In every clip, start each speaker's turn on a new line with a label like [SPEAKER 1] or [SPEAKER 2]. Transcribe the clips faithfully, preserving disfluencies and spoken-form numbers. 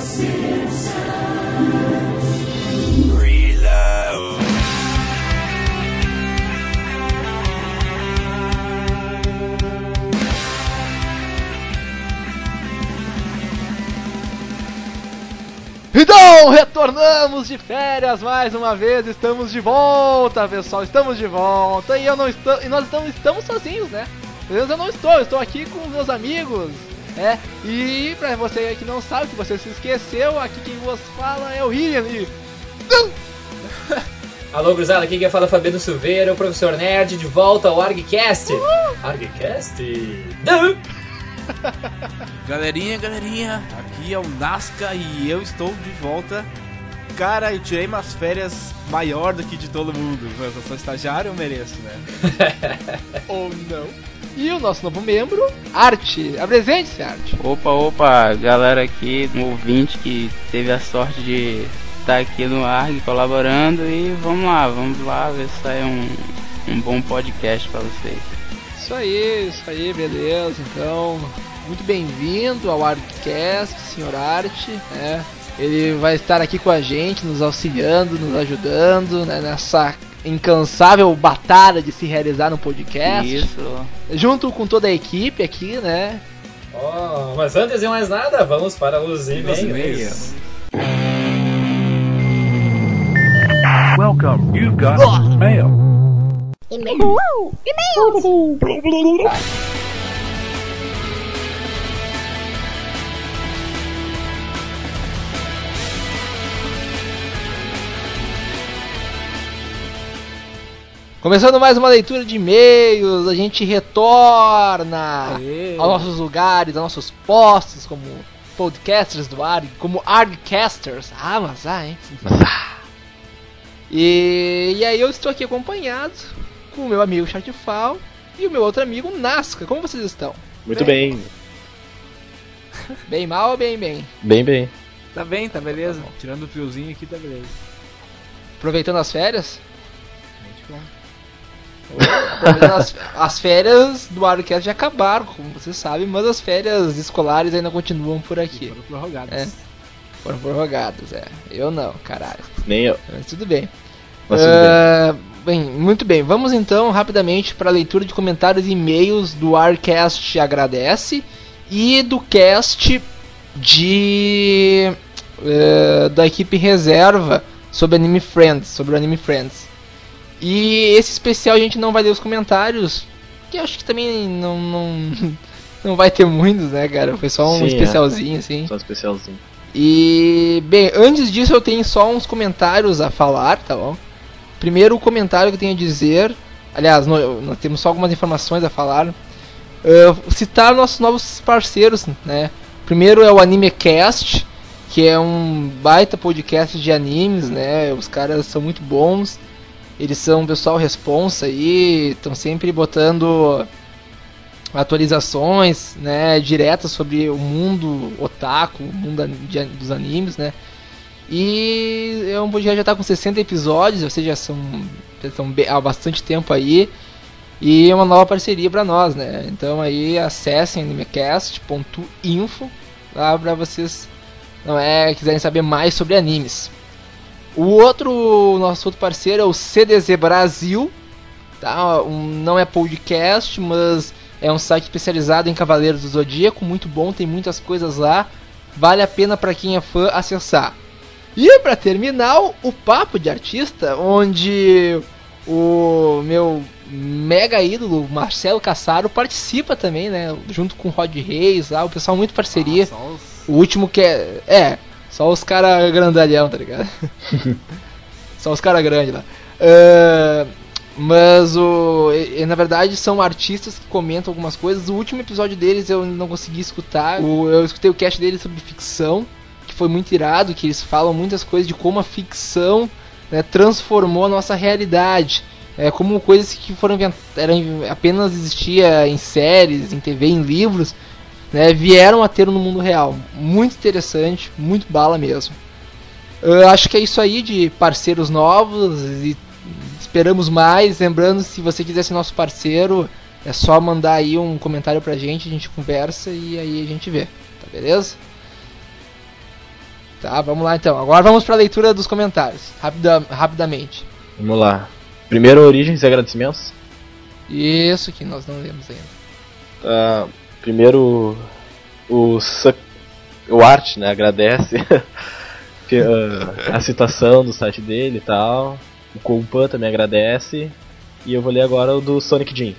[SPEAKER 1] Então, retornamos de férias mais uma vez, estamos de volta, pessoal, estamos de volta e eu não estou, e nós estamos, estamos sozinhos, né? Eu não estou, eu estou aqui com meus amigos, é, e pra você que não sabe, que você se esqueceu, aqui quem vos fala é o William e...
[SPEAKER 2] Alô, gurizada, aqui quem fala é Fabiano Silveira, o professor Nerd, de volta ao ArgCast. Uh! ArgCast?
[SPEAKER 3] Galerinha, galerinha, aqui é o Nasca e eu estou de volta. Cara, eu tirei umas férias maior do que de todo mundo, mas eu sou estagiário, eu mereço, né?
[SPEAKER 1] Ou não. E o nosso novo membro, Arte. Apresente-se, Arte.
[SPEAKER 4] Opa, opa, galera aqui, um ouvinte que teve a sorte de estar aqui no Arg colaborando e vamos lá, vamos lá ver se sai um, um bom podcast pra vocês.
[SPEAKER 1] Isso aí, isso aí, beleza, então, muito bem-vindo ao ArgCast, senhor Arte, né? Ele vai estar aqui com a gente, nos auxiliando, nos ajudando, né, nessa incansável batalha de se realizar no podcast.
[SPEAKER 4] Isso.
[SPEAKER 1] Junto com toda a equipe aqui, né?
[SPEAKER 2] Oh, mas antes de mais nada, vamos para os e-mails.
[SPEAKER 5] Welcome, you've got mail.
[SPEAKER 6] E-mails. E-mails.
[SPEAKER 1] Começando mais uma leitura de e-mails, a gente retorna
[SPEAKER 3] Aê.
[SPEAKER 1] aos nossos lugares, aos nossos postos como podcasters do Arg, como ArgCasters. Ah, mas ah, hein? Mas, ah. E, e aí eu estou aqui acompanhado com o meu amigo Chartfall e o meu outro amigo Nasca. Como vocês estão?
[SPEAKER 7] Muito bem. Bem,
[SPEAKER 1] bem mal ou bem bem?
[SPEAKER 7] bem. bem.
[SPEAKER 3] Tá bem, tá beleza. Tirando o fiozinho aqui, tá beleza.
[SPEAKER 1] Aproveitando as férias? Muito bom. As, as férias do ArgCast já acabaram, como vocês sabem, mas as férias escolares ainda continuam por aqui.
[SPEAKER 3] Foram prorrogadas.
[SPEAKER 1] É, foram prorrogadas, é. Eu não, caralho.
[SPEAKER 7] Nem eu.
[SPEAKER 1] Mas tudo bem.
[SPEAKER 7] Mas tudo
[SPEAKER 1] uh, bem. bem, muito bem. Vamos então rapidamente para a leitura de comentários e e-mails do ArgCast Agradece e do cast de uh, da equipe reserva sobre Anime Friends, sobre o Anime Friends. E esse especial a gente não vai ler os comentários, que eu acho que também não, não, não vai ter muitos, né, cara? Foi só um
[SPEAKER 7] Sim,
[SPEAKER 1] especialzinho,
[SPEAKER 7] é.
[SPEAKER 1] assim.
[SPEAKER 7] Só um especialzinho.
[SPEAKER 1] E, bem, antes disso eu tenho só uns comentários a falar, tá bom? Primeiro, o comentário que eu tenho a dizer, aliás, no, nós temos só algumas informações a falar. Uh, citar nossos novos parceiros, né? Primeiro é o AnimeCast, que é um baita podcast de animes, né? Os caras são muito bons. Eles são um pessoal responsa aí, estão sempre botando atualizações, né, diretas sobre o mundo otaku, o mundo de, dos animes, né. E é um podcast que já está com sessenta episódios, ou seja, são, já estão há bastante tempo aí. E é uma nova parceria para nós, né. Então aí acessem animecast ponto info lá para vocês, não é, quiserem saber mais sobre animes. O outro, nosso outro parceiro é o C D Z Brasil, tá? Um, não é podcast, mas é um site especializado em Cavaleiros do Zodíaco, muito bom, tem muitas coisas lá, vale a pena para quem é fã acessar. E para terminar, o Papo de Artista, onde o meu mega ídolo Marcelo Cassaro participa também, né? Junto com o Rod Reis, lá, o pessoal muito parceria. Ah, os... O último que é... É... Só os caras grandalhão, tá ligado? Só os caras grandes lá. Uh, mas, o, e, na verdade, são artistas que comentam algumas coisas. O último episódio deles eu não consegui escutar. O, eu escutei o cast deles sobre ficção, que foi muito irado, que eles falam muitas coisas de como a ficção, né, transformou a nossa realidade. É, como coisas que foram eram, apenas existia em séries, em T V, em livros, né, vieram a ter no mundo real. Muito interessante, muito bala mesmo. Eu acho que é isso aí de parceiros novos e esperamos mais. Lembrando, se você quiser ser nosso parceiro, é só mandar aí um comentário pra gente, a gente conversa e aí a gente vê, tá beleza? Tá, vamos lá então. Agora vamos pra leitura dos comentários, rapida, rapidamente.
[SPEAKER 7] Vamos lá. Primeiro, origens e agradecimentos.
[SPEAKER 1] Isso que nós não lemos ainda.
[SPEAKER 7] Uh, primeiro, o, o Art, né, agradece que, uh, a citação do site dele e tal. O Compan também agradece. E eu vou ler agora o do Sonic Jim.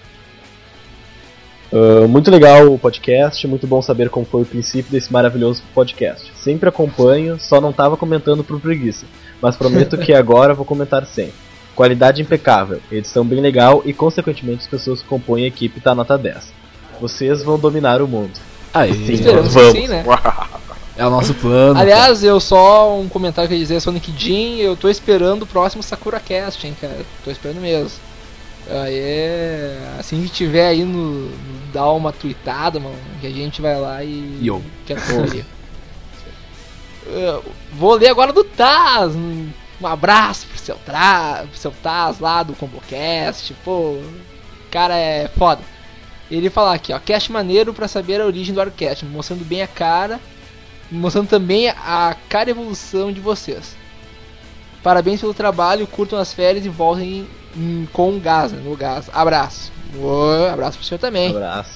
[SPEAKER 7] Uh, muito legal o podcast, muito bom saber como foi o princípio desse maravilhoso podcast. Sempre acompanho, só não tava comentando por preguiça, mas prometo que agora vou comentar sempre. Qualidade impecável, edição bem legal e consequentemente as pessoas que compõem a equipe tá nota dez. Vocês vão dominar o mundo.
[SPEAKER 5] Aí,
[SPEAKER 7] Sim,
[SPEAKER 1] esperamos
[SPEAKER 7] vamos.
[SPEAKER 1] que sim, né?
[SPEAKER 5] é o nosso plano.
[SPEAKER 1] Aliás, eu só um comentário que eu ia dizer, Sonic Jim, eu tô esperando o próximo Sakura Cast, hein, cara. Tô esperando mesmo. Aí é. Assim que tiver aí no. no dá uma tweetada, mano, que a gente vai lá e.
[SPEAKER 5] Yo.
[SPEAKER 1] Quero saber. uh, Vou ler agora do Taz. Um, um abraço pro seu, tra... pro seu Taz lá do ComboCast. Pô, o cara é foda. Ele fala aqui, ó, cast maneiro pra saber a origem do Arcast, mostrando bem a cara, mostrando também a cara e evolução de vocês. Parabéns pelo trabalho, curtam as férias e voltem em, com gás, né, no gás. Abraço. Uou, abraço pro senhor também.
[SPEAKER 7] Abraço.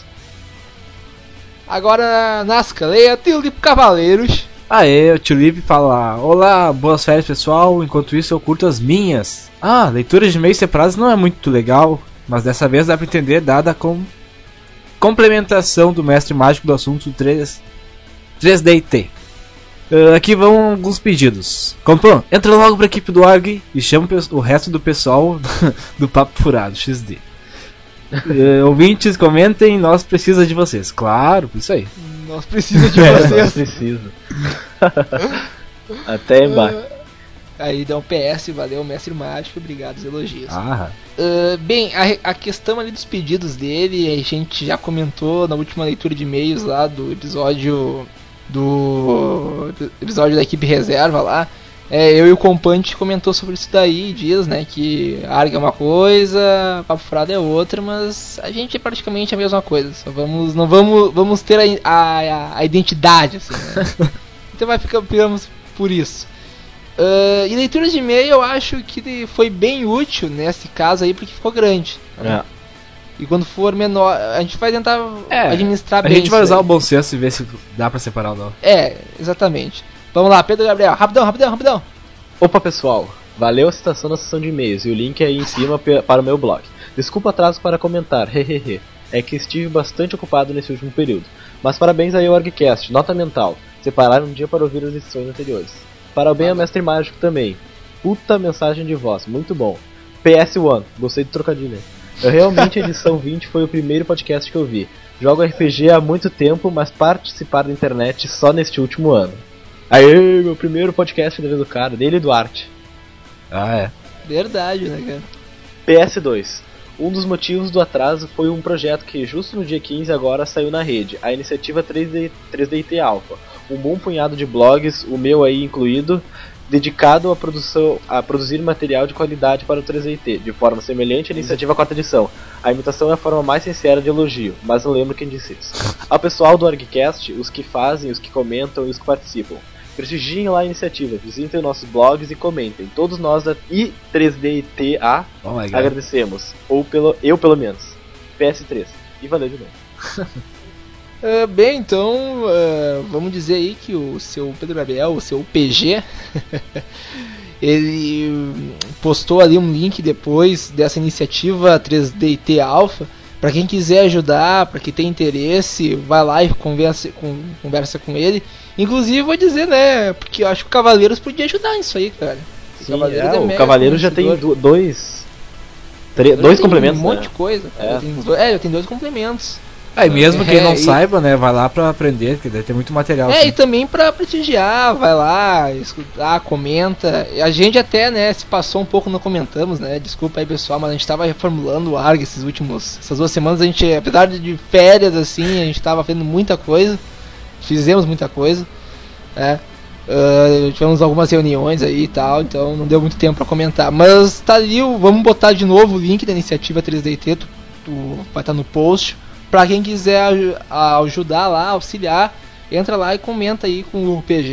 [SPEAKER 1] Agora, Nasca, leia Tulip Cavaleiros.
[SPEAKER 5] Aê, o Tulip fala: olá, boas férias pessoal, enquanto isso eu curto as minhas. Ah, leitura de e-mails separados não é muito legal, mas dessa vez dá pra entender dada com complementação do mestre mágico do assunto três D I T. Uh, aqui vão alguns pedidos. Compão, entra logo pra equipe do Arg e chama o resto do pessoal do Papo Furado, X D. Uh, ouvintes, comentem, nós precisamos de vocês. Claro, isso aí.
[SPEAKER 1] Nós precisamos de
[SPEAKER 7] É,
[SPEAKER 1] vocês.
[SPEAKER 7] nós precisa. Até embaixo.
[SPEAKER 1] Uh, aí dá um P S, valeu, mestre mágico, obrigado os elogios.
[SPEAKER 5] Ah,
[SPEAKER 1] Uh, bem, a, a questão ali dos pedidos dele, a gente já comentou na última leitura de e-mails lá do episódio do episódio da equipe reserva lá. É, eu e o Compante comentou sobre isso daí, diz, né, que Arg é uma coisa, Papo Furado é outra, mas a gente é praticamente a mesma coisa, só vamos, não vamos, vamos ter a, a, a identidade, assim, né? Então vai ficar, ficamos por isso. Uh, e leitura de e-mail eu acho que foi bem útil nesse caso aí, porque ficou grande.
[SPEAKER 7] É.
[SPEAKER 1] E quando for menor, a gente vai tentar
[SPEAKER 5] É,
[SPEAKER 1] administrar
[SPEAKER 5] a
[SPEAKER 1] bem.
[SPEAKER 5] gente vai
[SPEAKER 1] isso
[SPEAKER 5] usar
[SPEAKER 1] aí.
[SPEAKER 5] o bom senso e ver se dá pra separar ou não.
[SPEAKER 1] É, exatamente. Vamos lá, Pedro Gabriel, rapidão, rapidão, rapidão.
[SPEAKER 7] Opa pessoal, valeu a citação na sessão de e-mails e o link aí em cima pe- para o meu blog. Desculpa o atraso para comentar, hehehe. É que estive bastante ocupado nesse último período. Mas parabéns aí ao ArgCast, nota mental. Separar um dia para ouvir as edições anteriores. Parabéns ao Mestre Mágico também. Puta mensagem de voz, muito bom. P S um, gostei do trocadilho. Eu realmente a edição vinte foi o primeiro podcast que eu vi. Jogo R P G há muito tempo, mas participar da internet só neste último ano. Aê, meu primeiro podcast da vez do cara, dele e do Arte.
[SPEAKER 5] Ah, é.
[SPEAKER 1] Verdade, né, cara?
[SPEAKER 7] P S dois. Um dos motivos do atraso foi um projeto que justo no dia quinze agora saiu na rede, a iniciativa três D, três D I T Alpha. Um bom punhado de blogs, o meu aí incluído, dedicado à produção, a produzir material de qualidade para o três D I T, de forma semelhante à iniciativa quarta edição. A imitação é a forma mais sincera de elogio, mas não lembro quem disse isso. Ao pessoal do ArgCast, os que fazem, os que comentam e os que participam. Prestigiem lá a iniciativa, visitem nossos blogs e comentem. Todos nós da I três D I T A
[SPEAKER 5] Oh my God.
[SPEAKER 7] agradecemos, ou pelo, eu pelo menos. P S três. E valeu de novo.
[SPEAKER 1] Uh, bem, então, uh, vamos dizer aí que o seu Pedro Gabriel, o seu P G, ele postou ali um link depois dessa iniciativa três D I T Alpha. Para quem quiser ajudar, para quem tem interesse, vai lá e conversa com, conversa com ele. Inclusive, vou dizer, né, porque eu acho que o Cavaleiros podia ajudar nisso aí, cara.
[SPEAKER 7] Sim,
[SPEAKER 1] Cavaleiros
[SPEAKER 7] é,
[SPEAKER 1] é
[SPEAKER 7] o
[SPEAKER 1] mega
[SPEAKER 7] Cavaleiro já tem
[SPEAKER 1] conhecedor.
[SPEAKER 7] do- dois. tre-
[SPEAKER 1] Ele
[SPEAKER 7] dois
[SPEAKER 1] tem
[SPEAKER 7] complementos.
[SPEAKER 1] Um monte
[SPEAKER 7] né?
[SPEAKER 1] de coisa.
[SPEAKER 7] É.
[SPEAKER 1] Ele tem dois, é, ele tem dois complementos.
[SPEAKER 5] Aí mesmo quem
[SPEAKER 1] É,
[SPEAKER 5] não
[SPEAKER 1] e-
[SPEAKER 5] saiba, né, vai lá pra aprender, que deve ter muito material.
[SPEAKER 1] É,
[SPEAKER 5] assim.
[SPEAKER 1] e também pra prestigiar, vai lá, escutar, comenta. A gente até, né, se passou um pouco, não comentamos, né, desculpa aí pessoal, mas a gente tava reformulando o Arg esses últimos, essas duas semanas, a gente, apesar de férias, assim, a gente tava fazendo muita coisa, fizemos muita coisa, né, uh, tivemos algumas reuniões aí e tal, então não deu muito tempo pra comentar, mas tá ali, o- vamos botar de novo o link da iniciativa três D I T, tu, tu vai estar no post. Pra quem quiser aj- a- ajudar lá, auxiliar, entra lá e comenta aí com o P G.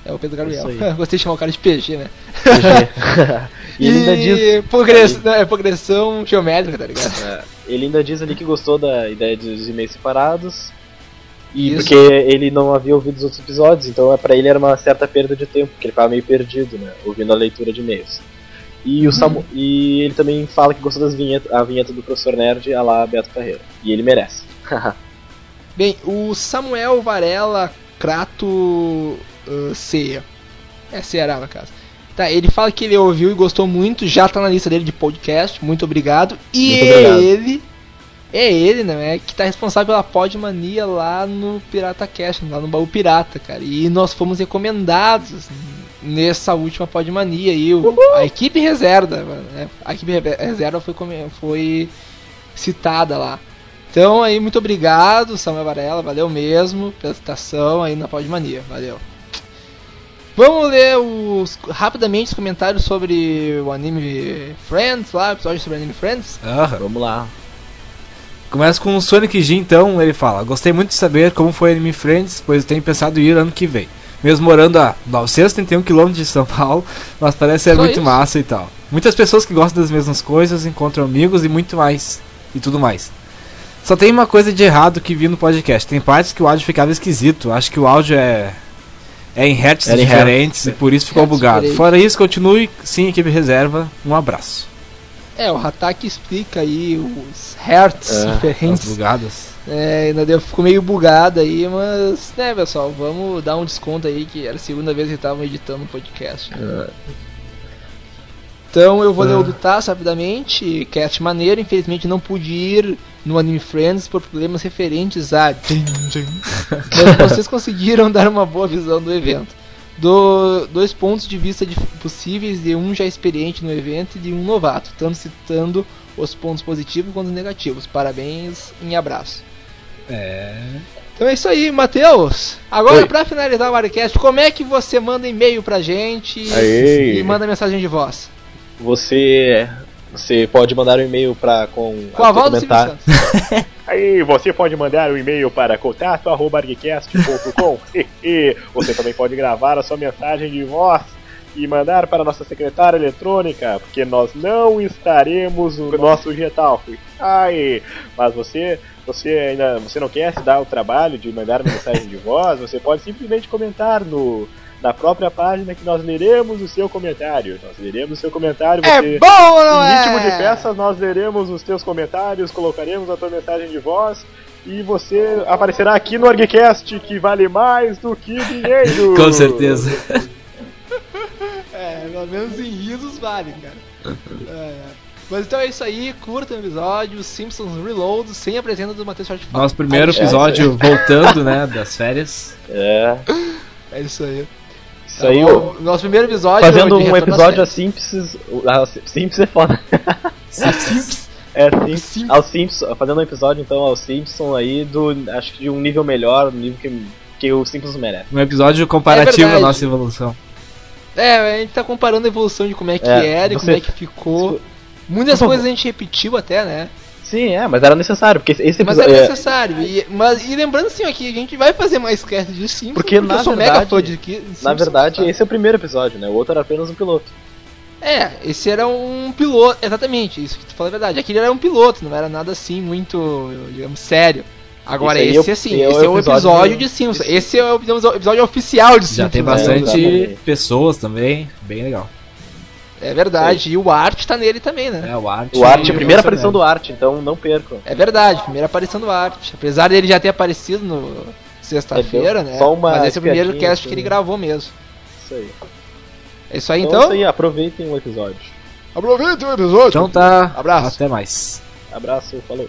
[SPEAKER 1] É o Pedro Gabriel.
[SPEAKER 7] Isso aí.
[SPEAKER 1] Gostei de chamar o cara de P G, né?
[SPEAKER 7] E ele ainda diz.
[SPEAKER 1] Progress... Não, é progressão geométrica, tá ligado?
[SPEAKER 7] É, ele ainda diz ali que gostou da ideia dos e-mails separados. E
[SPEAKER 1] Isso.
[SPEAKER 7] porque ele não havia ouvido os outros episódios, então pra ele era uma certa perda de tempo, porque ele ficava meio perdido, né? Ouvindo a leitura de e-mails. E, o Samu... e ele também fala que gostou das vinhetas, a vinheta do Professor Nerd, a lá Beto Carreiro. E ele merece.
[SPEAKER 1] Bem, o Samuel Varela Crato uh, Ceia. É Ceará, no caso. Tá, ele fala que ele ouviu e gostou muito, já tá na lista dele de podcast, muito obrigado. E
[SPEAKER 7] Muito obrigado.
[SPEAKER 1] ele, é ele, né, que tá responsável pela Podmania lá no Pirata Cast, lá no Baú Pirata, cara. E nós fomos recomendados nessa última Podmania. E o, a equipe reserva, né, a equipe reserva foi, foi citada lá. Então aí, muito obrigado, Samuel Varela, valeu mesmo pela citação aí na Podmania, valeu. Vamos ler os, rapidamente os comentários sobre o anime Friends lá, o episódio sobre o anime Friends.
[SPEAKER 5] Aham.
[SPEAKER 7] Vamos lá.
[SPEAKER 5] Começa com o Sonic G, então, ele fala: gostei muito de saber como foi o anime Friends, pois tenho pensado em ir ano que vem. Mesmo morando a novecentos e trinta e um quilômetros de São Paulo, mas parece ser
[SPEAKER 1] Só
[SPEAKER 5] muito
[SPEAKER 1] isso?
[SPEAKER 5] massa e tal. Muitas pessoas que gostam das mesmas coisas, encontram amigos e muito mais, e tudo mais. Só tem uma coisa de errado que vi no podcast, tem partes que o áudio ficava esquisito, acho que o áudio é... É em hertz
[SPEAKER 7] Era em
[SPEAKER 5] diferentes
[SPEAKER 7] hertz.
[SPEAKER 5] e por isso ficou
[SPEAKER 1] Hertz
[SPEAKER 5] bugado.
[SPEAKER 1] diferente.
[SPEAKER 5] Fora isso, continue sim, equipe reserva. Um abraço.
[SPEAKER 1] É, o Hataki explica aí os hertz
[SPEAKER 7] É,
[SPEAKER 5] As
[SPEAKER 1] diferentes.
[SPEAKER 5] bugadas.
[SPEAKER 1] É, ainda deu, ficou meio bugado aí, mas, né, pessoal, vamos dar um desconto aí, que era a segunda vez que estavam editando o podcast. Então eu vou ler o do Tasso rapidamente, cast maneiro, infelizmente não pude ir no Anime Friends por problemas referentes a... Mas vocês conseguiram dar uma boa visão do evento. Do, dois pontos de vista de, possíveis de um já experiente no evento e de um novato, tanto citando os pontos positivos quanto negativos. Parabéns e abraço.
[SPEAKER 5] É.
[SPEAKER 1] Então é isso aí, Matheus. Agora,
[SPEAKER 7] Oi.
[SPEAKER 1] pra finalizar o Warcast, como é que você manda e-mail pra gente
[SPEAKER 7] Aê.
[SPEAKER 1] e manda mensagem de voz?
[SPEAKER 7] Você. Você pode mandar um e-mail pra com.
[SPEAKER 1] Com a voz do
[SPEAKER 7] comentar.
[SPEAKER 1] Silvio Santos.
[SPEAKER 6] Aí você pode mandar um e-mail para contato arroba argcast ponto com. Você também pode gravar a sua mensagem de voz e mandar para a nossa secretária eletrônica, porque nós não estaremos no nosso Getalk. Aí, mas você, você ainda você não quer se dar o trabalho de mandar uma mensagem de voz, você pode simplesmente comentar no na própria página que nós leremos o seu comentário. Nós leremos o seu comentário. Você...
[SPEAKER 1] É bom ou não
[SPEAKER 6] Em
[SPEAKER 1] é?
[SPEAKER 6] ritmo de peças, nós leremos os teus comentários, colocaremos a tua mensagem de voz e você aparecerá aqui no ArgCast, que vale mais do que dinheiro.
[SPEAKER 5] Com certeza.
[SPEAKER 1] É, pelo menos em risos vale, cara. É, é. Mas então é isso aí, curta o episódio, Simpsons Reload, sem a presença do Matheus Shortfall.
[SPEAKER 5] Nosso primeiro
[SPEAKER 1] Aí,
[SPEAKER 5] episódio voltando, né, das férias.
[SPEAKER 7] É.
[SPEAKER 1] É isso aí.
[SPEAKER 7] Isso
[SPEAKER 1] Tá
[SPEAKER 7] aí,
[SPEAKER 1] bom? Nosso primeiro episódio
[SPEAKER 7] fazendo
[SPEAKER 1] de
[SPEAKER 7] um
[SPEAKER 1] retorno
[SPEAKER 7] episódio
[SPEAKER 1] às
[SPEAKER 7] a Simpsons. A Simpsons é foda.
[SPEAKER 1] Simpsons.
[SPEAKER 7] É, Simpsons.
[SPEAKER 1] Simpsons.
[SPEAKER 7] Ao Simpsons, fazendo um episódio então ao Simpsons aí do. Acho que de um nível melhor, um nível que, que o Simpsons merece.
[SPEAKER 5] Um episódio comparativo
[SPEAKER 1] É
[SPEAKER 5] à
[SPEAKER 1] verdade.
[SPEAKER 5] nossa evolução.
[SPEAKER 1] É, a gente tá comparando a evolução de como é que
[SPEAKER 7] É,
[SPEAKER 1] era e
[SPEAKER 7] você-
[SPEAKER 1] como é que ficou. Muitas
[SPEAKER 7] Por favor.
[SPEAKER 1] coisas a gente repetiu até, né?
[SPEAKER 7] Sim, é, mas era necessário, porque esse
[SPEAKER 1] Mas
[SPEAKER 7] episódio.
[SPEAKER 1] é
[SPEAKER 7] é,
[SPEAKER 1] necessário. E, mas, e lembrando assim, ó, que a gente vai fazer mais cast de Simpsons,
[SPEAKER 7] Porque, na
[SPEAKER 1] eu sou
[SPEAKER 7] verdade-
[SPEAKER 1] mega fã de de Simpsons,
[SPEAKER 7] na verdade,
[SPEAKER 1] tá?
[SPEAKER 7] esse é o primeiro episódio, né? O outro era apenas um piloto.
[SPEAKER 1] É, esse era um piloto, exatamente, isso que tu falou é verdade. Aquele era um piloto, não era nada assim muito, digamos, sério. Agora
[SPEAKER 7] Esse aí
[SPEAKER 1] esse
[SPEAKER 7] é o-
[SPEAKER 1] assim,
[SPEAKER 7] esse é o
[SPEAKER 1] esse é o
[SPEAKER 7] episódio
[SPEAKER 1] episódio
[SPEAKER 7] do-
[SPEAKER 1] de Simpsons. Esse é o digamos, o episódio oficial de Simpsons.
[SPEAKER 5] Já tem
[SPEAKER 1] né?
[SPEAKER 5] bastante
[SPEAKER 7] exatamente.
[SPEAKER 5] pessoas também, bem legal.
[SPEAKER 1] É verdade, e o Art tá nele também, né?
[SPEAKER 5] É, o Art.
[SPEAKER 7] O Art,
[SPEAKER 5] e
[SPEAKER 7] a primeira
[SPEAKER 5] o
[SPEAKER 7] aparição do Art, então não percam.
[SPEAKER 1] É verdade, primeira aparição do Art. Apesar dele já ter aparecido no sexta-feira,
[SPEAKER 7] É,
[SPEAKER 1] né?
[SPEAKER 7] só uma
[SPEAKER 1] Mas esse é o primeiro
[SPEAKER 7] espiadinha,
[SPEAKER 1] cast
[SPEAKER 7] assim,
[SPEAKER 1] que ele
[SPEAKER 7] né?
[SPEAKER 1] gravou mesmo.
[SPEAKER 7] Isso aí.
[SPEAKER 1] É isso aí
[SPEAKER 7] Então,
[SPEAKER 1] então?
[SPEAKER 7] é isso aí, aproveitem o episódio.
[SPEAKER 1] Aproveita o episódio.
[SPEAKER 5] Então tá.
[SPEAKER 1] Abraço.
[SPEAKER 5] Até mais.
[SPEAKER 7] Abraço, falou.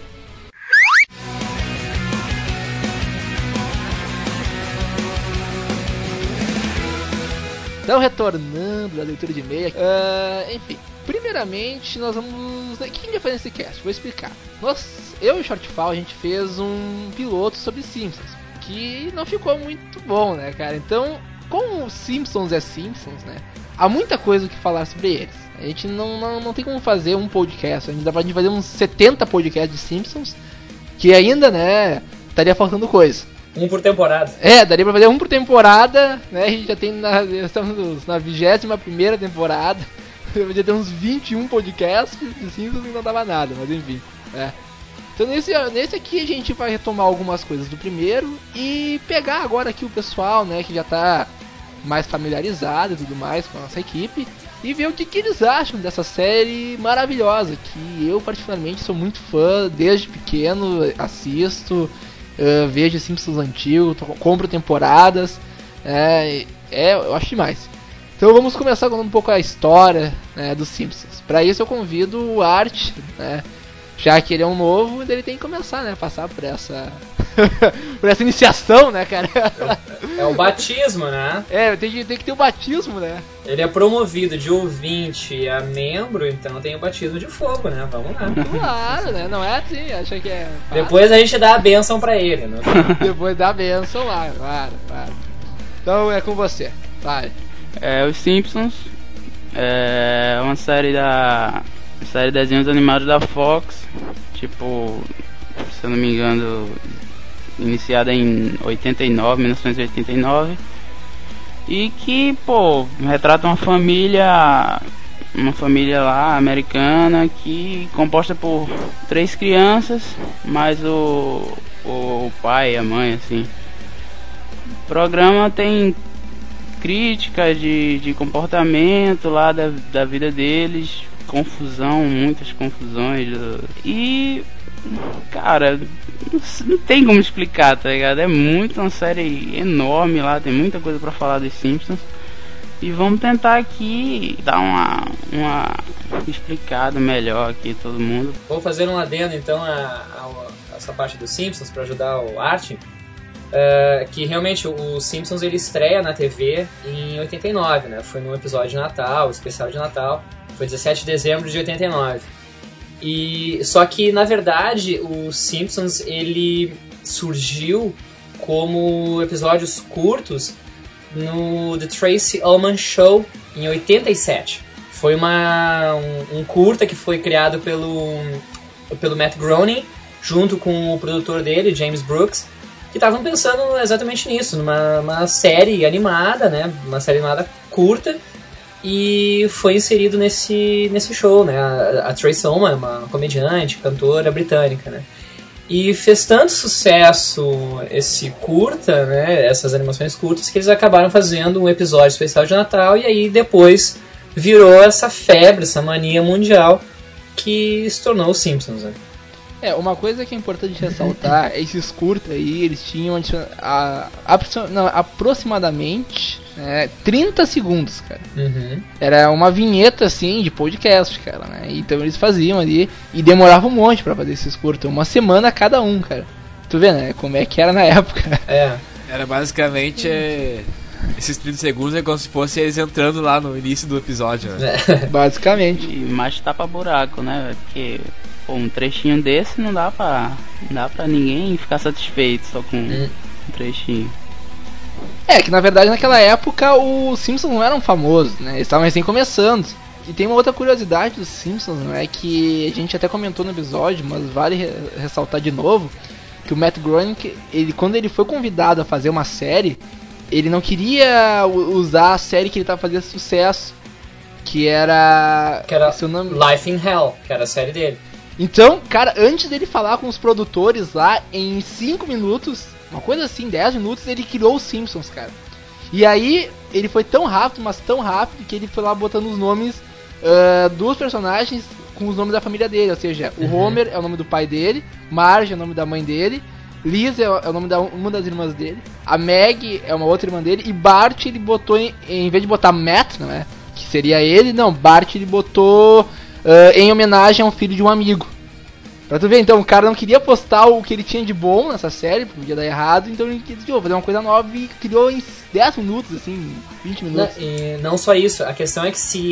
[SPEAKER 1] Então, retornando da leitura de e-mail, ah, enfim, primeiramente nós vamos... O que a gente vai fazer nesse cast? Vou explicar. Nós, eu e o Shortfall, a gente fez um piloto sobre Simpsons, que não ficou muito bom, né, cara? Então, como Simpsons é Simpsons, né, há muita coisa o que falar sobre eles. A gente não, não, não tem como fazer um podcast, a gente dá pra gente fazer uns setenta podcasts de Simpsons, que ainda, né, estaria faltando coisa.
[SPEAKER 2] Um por temporada.
[SPEAKER 1] É, daria pra fazer um por temporada, né? A gente já tem na, estamos na vigésima primeira temporada. Já tem uns vinte e um podcasts de Simpsons e não dava nada, mas enfim. É. Então nesse, nesse aqui a gente vai retomar algumas coisas do primeiro e pegar agora aqui o pessoal, né, que já tá mais familiarizado e tudo mais com a nossa equipe e ver o que, que eles acham dessa série maravilhosa, que eu particularmente sou muito fã, desde pequeno assisto, uh, vejo Simpsons antigos, compro temporadas, é, é, eu acho demais. Então vamos começar contando um pouco a história, né, dos Simpsons. Para isso eu convido o Art, né, já que ele é um novo, ele tem que começar, né, passar por essa por essa iniciação, né, cara?
[SPEAKER 2] É o batismo, né?
[SPEAKER 1] É, tem que, tem que ter o batismo, né?
[SPEAKER 2] Ele é promovido de ouvinte a membro, então tem o batismo de fogo, né? Vamos lá.
[SPEAKER 1] Claro, né? Não é assim, acha que é fácil.
[SPEAKER 2] Depois a gente dá a bênção pra ele, né?
[SPEAKER 1] Depois dá a bênção lá, claro, claro. Então é com você, vai.
[SPEAKER 4] É, os Simpsons é uma série da série de desenhos animados da Fox, tipo, se eu não me engano, iniciada em oitenta e nove, mil novecentos e oitenta e nove, e que, pô, retrata uma família, uma família lá americana que composta por três crianças, mais o o pai e a mãe, assim. O programa tem críticas de, de comportamento lá da, da vida deles, confusão, muitas confusões, e cara, não, não tem como explicar, tá ligado? É muito uma série enorme lá, tem muita coisa pra falar dos Simpsons, e vamos tentar aqui dar uma, uma explicada melhor aqui todo mundo.
[SPEAKER 2] Vou fazer um adendo então a, a, a essa parte dos Simpsons para ajudar o Art. Uh, que realmente o Simpsons ele estreia na T V em oitenta e nove, né? Foi num episódio de Natal, especial de Natal, foi dezessete de dezembro de oitenta e nove. E só que na verdade o Simpsons ele surgiu como episódios curtos no The Tracy Ullman Show em oitenta e sete. Foi uma um, um curta que foi criado pelo pelo Matt Groening junto com o produtor dele, James Brooks, que estavam pensando exatamente nisso, numa uma série animada, né, uma série animada curta, e foi inserido nesse, nesse show, né, a, a Tracy Ullman, uma comediante, cantora britânica, né, e fez tanto sucesso esse curta, né, essas animações curtas, que eles acabaram fazendo um episódio especial de Natal, e aí depois virou essa febre, essa mania mundial que se tornou os Simpsons, né.
[SPEAKER 1] É, uma coisa que é importante ressaltar é esses curtas aí, eles tinham a, a, não, aproximadamente é, trinta segundos, cara.
[SPEAKER 2] Uhum.
[SPEAKER 1] Era uma vinheta, assim, de podcast, cara, né? Então eles faziam ali e demorava um monte pra fazer esses curtas, uma semana cada um, cara. Tu vê, né, como é que era na época.
[SPEAKER 2] É.
[SPEAKER 3] Era basicamente... É... Esses trinta segundos é como se fosse eles entrando lá no início do episódio, né?
[SPEAKER 2] É.
[SPEAKER 1] Basicamente.
[SPEAKER 4] E mais tapa buraco, né? Porque pô, um trechinho desse não dá pra, não dá pra ninguém ficar satisfeito só com hum. um trechinho.
[SPEAKER 1] É, que na verdade naquela época os Simpsons não eram famosos, né? Eles estavam recém começando. E tem uma outra curiosidade dos Simpsons, né? Que a gente até comentou no episódio, mas vale re- ressaltar de novo, que o Matt Groening, ele, quando ele foi convidado a fazer uma série, ele não queria usar a série que ele estava fazendo sucesso, que era...
[SPEAKER 2] Que era
[SPEAKER 1] seu nome?
[SPEAKER 2] Life in Hell, que era a série dele.
[SPEAKER 1] Então, cara, antes dele falar com os produtores lá, em cinco minutos, uma coisa assim, dez minutos, ele criou os Simpsons, cara. E aí, ele foi tão rápido, mas tão rápido, que ele foi lá botando os nomes uh, dos personagens com os nomes da família dele. Ou seja, uhum. o Homer é o nome do pai dele, Marge é o nome da mãe dele, Lisa é o nome da uma das irmãs dele, a Meg é uma outra irmã dele, e Bart ele botou, em, em vez de botar Matt, não é? Que seria ele, não, Bart ele botou uh, em homenagem a um filho de um amigo. Pra tu ver, então, o cara não queria postar o que ele tinha de bom nessa série, podia dar errado, então ele quis fazer uma coisa nova e criou em dez minutos, assim, vinte minutos.
[SPEAKER 2] Não, e não só isso, a questão é que se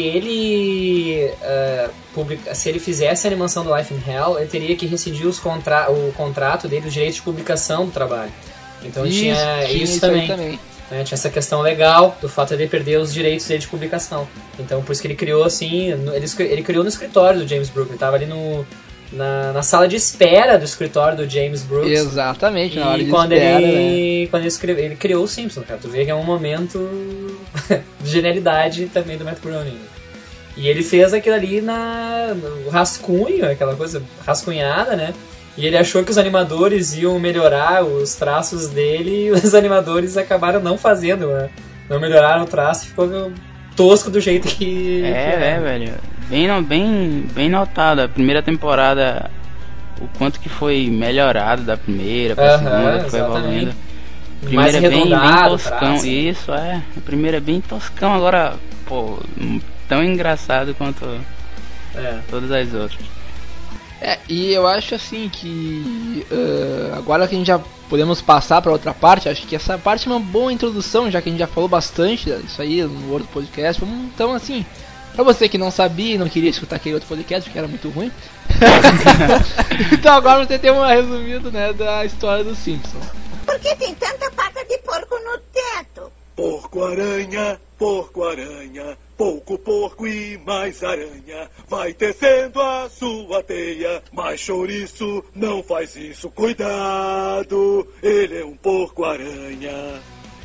[SPEAKER 2] ele uh, publica, se ele fizesse a animação do Life in Hell, ele teria que rescindir os contra- o contrato dele, os direitos de publicação do trabalho. Então isso, tinha, tinha isso, isso também. também. Né, tinha essa questão legal do fato de ele perder os direitos dele de publicação. Então por isso que ele criou assim, ele, ele criou no escritório do James Brooks, ele tava ali no... na, na sala de espera do escritório do James Brooks.
[SPEAKER 1] Exatamente, na hora
[SPEAKER 2] E
[SPEAKER 1] de
[SPEAKER 2] quando
[SPEAKER 1] espera,
[SPEAKER 2] ele,
[SPEAKER 1] né?
[SPEAKER 2] quando ele, escreve, ele criou o Simpsons, cara. Tu vê que é um momento de genialidade também do Matt Groening. E ele fez aquilo ali na, no rascunho, aquela coisa rascunhada, né? E ele achou que os animadores iam melhorar os traços dele e os animadores acabaram não fazendo, né? Não melhoraram o traço, ficou tosco do jeito que...
[SPEAKER 4] É,
[SPEAKER 2] que
[SPEAKER 4] é, velho. Bem, no- bem, bem notado. A primeira temporada, o quanto que foi melhorado da primeira pra
[SPEAKER 2] Aham,
[SPEAKER 4] segunda, que foi
[SPEAKER 2] exatamente.
[SPEAKER 4] evoluindo. A
[SPEAKER 2] Mais
[SPEAKER 4] primeira é bem, bem
[SPEAKER 2] arredondado o
[SPEAKER 4] toscão.
[SPEAKER 2] traço.
[SPEAKER 4] Isso, é. A primeira é bem toscão, agora, pô, tão engraçado quanto
[SPEAKER 2] É.
[SPEAKER 4] todas as outras.
[SPEAKER 1] É, e eu acho assim que uh, agora que a gente já podemos passar para outra parte, acho que essa parte é uma boa introdução, já que a gente já falou bastante disso aí no outro podcast. Vamos, então, assim, pra você que não sabia e não queria escutar aquele outro podcast, porque era muito ruim, então agora você tem um resumido, né, da história dos Simpsons.
[SPEAKER 8] Por que tem tanta pata de porco no teto?
[SPEAKER 9] Porco-aranha, porco-aranha, pouco porco e mais aranha. Vai tecendo a sua teia, mas chouriço não faz isso. Cuidado, ele é um porco-aranha.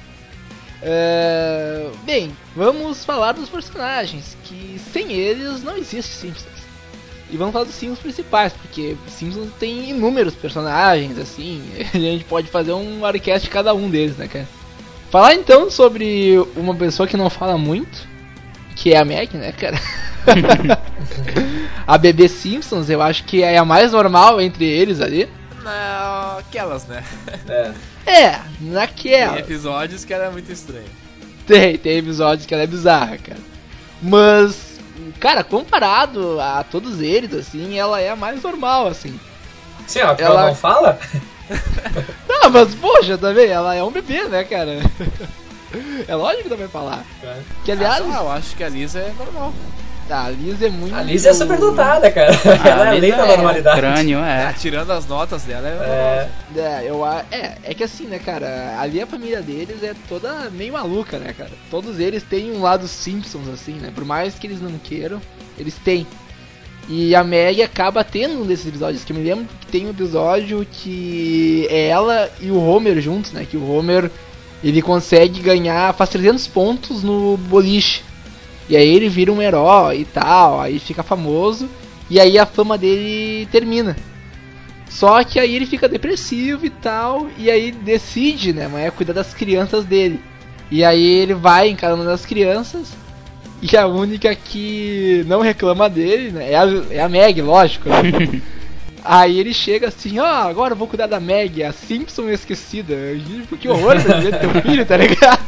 [SPEAKER 1] É, bem, vamos falar dos personagens, que sem eles não existe Simpsons. E vamos falar dos Simpsons principais, porque Simpsons tem inúmeros personagens, assim, a gente pode fazer um podcast de cada um deles, né, cara? Falar então sobre uma pessoa que não fala muito, que é a Meg, né, cara? A bebê Simpsons, eu acho que é a mais normal entre eles ali.
[SPEAKER 3] Não, aquelas, né?
[SPEAKER 2] É.
[SPEAKER 1] É, naquela.
[SPEAKER 3] Tem episódios que era muito estranho.
[SPEAKER 1] Tem, tem episódios que ela é bizarra, cara. Mas, cara, comparado a todos eles, assim, ela é a mais normal, assim.
[SPEAKER 2] Sim, ó, porque
[SPEAKER 1] Ela-
[SPEAKER 2] ela não fala?
[SPEAKER 1] Não, mas, poxa, também, ela é um bebê, né, cara? É lógico que não vai falar.
[SPEAKER 2] É.
[SPEAKER 1] Que, aliás,
[SPEAKER 3] Ah, eu acho que a Lisa é normal.
[SPEAKER 1] a Liz é muito...
[SPEAKER 2] A Liz é super dotada, cara. Ela é a lei da
[SPEAKER 4] é,
[SPEAKER 2] normalidade.
[SPEAKER 4] crânio,
[SPEAKER 3] É,
[SPEAKER 4] é.
[SPEAKER 3] tirando as notas dela, é,
[SPEAKER 2] É.
[SPEAKER 1] É, eu, a- é, é que assim, né, cara, ali a família deles é toda meio maluca, né, cara? Todos eles têm um lado Simpsons, assim, né? Por mais que eles não queiram, eles têm. E a Meg acaba tendo um desses episódios, que eu me lembro que tem um episódio que é ela e o Homer juntos, né? Que o Homer, ele consegue ganhar, faz trezentos pontos no boliche. E aí ele vira um herói e tal, aí fica famoso, e aí a fama dele termina. Só que aí ele fica depressivo e tal, e aí decide, né, mas é cuidar das crianças dele. E aí ele vai encarando das crianças, e a única que não reclama dele, né, é a, é a Meg, lógico, né? Aí ele chega assim, ó, oh, agora eu vou cuidar da Meg, a Simpson esquecida. Que horror, tá dizendo teu filho, tá ligado?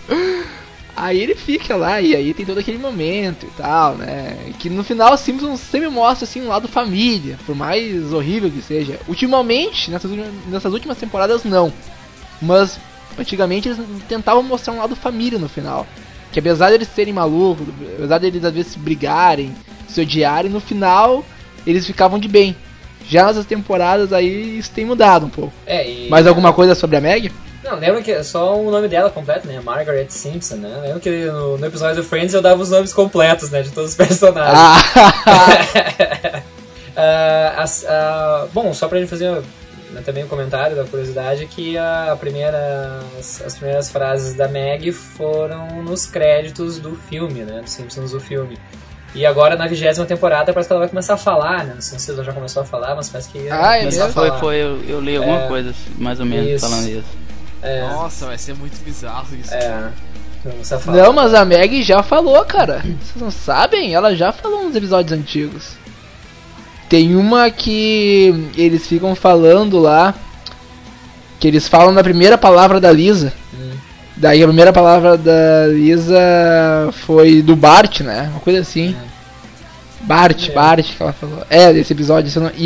[SPEAKER 1] Aí ele fica lá, e aí tem todo aquele momento e tal, né? Que no final Simpsons sempre mostra assim um lado família, por mais horrível que seja. Ultimamente, nessas, nessas últimas temporadas não. Mas antigamente eles tentavam mostrar um lado família no final. Que apesar de eles serem malucos, apesar de eles às vezes brigarem, se odiarem, no final eles ficavam de bem. Já nessas temporadas aí isso tem mudado um pouco.
[SPEAKER 2] É, e...
[SPEAKER 1] Mais alguma coisa sobre a Meg?
[SPEAKER 2] Não, lembra que é só o nome dela completo, né? Margaret Simpson, né? Lembra que no, no episódio do Friends eu dava os nomes completos, né? De todos os personagens.
[SPEAKER 1] Ah!
[SPEAKER 2] Ah, as- ah, bom, só pra gente fazer né, também um comentário da curiosidade, que a primeira, as, as primeiras frases da Meg foram nos créditos do filme, né? Dos Simpsons, do filme. E agora na vigésima temporada parece que ela vai começar a falar, né? Não sei se ela já começou a falar, mas parece que ela
[SPEAKER 1] Ah,
[SPEAKER 2] vai
[SPEAKER 1] é
[SPEAKER 2] começar a
[SPEAKER 1] mesmo?
[SPEAKER 4] Foi,
[SPEAKER 2] falar.
[SPEAKER 4] foi, eu, eu li alguma
[SPEAKER 2] É.
[SPEAKER 4] coisa mais ou menos
[SPEAKER 2] Isso.
[SPEAKER 4] falando isso.
[SPEAKER 2] É,
[SPEAKER 3] Nossa, vai ser muito bizarro isso.
[SPEAKER 2] é. Vai começar a falar.
[SPEAKER 1] Não, mas a Meg já falou, cara. Vocês não sabem? Ela já falou nos episódios antigos. Tem uma que eles ficam falando lá, que eles falam na primeira palavra da Lisa.
[SPEAKER 2] Hum.
[SPEAKER 1] Daí a primeira palavra da Lisa foi do Bart, né? Uma coisa assim. Bart,
[SPEAKER 2] É.
[SPEAKER 1] Bart, que ela falou. É, desse episódio. se eu não- E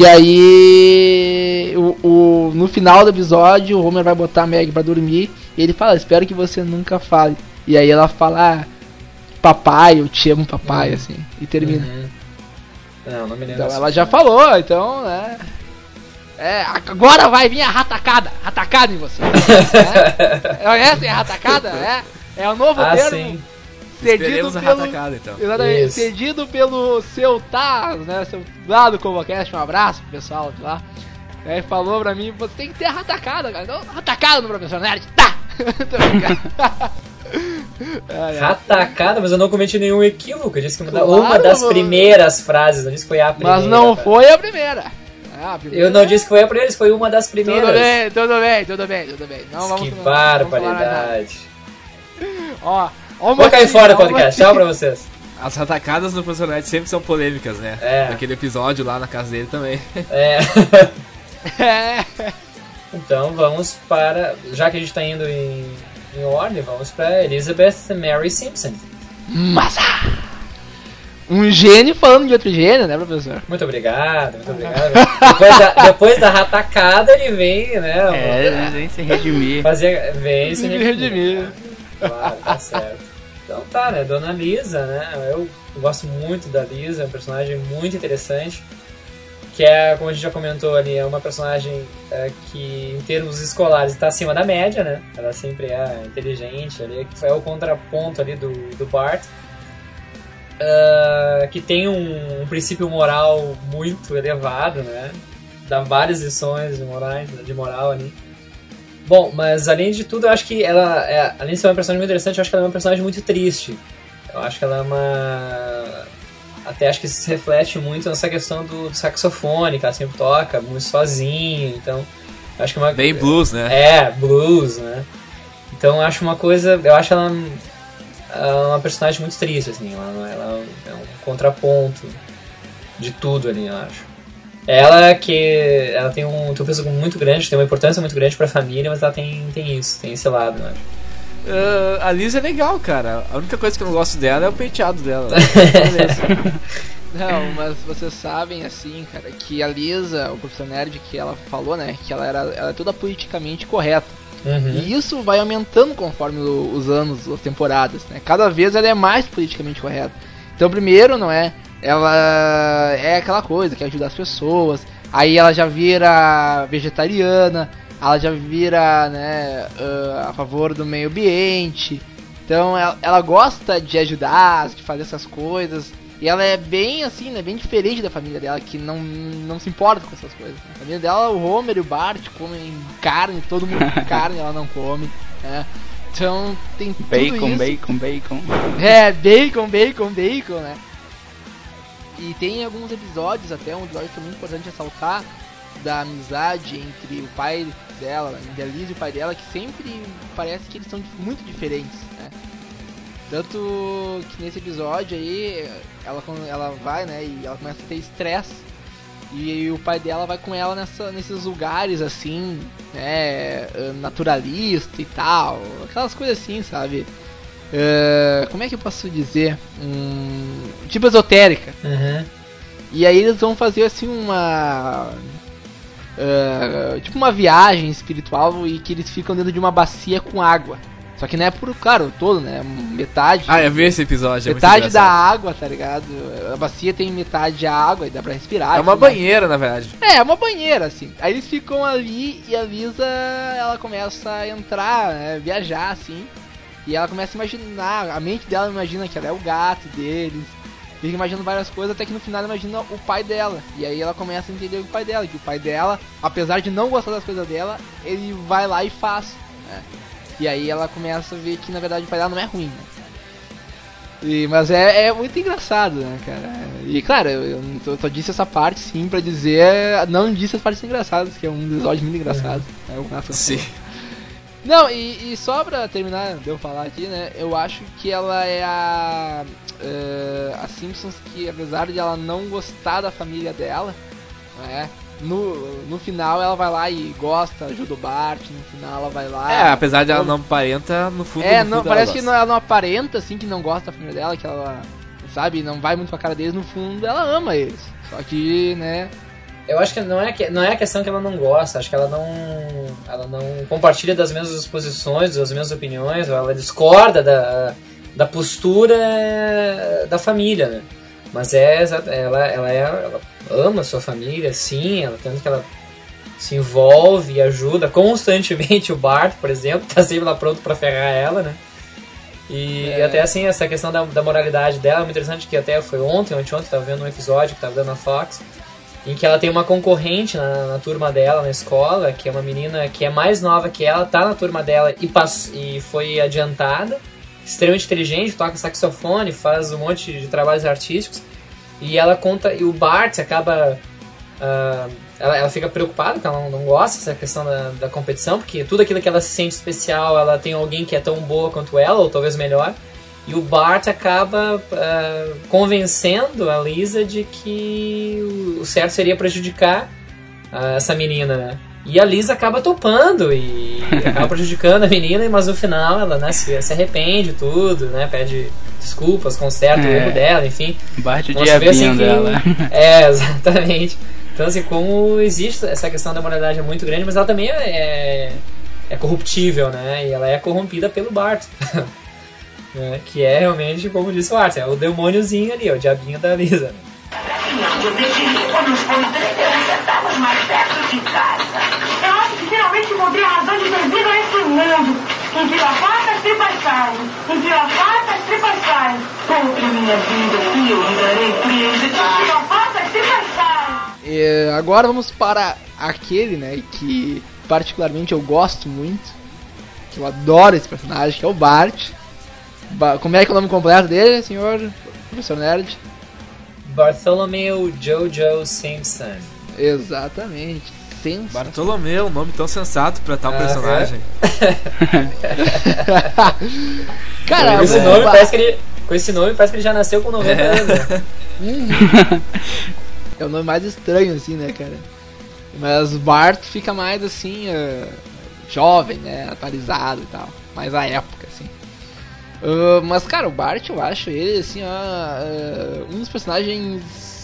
[SPEAKER 1] aí, o, o- no final do episódio, o Homer vai botar a Meg pra dormir. E ele fala, espero que você nunca fale. E aí ela fala, ah, papai, eu te amo, papai,
[SPEAKER 2] Uhum.
[SPEAKER 1] assim. E termina.
[SPEAKER 2] Uhum. Não, não me lembro.
[SPEAKER 1] Então
[SPEAKER 2] dessa
[SPEAKER 1] ela já
[SPEAKER 2] parte.
[SPEAKER 1] falou, então, né? É, agora vai vir a ratacada, ratacada em você. É, essa é a ratacada, é. É o novo
[SPEAKER 2] Ah,
[SPEAKER 1] termo
[SPEAKER 2] sim.
[SPEAKER 1] Cedido
[SPEAKER 5] Esperemos a
[SPEAKER 1] pelo...
[SPEAKER 5] Ratacada, então.
[SPEAKER 1] Exatamente,
[SPEAKER 2] Isso.
[SPEAKER 1] cedido pelo seu Taz, né? Seu lá do Covocast, um abraço pro pessoal de lá. Aí falou pra mim, você tem que ter a Ratacada, cara. Então, Ratacada no Professor Nerd, tá! Tô brincando. Ai, ai.
[SPEAKER 2] Ratacada, mas eu não cometi nenhum equívoco. Eu disse que uma, da-
[SPEAKER 1] Claro,
[SPEAKER 2] uma das
[SPEAKER 1] mano.
[SPEAKER 2] primeiras frases, não disse que foi a primeira.
[SPEAKER 1] Mas não
[SPEAKER 2] cara.
[SPEAKER 1] foi a primeira. Ah, a primeira.
[SPEAKER 2] Eu não disse que foi a primeira, isso foi uma das primeiras.
[SPEAKER 1] Tudo bem, tudo bem, tudo bem, tudo bem. Não vamos
[SPEAKER 2] Que
[SPEAKER 1] não vamos falar mais nada.
[SPEAKER 2] barbaridade.
[SPEAKER 1] Ó, ó o
[SPEAKER 2] Vou cair
[SPEAKER 1] motivo,
[SPEAKER 2] fora do
[SPEAKER 1] ó o
[SPEAKER 2] podcast.
[SPEAKER 1] motivo.
[SPEAKER 2] Tchau pra vocês.
[SPEAKER 5] As ratacadas do Professor Nerd sempre são polêmicas, né?
[SPEAKER 2] É.
[SPEAKER 5] Naquele episódio lá na casa dele também.
[SPEAKER 2] É.
[SPEAKER 1] É.
[SPEAKER 2] Então vamos para. Já que a gente tá indo em, em ordem, vamos para Elizabeth Mary Simpson.
[SPEAKER 1] Massa! Um gênio falando de outro gênio, né, professor?
[SPEAKER 2] Muito obrigado, muito obrigado. Depois da, depois da ratacada ele vem, né?
[SPEAKER 4] É, eles vêm se redimir.
[SPEAKER 2] Fazer. Vem se
[SPEAKER 1] Me
[SPEAKER 2] redimir.
[SPEAKER 1] redimir.
[SPEAKER 2] Claro, tá certo. Então tá, né? Dona Lisa, né? Eu gosto muito da Lisa, é um personagem muito interessante. Que é, como a gente já comentou ali, é uma personagem é, que, em termos escolares, está acima da média, né? Ela sempre é inteligente, ali, que é o contraponto ali do, do Bart. Uh, que tem um, um princípio moral muito elevado, né? Dá várias lições de, morais, de moral ali. Bom, mas além de tudo, eu acho que ela, é, além de ser uma personagem muito interessante, eu acho que ela é uma personagem muito triste. Eu acho que ela é uma... Até acho que isso se reflete muito nessa questão do, do saxofone, que ela sempre toca muito sozinha, então... Acho que é uma...
[SPEAKER 5] Bem blues, né?
[SPEAKER 2] É, blues, né? Então eu acho uma coisa... Eu acho ela, ela é uma personagem muito triste, assim. Ela, ela é um contraponto de tudo ali, eu acho. Ela que... Ela tem um, tem um peso muito grande, tem uma importância muito grande pra família, mas ela tem, tem isso, tem esse lado, eu acho.
[SPEAKER 5] Uh, a Lisa é legal, cara. A única coisa que eu não gosto dela é o penteado dela.
[SPEAKER 1] Não, mas vocês sabem, assim, cara, que a Lisa, o professor Nerd, que ela falou, né, que ela era ela é toda politicamente correta.
[SPEAKER 2] Uhum.
[SPEAKER 1] E isso vai aumentando conforme o, os anos, as temporadas, né? Cada vez ela é mais politicamente correta. Então, primeiro, não é? Ela é aquela coisa que ajuda as pessoas. Aí ela já vira vegetariana. Ela já vira, né, uh, a favor do meio ambiente. Então ela, ela gosta de ajudar, de fazer essas coisas. E ela é bem assim, né, bem diferente da família dela, que não, não se importa com essas coisas. A família dela, o Homer e o Bart comem carne, todo mundo come carne, ela não come, né? Então tem tudo
[SPEAKER 4] Bacon,
[SPEAKER 1] isso.
[SPEAKER 4] bacon, bacon.
[SPEAKER 1] É, bacon, bacon, bacon, né? E tem alguns episódios, até um episódio que é muito importante ressaltar, da amizade entre o pai dela, a Lisa e o pai dela, que sempre parece que eles são muito diferentes, né? Tanto que nesse episódio aí, ela, ela vai, né, e ela começa a ter estresse, e o pai dela vai com ela nessa, nesses lugares, assim, né, naturalista e tal, aquelas coisas assim, sabe? Uh, como é que eu posso dizer? Um, tipo esotérica.
[SPEAKER 2] Uhum.
[SPEAKER 1] E aí eles vão fazer, assim, uma... Uh, tipo uma viagem espiritual e que eles ficam dentro de uma bacia com água. Só que não é por, claro, todo, né? Metade.
[SPEAKER 5] Ah, eu vi esse episódio, é
[SPEAKER 1] metade
[SPEAKER 5] muito
[SPEAKER 1] da
[SPEAKER 5] engraçado.
[SPEAKER 1] água, tá ligado? A bacia tem metade de água e dá pra respirar.
[SPEAKER 5] É uma
[SPEAKER 1] tudo mais.
[SPEAKER 5] banheira, na verdade.
[SPEAKER 1] É, é uma banheira, assim. Aí eles ficam ali e a Lisa, ela começa a entrar, né? Viajar, assim. E ela começa a imaginar, a mente dela imagina que ela é o gato deles. Fica imaginando várias coisas, até que no final ela imagina o pai dela. E aí ela começa a entender o pai dela, que o pai dela, apesar de não gostar das coisas dela, ele vai lá e faz, né? E aí ela começa a ver que na verdade o pai dela não é ruim, né? E, mas é, é muito engraçado, né, cara? E claro, eu, eu só disse essa parte sim pra dizer, não disse as partes engraçadas, que é um episódio muito engraçado, né? O Nathan
[SPEAKER 5] Sim.
[SPEAKER 1] falou. Não, e, e só pra terminar de eu falar aqui, né, eu acho que ela é a... Uh, a Simpsons que, apesar de ela não gostar da família dela, né, no, no final ela vai lá e gosta, ajuda o Bart, no final ela vai lá...
[SPEAKER 5] É, apesar de ela não aparenta, no fundo,
[SPEAKER 1] É,
[SPEAKER 5] no
[SPEAKER 1] não,
[SPEAKER 5] fundo
[SPEAKER 1] parece
[SPEAKER 5] ela
[SPEAKER 1] que
[SPEAKER 5] gosta.
[SPEAKER 1] não, ela não aparenta, assim, que não gosta da família dela, que ela, sabe, não vai muito com a cara deles, no fundo ela ama eles. Só que, né...
[SPEAKER 2] Eu acho que não é, que não é a questão que ela não gosta, acho que ela não, ela não compartilha das mesmas posições, das mesmas opiniões, ela discorda da, da postura da família, né? Mas é, ela, ela, é, ela ama a sua família, sim, ela, tanto que ela se envolve e ajuda constantemente o Bart, por exemplo, tá sempre lá pronto pra ferrar ela, né? E
[SPEAKER 1] É.
[SPEAKER 2] até assim, essa questão da, da moralidade dela é muito interessante, que até foi ontem, ontem, ontem, tava vendo um episódio que tava dando na Fox, em que ela tem uma concorrente na, na turma dela, na escola, que é uma menina que é mais nova que ela, tá na turma dela e, pass, e foi adiantada, extremamente inteligente, toca saxofone, faz um monte de trabalhos artísticos, e ela conta, e o Bart acaba... Uh, ela, ela fica preocupada, porque ela não, não gosta dessa questão da, da competição, porque tudo aquilo que ela se sente especial, ela tem alguém que é tão boa quanto ela, ou talvez melhor, e o Bart acaba uh, convencendo a Lisa de que o certo seria prejudicar uh, essa menina, né? E a Lisa acaba topando e acaba prejudicando a menina, mas no final ela, né, se, se arrepende tudo, né? Pede desculpas, conserta é. o erro dela, enfim.
[SPEAKER 4] Bate o diabinho assim dela.
[SPEAKER 2] É, exatamente. Então, assim, como existe essa questão da moralidade é muito grande, mas ela também é, é corruptível, né? E ela é corrompida pelo Bart. né? Que é realmente, como disse o Art, é o demôniozinho ali, é o diabinho da Lisa.
[SPEAKER 8] Estamos mais perto de casa. Eu acho que finalmente encontrei a razão de ter vindo a esse mundo. Em Pirapata, as tripas saem. Em Pirapata, as tripas saem. Contra minha vida, e eu me darei presa. Em Pirapata, as tripas saem.
[SPEAKER 1] E agora vamos para aquele, né, que particularmente eu gosto muito, que eu adoro esse personagem, que é o Bart. Ba- Como é que é o nome completo dele, senhor professor Nerd?
[SPEAKER 2] Bartholomew Jojo Simpson.
[SPEAKER 1] Exatamente. Sensacional.
[SPEAKER 5] Bartolomeu, um nome tão sensato pra tal
[SPEAKER 2] Ah,
[SPEAKER 5] personagem.
[SPEAKER 1] Cara,
[SPEAKER 2] com, esse
[SPEAKER 1] o
[SPEAKER 2] nome,
[SPEAKER 1] Ba-
[SPEAKER 2] parece que ele, com esse nome parece que ele já nasceu com noventa anos. Né?
[SPEAKER 1] É o nome mais estranho, assim, né, cara? Mas o Bart fica mais, assim, uh, jovem, né? Atualizado e tal. Mais a época, assim. Uh, mas, cara, o Bart, eu acho ele, assim, ó, uh, um dos personagens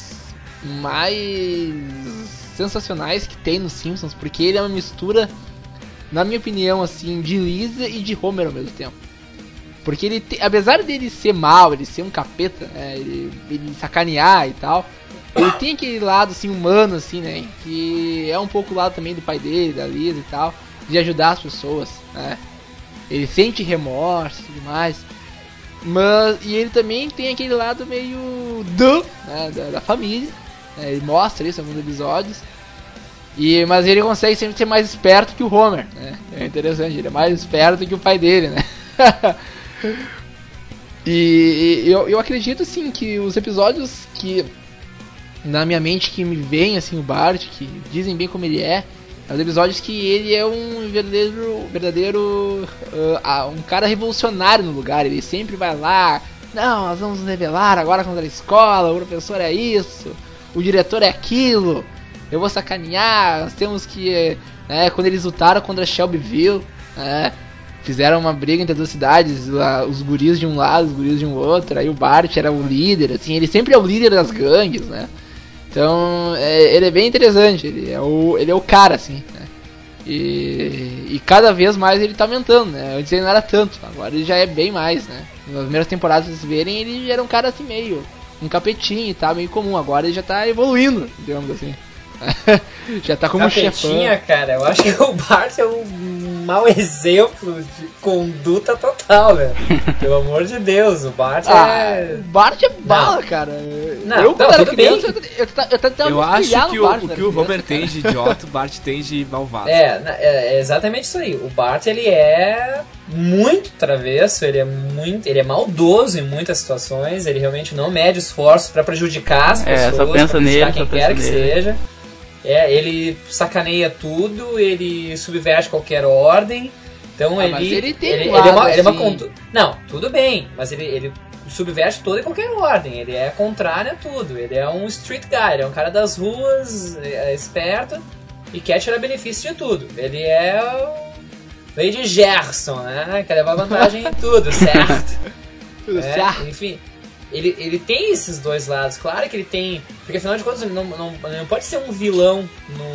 [SPEAKER 1] mais sensacionais que tem nos Simpsons, porque ele é uma mistura, na minha opinião, assim, de Lisa e de Homer ao mesmo tempo. Porque ele, te, apesar dele ser mal, ele ser um capeta, né, ele, ele sacanear e tal, ele tem aquele lado, assim, humano, assim, né, que é um pouco o lado também do pai dele, da Lisa e tal, de ajudar as pessoas, né. Ele sente remorso e tudo mais. Mas, e ele também tem aquele lado meio do, né, da, da família. Né, ele mostra isso em alguns episódios. E, mas ele consegue sempre ser mais esperto que o Homer. Né, é interessante, ele é mais esperto que o pai dele. Né? e, e eu, eu acredito assim que os episódios que na minha mente que me vem assim, o Bart, que dizem bem como ele é, os episódios que ele é um verdadeiro, verdadeiro uh, um cara revolucionário no lugar. Ele sempre vai lá, não, nós vamos nos revelar agora contra a escola, o professor é isso, o diretor é aquilo, eu vou sacanear, nós temos que... É, quando eles lutaram contra Shelbyville, é, fizeram uma briga entre as duas cidades, lá, os guris de um lado, os guris de um outro, aí o Bart era o líder, assim, ele sempre é o líder das gangues, né? Então, é, ele é bem interessante, ele é o, ele é o cara, assim, né? E, e cada vez mais ele tá aumentando, né? Antes ele não era tanto, agora ele já é bem mais, né? Nas primeiras temporadas, vocês verem, ele era um cara assim meio, um capetinho e tal, meio comum. Agora ele já tá evoluindo, digamos assim. Já tá como
[SPEAKER 2] Capetinha,
[SPEAKER 1] chefão.
[SPEAKER 2] cara, eu acho que o Bart é um mau exemplo de conduta total, velho. Pelo amor de Deus, o Bart
[SPEAKER 1] Ah,
[SPEAKER 2] é...
[SPEAKER 1] o Bart é bala, não. cara.
[SPEAKER 2] Não,
[SPEAKER 1] eu,
[SPEAKER 2] não,
[SPEAKER 1] quando era
[SPEAKER 2] tudo
[SPEAKER 1] criança,
[SPEAKER 2] bem.
[SPEAKER 1] eu, eu, eu tentava
[SPEAKER 5] Eu
[SPEAKER 1] me
[SPEAKER 5] acho
[SPEAKER 1] espelhar
[SPEAKER 5] que
[SPEAKER 1] no
[SPEAKER 5] o,
[SPEAKER 1] Bart,
[SPEAKER 5] o
[SPEAKER 1] né,
[SPEAKER 5] que o
[SPEAKER 1] criança,
[SPEAKER 5] Homer
[SPEAKER 1] cara.
[SPEAKER 5] tem de idiota, o Bart tem de malvado.
[SPEAKER 2] É, é, é exatamente isso aí. O Bart, ele é muito travesso, ele é muito, ele é maldoso em muitas situações, ele realmente não mede esforços pra prejudicar as
[SPEAKER 4] É,
[SPEAKER 2] pessoas,
[SPEAKER 4] só pensa
[SPEAKER 2] pra prejudicar
[SPEAKER 4] nele,
[SPEAKER 2] quem
[SPEAKER 4] só
[SPEAKER 2] quer
[SPEAKER 4] pensa
[SPEAKER 2] que
[SPEAKER 4] nele.
[SPEAKER 2] seja. É, ele sacaneia tudo, ele subverte qualquer ordem. Então
[SPEAKER 1] Ah,
[SPEAKER 2] ele,
[SPEAKER 1] mas ele tem
[SPEAKER 2] ele,
[SPEAKER 1] um
[SPEAKER 2] ele é uma,
[SPEAKER 1] lado
[SPEAKER 2] ele é uma
[SPEAKER 1] assim.
[SPEAKER 2] condu- Não, tudo bem, mas ele, ele subverte toda e qualquer ordem. Ele é contrário a tudo. Ele é um street guy, ele é um cara das ruas, é esperto e quer tirar benefício de tudo. Ele é o veio de Gerson, né? Quer levar vantagem em tudo, certo?
[SPEAKER 1] Tudo
[SPEAKER 2] É,
[SPEAKER 1] certo.
[SPEAKER 2] enfim, ele, ele tem esses dois lados. Claro que ele tem... Porque afinal de contas, ele não, não, não pode ser um vilão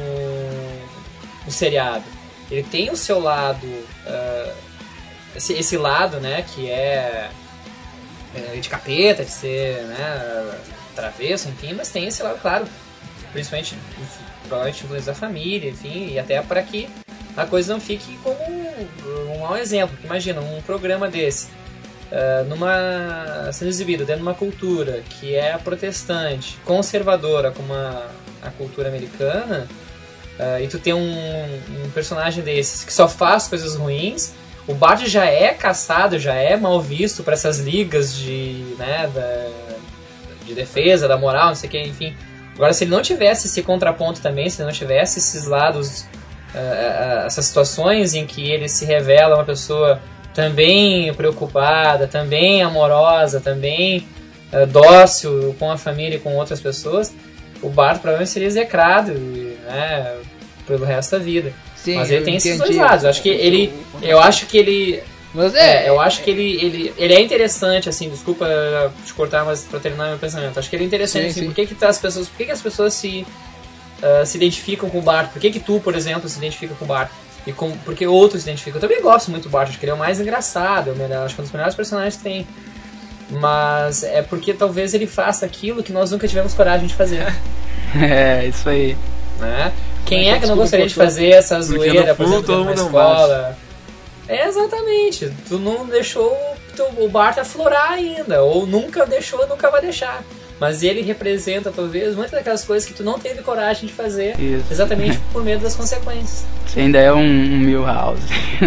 [SPEAKER 2] no, no seriado. Ele tem o seu lado... Uh, esse, esse lado, né? Que é, é de capeta, de ser, né, travesso, enfim. Mas tem esse lado, claro. Principalmente, provavelmente, influência da família, enfim. E até para que a coisa não fique como um, um mau exemplo. Porque imagina, um programa desse... uh, numa, sendo exibido dentro de uma cultura que é protestante, conservadora como a, a cultura americana, uh, e tu tem um, um personagem desses que só faz coisas ruins, o Bart já é caçado, já é mal visto para essas ligas de, né, da, de defesa, da moral, não sei o que, enfim. Agora, se ele não tivesse esse contraponto também, se ele não tivesse esses lados, uh, essas situações em que ele se revela uma pessoa também preocupada, também amorosa, também uh, dócil com a família e com outras pessoas, o Bart provavelmente seria execrado, né, pelo resto da vida.
[SPEAKER 1] Sim,
[SPEAKER 2] mas ele tem
[SPEAKER 1] entendi.
[SPEAKER 2] esses dois lados. Eu acho que ele, eu acho que ele,
[SPEAKER 1] mas é,
[SPEAKER 2] é, eu acho que ele, ele, ele é interessante, assim. Desculpa te cortar, mas para terminar meu pensamento, acho que ele é interessante.
[SPEAKER 1] Sim,
[SPEAKER 2] assim,
[SPEAKER 1] sim.
[SPEAKER 2] por que que as pessoas, por que que as pessoas se uh, se identificam com o Bart? Por que que tu, por exemplo, se identifica com o Bart? E com, porque outros se identificam. Eu também gosto muito do Bart. Acho que ele é o mais engraçado, é o melhor, acho que é um dos melhores personagens que tem. Mas é porque talvez ele faça aquilo que nós nunca tivemos coragem de fazer.
[SPEAKER 4] É, isso aí.
[SPEAKER 2] Né? Quem é que não gostaria de fazer essa zoeira, por exemplo, na escola? É, exatamente. Tu não deixou o Bart aflorar ainda, ou nunca deixou, nunca vai deixar. Mas ele representa, talvez, muitas daquelas coisas que tu não teve coragem de fazer,
[SPEAKER 4] Isso.
[SPEAKER 2] exatamente por medo das consequências.
[SPEAKER 4] Você ainda é um, um Milhouse.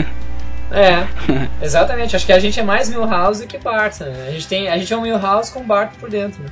[SPEAKER 2] É, exatamente. Acho que a gente é mais Milhouse do que Bart, né? A gente, tem, a gente é um Milhouse com Bart por dentro,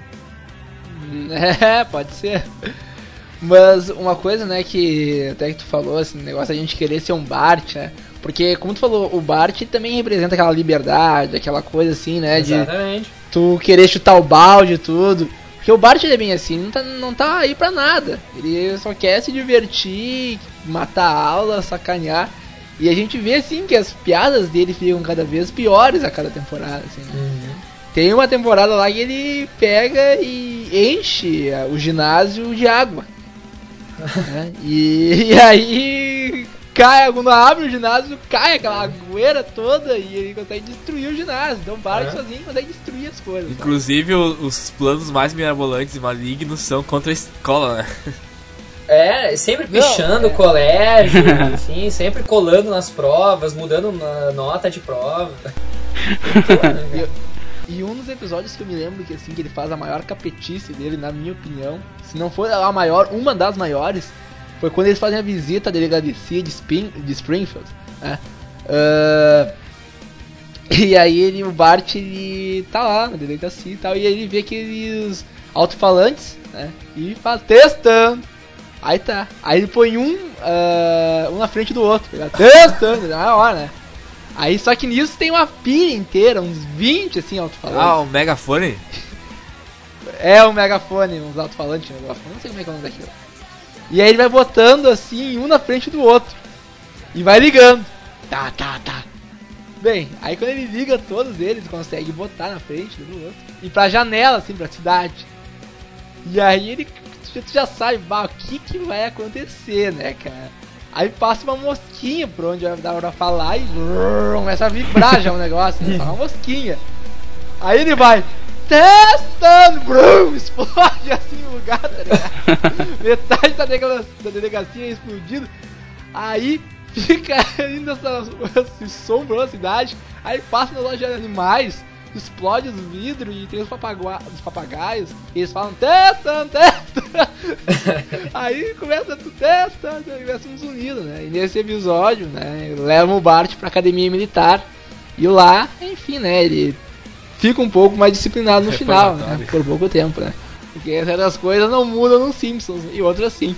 [SPEAKER 1] né? É, pode ser. Mas uma coisa, né, que até que tu falou, assim, o negócio da gente querer ser um Bart, né? Porque, como tu falou, o Bart também representa aquela liberdade, aquela coisa assim, né?
[SPEAKER 2] Exatamente.
[SPEAKER 1] De tu querer chutar o balde e tudo. Porque o Bart ele é bem assim, não tá, não tá aí pra nada. Ele só quer se divertir, matar a aula, sacanear. E a gente vê, assim, que as piadas dele ficam cada vez piores a cada temporada, assim, né?
[SPEAKER 2] Uhum.
[SPEAKER 1] Tem uma temporada lá que ele pega e enche o ginásio de água. Né? E, e aí cai, quando abre o ginásio, cai aquela agueira toda e ele consegue destruir o ginásio. Então o Bart
[SPEAKER 3] É.
[SPEAKER 1] sozinho consegue destruir as coisas.
[SPEAKER 3] Inclusive, o- os planos mais mirabolantes e malignos são contra a escola, né?
[SPEAKER 2] É, sempre
[SPEAKER 1] Não,
[SPEAKER 2] pichando
[SPEAKER 1] é.
[SPEAKER 2] o colégio, enfim, sempre colando nas provas, mudando a nota de prova.
[SPEAKER 1] E, e um dos episódios que eu me lembro que assim que ele faz a maior capetice dele, na minha opinião, se não for a maior, uma das maiores, foi quando eles fazem a visita à delegacia de, Spring, de Springfield, né? Ah, e aí ele, o Bart, ele tá lá na delegacia e tal, e aí ele vê aqueles alto-falantes, né? E faz testando. Aí tá. Aí ele põe um, ah, um na frente do outro, tá testando, na hora, né? Aí só que nisso tem uma pilha inteira, uns vinte assim alto-falantes.
[SPEAKER 3] Ah, o megafone?
[SPEAKER 1] É um megafone, uns alto-falantes, um megafone, não sei como é que é o nome daquilo. E aí ele vai botando assim, um na frente do outro. E vai ligando. Tá, tá, tá. Bem, aí quando ele liga todos eles, consegue botar na frente um do outro. E pra janela, assim, pra cidade. E aí ele, tu já sabe, bah, o que que vai acontecer, né, cara? Aí passa uma mosquinha por onde vai dar pra falar e brrr, começa a vibrar já o negócio, né? Uma mosquinha. Aí ele vai testando, brum, explode assim no lugar, tá ligado? Metade da delegacia, da delegacia é explodido. Aí fica ainda essa, esse som pela cidade. Aí passa na loja de animais, explode os vidros e tem os, papagua, os papagaios. E eles falam testando, testando. Aí começa tudo testando, começa um zunido, né? E nesse episódio, né, levam o Bart pra academia militar. E lá, enfim, né, ele fica um pouco mais disciplinado no final, né? Por pouco tempo, né? Porque certas coisas não mudam nos Simpsons e outras sim.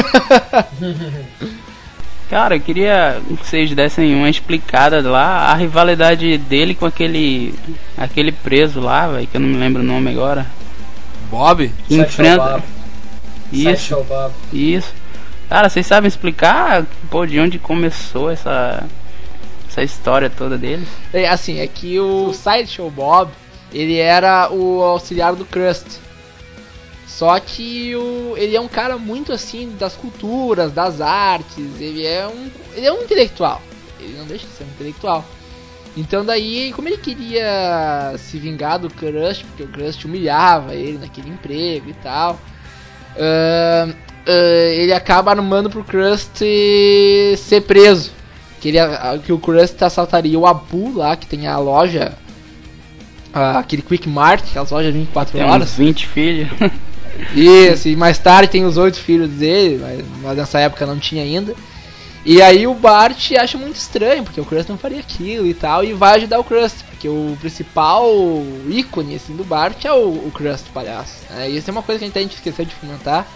[SPEAKER 4] Cara, eu queria que vocês dessem uma explicada lá, a rivalidade dele com aquele aquele preso lá, velho, que eu não me lembro o nome agora.
[SPEAKER 3] Bob?
[SPEAKER 4] Que enfrenta. Isso,
[SPEAKER 2] Sideshow Bob.
[SPEAKER 4] isso. Cara, vocês sabem explicar, pô, de onde começou essa essa história toda dele?
[SPEAKER 1] É, assim, é que o Sideshow Bob, ele era o auxiliar do Krusty. Só que o, ele é um cara muito assim das culturas, das artes, ele é um ele é um intelectual. Ele não deixa de ser um intelectual. Então daí, como ele queria se vingar do Krusty, porque o Krusty humilhava ele naquele emprego e tal, uh, uh, ele acaba armando pro Krusty ser preso. Que, ele, que o Krusty assaltaria o Abu lá, que tem a loja ah, aquele Quick Mart, aquelas lojas de vinte e quatro
[SPEAKER 4] Tem
[SPEAKER 1] horas.
[SPEAKER 4] uns vinte filhos.
[SPEAKER 1] Isso, e mais tarde tem os oito filhos dele, mas, mas nessa época não tinha ainda. E aí o Bart acha muito estranho, porque o Krusty não faria aquilo e tal, e vai ajudar o Krusty, porque o principal ícone assim, do Bart é o, o Krusty palhaço. É, e isso é uma coisa que a gente, a gente esqueceu de comentar.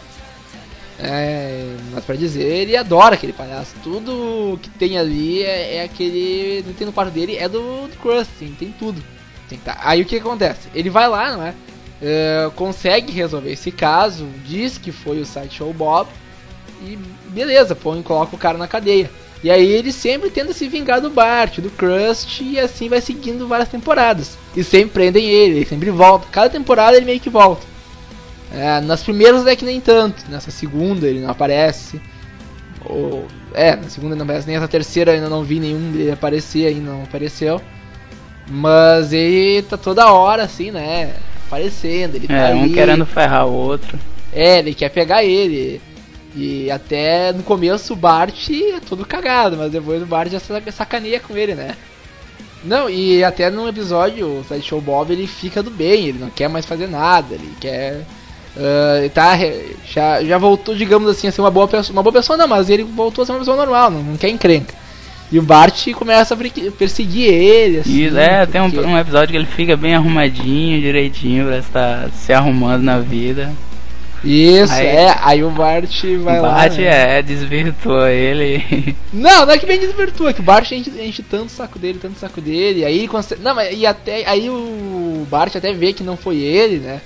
[SPEAKER 1] É, mas pra dizer, ele adora aquele palhaço. Tudo que tem ali é, é aquele. Não tem no quarto dele, é do, do Krusty, tem tudo. Tem, tá. Aí o que acontece? Ele vai lá, não é? Uh, consegue resolver esse caso, diz que foi o Sideshow Bob e beleza, põe, coloca o cara na cadeia. E aí ele sempre tenta se vingar do Bart, do Krusty, e assim vai seguindo várias temporadas. E sempre prendem ele, ele sempre volta. Cada temporada ele meio que volta. É, nas primeiras é que nem tanto, nessa segunda ele não aparece. Ou, é, na segunda ele não aparece, nem essa terceira eu ainda não vi nenhum dele aparecer, ainda não apareceu. Mas ele tá toda hora assim, né? Aparecendo, ele tá
[SPEAKER 4] É, um
[SPEAKER 1] ali.
[SPEAKER 4] querendo ferrar o outro.
[SPEAKER 1] É, ele quer pegar ele. E até no começo o Bart é todo cagado, mas depois o Bart já sacaneia com ele, né? Não, e até num episódio o Sideshow Bob ele fica do bem, ele não quer mais fazer nada, ele quer. Uh, ele tá, já, já voltou, digamos assim, a ser uma boa pessoa, uma boa pessoa não, mas ele voltou a ser uma pessoa normal, não, não quer encrenca. E o Bart começa a perseguir ele, assim.
[SPEAKER 4] Isso, é, tem um,
[SPEAKER 1] porque...
[SPEAKER 4] um episódio que ele fica bem arrumadinho, direitinho, parece estar se arrumando na vida.
[SPEAKER 1] Isso,
[SPEAKER 4] aí,
[SPEAKER 1] é, aí o Bart vai
[SPEAKER 4] o
[SPEAKER 1] lá.
[SPEAKER 4] Bart,
[SPEAKER 1] né?
[SPEAKER 4] é, desvirtua ele.
[SPEAKER 1] Não, não é que bem desvirtua, é que o Bart enche, enche tanto o saco dele, tanto o saco dele, aí ele consegue. Não, mas e até. Aí o Bart até vê que não foi ele, né?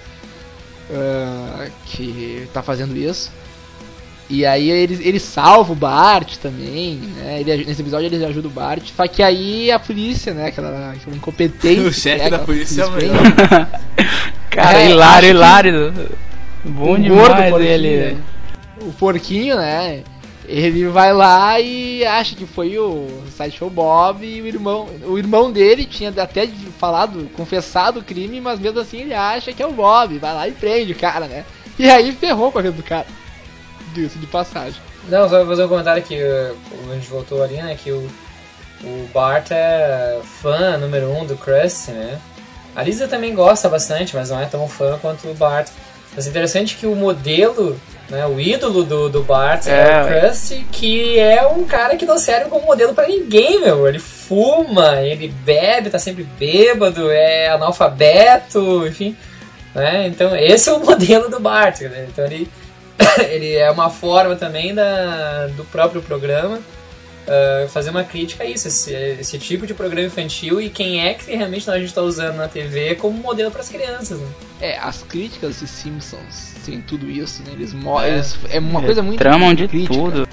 [SPEAKER 1] Uh, que tá fazendo isso. E aí ele, ele salva o Bart também, né? Ele, nesse episódio ele ajuda o Bart. Só que aí a polícia, né? Aquela, aquela incompetência.
[SPEAKER 3] O chefe
[SPEAKER 1] né,
[SPEAKER 3] da polícia é o melhor.
[SPEAKER 4] Cara,
[SPEAKER 1] É,
[SPEAKER 4] hilário,
[SPEAKER 1] acho
[SPEAKER 4] hilário. Bom
[SPEAKER 1] o
[SPEAKER 4] demais
[SPEAKER 1] gordo porquinho,
[SPEAKER 4] ele.
[SPEAKER 1] né? O porquinho, né? Ele vai lá e acha que foi o Sideshow Bob e o irmão. O irmão dele tinha até falado, confessado o crime, mas mesmo assim ele acha que é o Bob. Vai lá e prende o cara, né? E aí ferrou com a vida do cara. Disso de passagem.
[SPEAKER 2] Não, só vou fazer um comentário que a gente voltou ali, né? Que o, o Bart é fã número um do Krusty, né? A Lisa também gosta bastante, mas não é tão fã quanto o Bart. Mas é interessante que o modelo, né, o ídolo do, do Bart é, é o Krusty, que é um cara que não serve como modelo pra ninguém, meu. Ele fuma, ele bebe, tá sempre bêbado, é analfabeto, enfim. Né? Então esse é o modelo do Bart, né? Então ele, ele é uma forma também da, do próprio programa uh, fazer uma crítica a isso, esse, esse tipo de programa infantil e quem é que realmente a gente está usando na T V como modelo para as crianças, né?
[SPEAKER 1] É, as críticas de Simpsons tem tudo isso, né? Eles mostram. É, é uma é, coisa muito.
[SPEAKER 4] Tramam de
[SPEAKER 1] crítica.
[SPEAKER 4] tudo.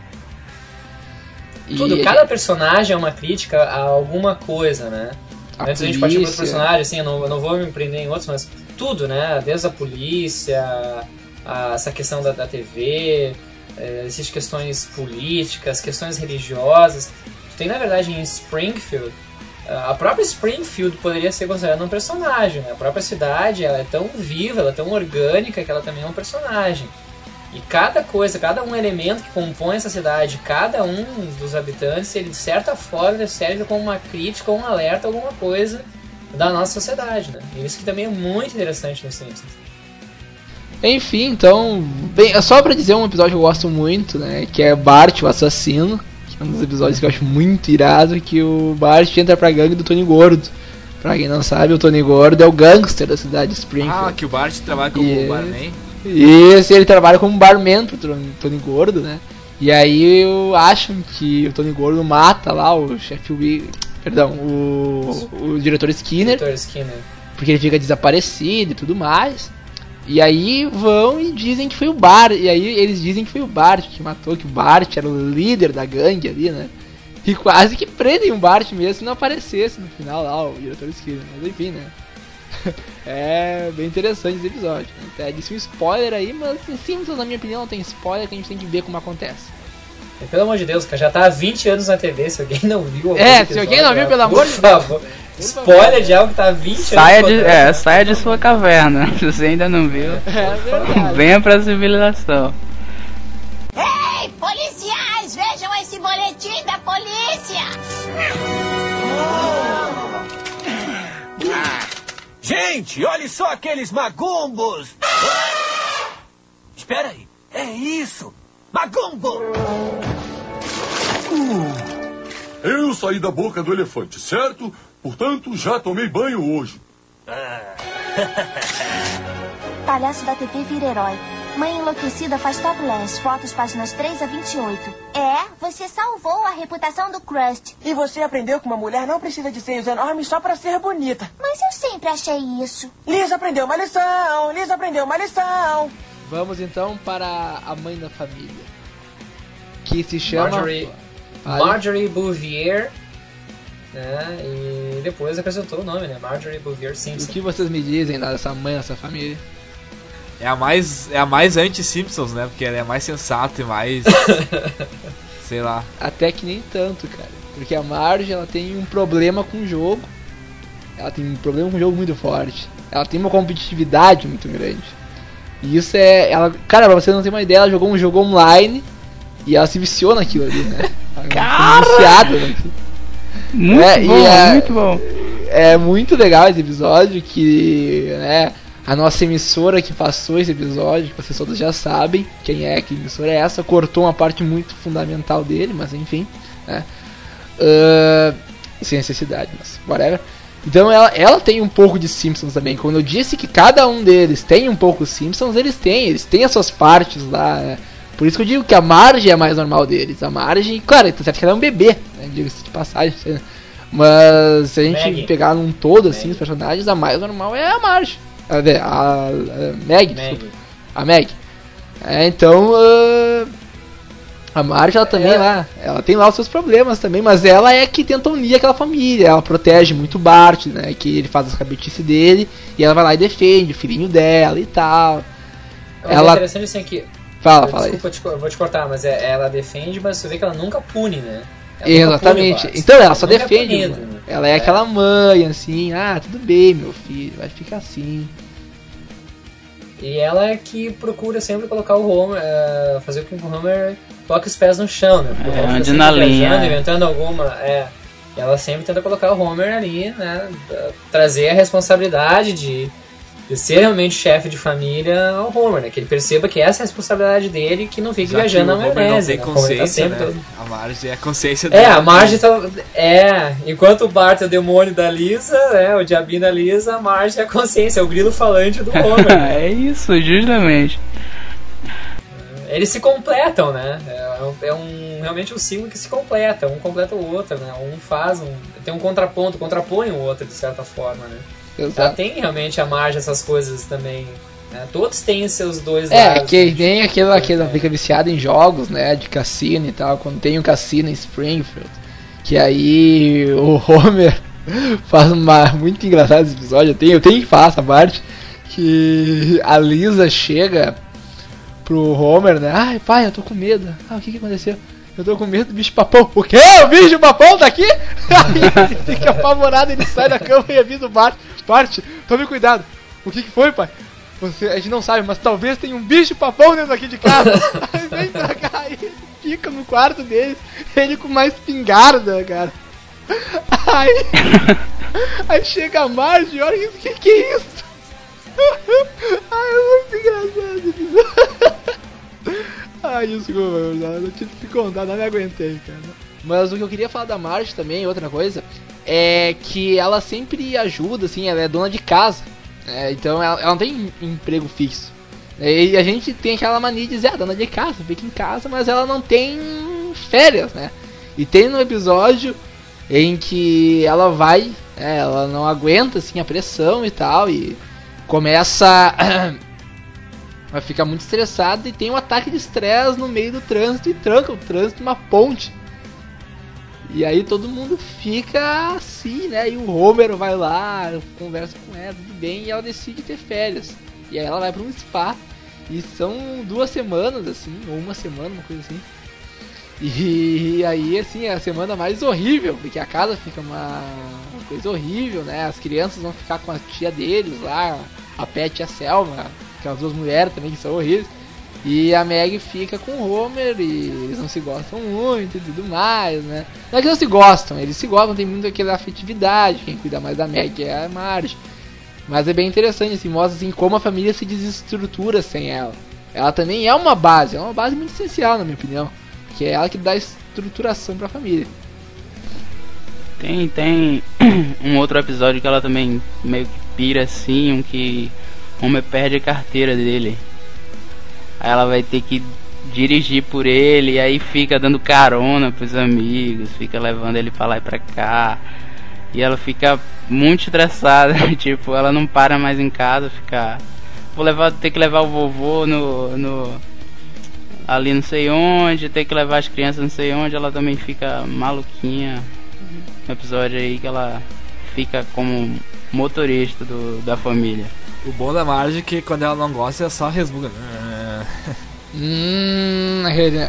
[SPEAKER 2] Tudo,
[SPEAKER 1] e
[SPEAKER 2] cada personagem é uma crítica a alguma coisa, né?
[SPEAKER 1] A
[SPEAKER 2] Antes
[SPEAKER 1] polícia.
[SPEAKER 2] a gente partir para outro personagem, assim, eu não, eu não vou me empreender em outros, mas tudo, né? Desde a polícia, a, essa questão da, da T V, é, existem questões políticas, questões religiosas. Tem, na verdade, em Springfield, a própria Springfield poderia ser considerada um personagem, né? A própria cidade, ela é tão viva, ela é tão orgânica que ela também é um personagem. E cada coisa, cada um elemento que compõe essa cidade, cada um dos habitantes, ele de certa forma serve como uma crítica, um alerta, alguma coisa da nossa sociedade, né? E isso que também é muito interessante nos Simpsons.
[SPEAKER 1] Enfim, então, bem, só pra dizer um episódio que eu gosto muito, né, que é Bart, o assassino, que é um dos episódios que eu acho muito irado, que o Bart entra pra gangue do Tony Gordo. Pra quem não sabe, o Tony Gordo é o gangster da cidade de Springfield.
[SPEAKER 3] Ah, que o Bart trabalha como
[SPEAKER 1] e,
[SPEAKER 3] barman.
[SPEAKER 1] E esse, ele trabalha como barman pro Tony Gordo, né, e aí acham que o Tony Gordo mata lá o chefe Will, perdão, o, o diretor Skinner,
[SPEAKER 2] diretor Skinner,
[SPEAKER 1] porque ele fica desaparecido e tudo mais. E aí vão e dizem que foi o Bart. E aí eles dizem que foi o Bart que matou, que o Bart era o líder da gangue ali, né? E quase que prendem o Bart mesmo se não aparecesse no final lá o diretor Skinner. Mas enfim, né? É bem interessante esse episódio. Até disse um spoiler aí, mas em Simpsons, na minha opinião, não tem spoiler, que a gente tem que ver como acontece.
[SPEAKER 2] E, pelo amor de Deus, cara, já tá há vinte anos na T V, se alguém não viu...
[SPEAKER 1] É, se alguém não viu, pelo amor de Deus.
[SPEAKER 2] Por favor. Spoiler de algo que tá há vinte
[SPEAKER 4] saia
[SPEAKER 2] anos.
[SPEAKER 4] De, é, saia de sua caverna. Se você ainda não viu,
[SPEAKER 1] é verdade.
[SPEAKER 4] Venha pra civilização.
[SPEAKER 10] Ei, policiais, vejam esse boletim da polícia.
[SPEAKER 11] Gente, olhe só aqueles magumbos! Espera aí, é isso! Magumbo!
[SPEAKER 9] Eu saí da boca do elefante, certo? Portanto, já tomei banho hoje.
[SPEAKER 12] Palhaço da T V vira herói. Mãe enlouquecida faz topless. Fotos páginas três a vinte e oito.
[SPEAKER 10] É, você salvou a reputação do Krusty.
[SPEAKER 13] E você aprendeu que uma mulher não precisa de seios enormes só para ser bonita.
[SPEAKER 10] Mas eu sempre achei isso.
[SPEAKER 13] Liz aprendeu uma lição. Liz aprendeu uma lição.
[SPEAKER 1] Vamos então para a mãe da família, que se chama
[SPEAKER 2] Marjorie, Marjorie Bouvier, né? E depois acrescentou o nome, né? Marjorie Bouvier Simpson.
[SPEAKER 1] O que vocês me dizem dessa mãe, dessa família?
[SPEAKER 5] É a mais, é a mais anti-Simpsons, né? Porque ela é mais sensata e mais... sei lá.
[SPEAKER 1] Até que nem tanto, cara. Porque a Marge, ela tem um problema com o jogo. Ela tem um problema com o jogo muito forte. Ela tem uma competitividade muito grande. E isso é... Ela, cara, pra você não ter uma ideia, ela jogou um jogo online e ela se viciou naquilo ali, né? Ela foi viciada naquilo.
[SPEAKER 4] Muito
[SPEAKER 1] é,
[SPEAKER 4] bom,
[SPEAKER 1] e é,
[SPEAKER 4] muito bom.
[SPEAKER 1] É muito legal esse episódio, que, né, a nossa emissora que passou esse episódio, que vocês todos já sabem quem é, que emissora é essa, cortou uma parte muito fundamental dele, mas enfim, né, uh, sem necessidade, mas whatever. Então ela, ela tem um pouco de Simpsons também. Quando eu disse que cada um deles tem um pouco de Simpsons, eles têm, eles têm as suas partes lá, né? Por isso que eu digo que a Marge é a mais normal deles. A Marge, claro, tá certo que ela é um bebê, né? Diga-se de passagem, né? Mas se a gente
[SPEAKER 2] Maggie.
[SPEAKER 1] pegar num todo assim
[SPEAKER 2] Maggie.
[SPEAKER 1] os personagens, a mais normal é a Marge. A, a, a, a Maggie,
[SPEAKER 2] Maggie.
[SPEAKER 1] a Maggie. É, então uh, a Marge, ela também
[SPEAKER 2] É.
[SPEAKER 1] lá, ela tem lá os seus problemas também, mas ela é que tenta unir aquela família. Ela protege muito o Bart, né, que ele faz as cabetices dele, e ela vai lá e defende o filhinho dela e tal.
[SPEAKER 2] Mas
[SPEAKER 1] Ela-
[SPEAKER 2] é interessante assim que...
[SPEAKER 1] Fala, fala aí.
[SPEAKER 2] Desculpa, eu te co- eu vou te cortar, mas é, ela defende, mas você vê que ela nunca pune, né? Ela nunca
[SPEAKER 1] Exatamente.
[SPEAKER 2] pune o Bart.
[SPEAKER 1] Então ela só
[SPEAKER 2] nunca é
[SPEAKER 1] defende.
[SPEAKER 2] punido,
[SPEAKER 1] mano.
[SPEAKER 2] né?
[SPEAKER 1] Ela é, aquela mãe, assim, ah, tudo bem, meu filho, vai ficar assim.
[SPEAKER 2] E ela é que procura sempre colocar o Homer, eh, fazer com que o Homer toque os pés no chão, né? Porque o
[SPEAKER 4] É,
[SPEAKER 2] Homer tá
[SPEAKER 4] de
[SPEAKER 2] sempre
[SPEAKER 4] na linha,
[SPEAKER 2] viajando,
[SPEAKER 4] é.
[SPEAKER 2] inventando alguma. É, e ela sempre tenta colocar o Homer ali, né? da- Trazer a responsabilidade de, de ser realmente chefe de família ao Homer, né? Que ele perceba que essa é a responsabilidade dele, que não fique
[SPEAKER 5] Já que
[SPEAKER 2] viajando na
[SPEAKER 5] o Homer não
[SPEAKER 2] maionese.
[SPEAKER 5] tem
[SPEAKER 2] né? O Homer tá
[SPEAKER 5] consciência,
[SPEAKER 2] sempre
[SPEAKER 5] né?
[SPEAKER 2] todo-
[SPEAKER 5] A Marge é a consciência
[SPEAKER 2] É,
[SPEAKER 5] dela.
[SPEAKER 2] a Marge tá. É, enquanto o Bart é o demônio da Lisa, é, o diabinho da Lisa, a Marge é a consciência, é o grilo falante do Homer. né?
[SPEAKER 4] É isso, justamente.
[SPEAKER 2] Eles se completam, né? É um, é um realmente um ciclo que se completa, um completa o outro, né? Um faz, um, tem um contraponto, contrapõe o outro de certa forma, né? Ela
[SPEAKER 1] Exato.
[SPEAKER 2] tem realmente a Marge essas coisas também, né? Todos têm os seus dois
[SPEAKER 1] É,
[SPEAKER 2] lados.
[SPEAKER 1] que
[SPEAKER 2] né?
[SPEAKER 1] nem aquela que ela
[SPEAKER 2] É.
[SPEAKER 1] fica viciada em jogos, né, de cassino e tal, quando tem um cassino em Springfield, que aí o Homer faz uma muito engraçado esse episódio, eu tenho, eu tenho que falar essa parte, que a Lisa chega pro Homer, né, ai pai, eu tô com medo, ah, o que que aconteceu? Eu tô com medo do bicho papão. O quê? O bicho papão tá aqui? Aí ele fica apavorado, ele sai da cama e avisa o Bart, Bart, tome cuidado. O que que foi, pai? Você, a gente não sabe, mas talvez tenha um bicho papão dentro aqui de casa. Aí vem pra cá e ele fica no quarto dele, ele com uma espingarda, cara. Aí, aí chega a Marge e olha isso, que que é isso? Ai, é muito engraçado isso. Ai, desculpa, eu não tive que contar, não me aguentei, cara. Mas o que eu queria falar da Marge também, outra coisa, é que ela sempre ajuda, assim, ela é dona de casa. É, então ela, ela não tem emprego fixo. E a gente tem aquela mania de dizer, ah, dona de casa, fica em casa, mas ela não tem férias, né? E tem um episódio em que ela vai, é, ela não aguenta assim a pressão e tal, e começa a ficar muito estressada e tem um ataque de estresse no meio do trânsito e tranca o trânsito numa ponte. E aí todo mundo fica assim, né? E o Homer vai lá, conversa com ela, tudo bem, e ela decide ter férias. E aí ela vai pra um spa. E são duas semanas, assim, ou uma semana, uma coisa assim. E aí, assim, é a semana mais horrível, porque a casa fica uma, uma coisa horrível, né? As crianças vão ficar com a tia deles lá, a Pet e a Selma, aquelas duas mulheres também que são horríveis. E a Maggie fica com o Homer e eles não se gostam muito e tudo mais, né? Não é que não se gostam, eles se gostam, tem muito aquela afetividade, quem cuida mais da Maggie é a Marge. Mas é bem interessante, assim, mostra assim, como a família se desestrutura sem ela. Ela também é uma base, é uma base muito essencial, na minha opinião. Que é ela que dá estruturação pra família.
[SPEAKER 4] Tem, tem um outro episódio que ela também meio que pira assim, um que Homer perde a carteira dele. Aí ela vai ter que dirigir por ele, e aí fica dando carona pros amigos, fica levando ele pra lá e pra cá. E ela fica muito estressada, tipo, ela não para mais em casa, fica... Vou levar, ter que levar o vovô no, no... ali não sei onde, ter que levar as crianças não sei onde, ela também fica maluquinha. Um episódio aí que ela fica como motorista do, da família.
[SPEAKER 5] O bom da Marge é que quando ela não gosta, ela só resmunga.
[SPEAKER 1] Hum,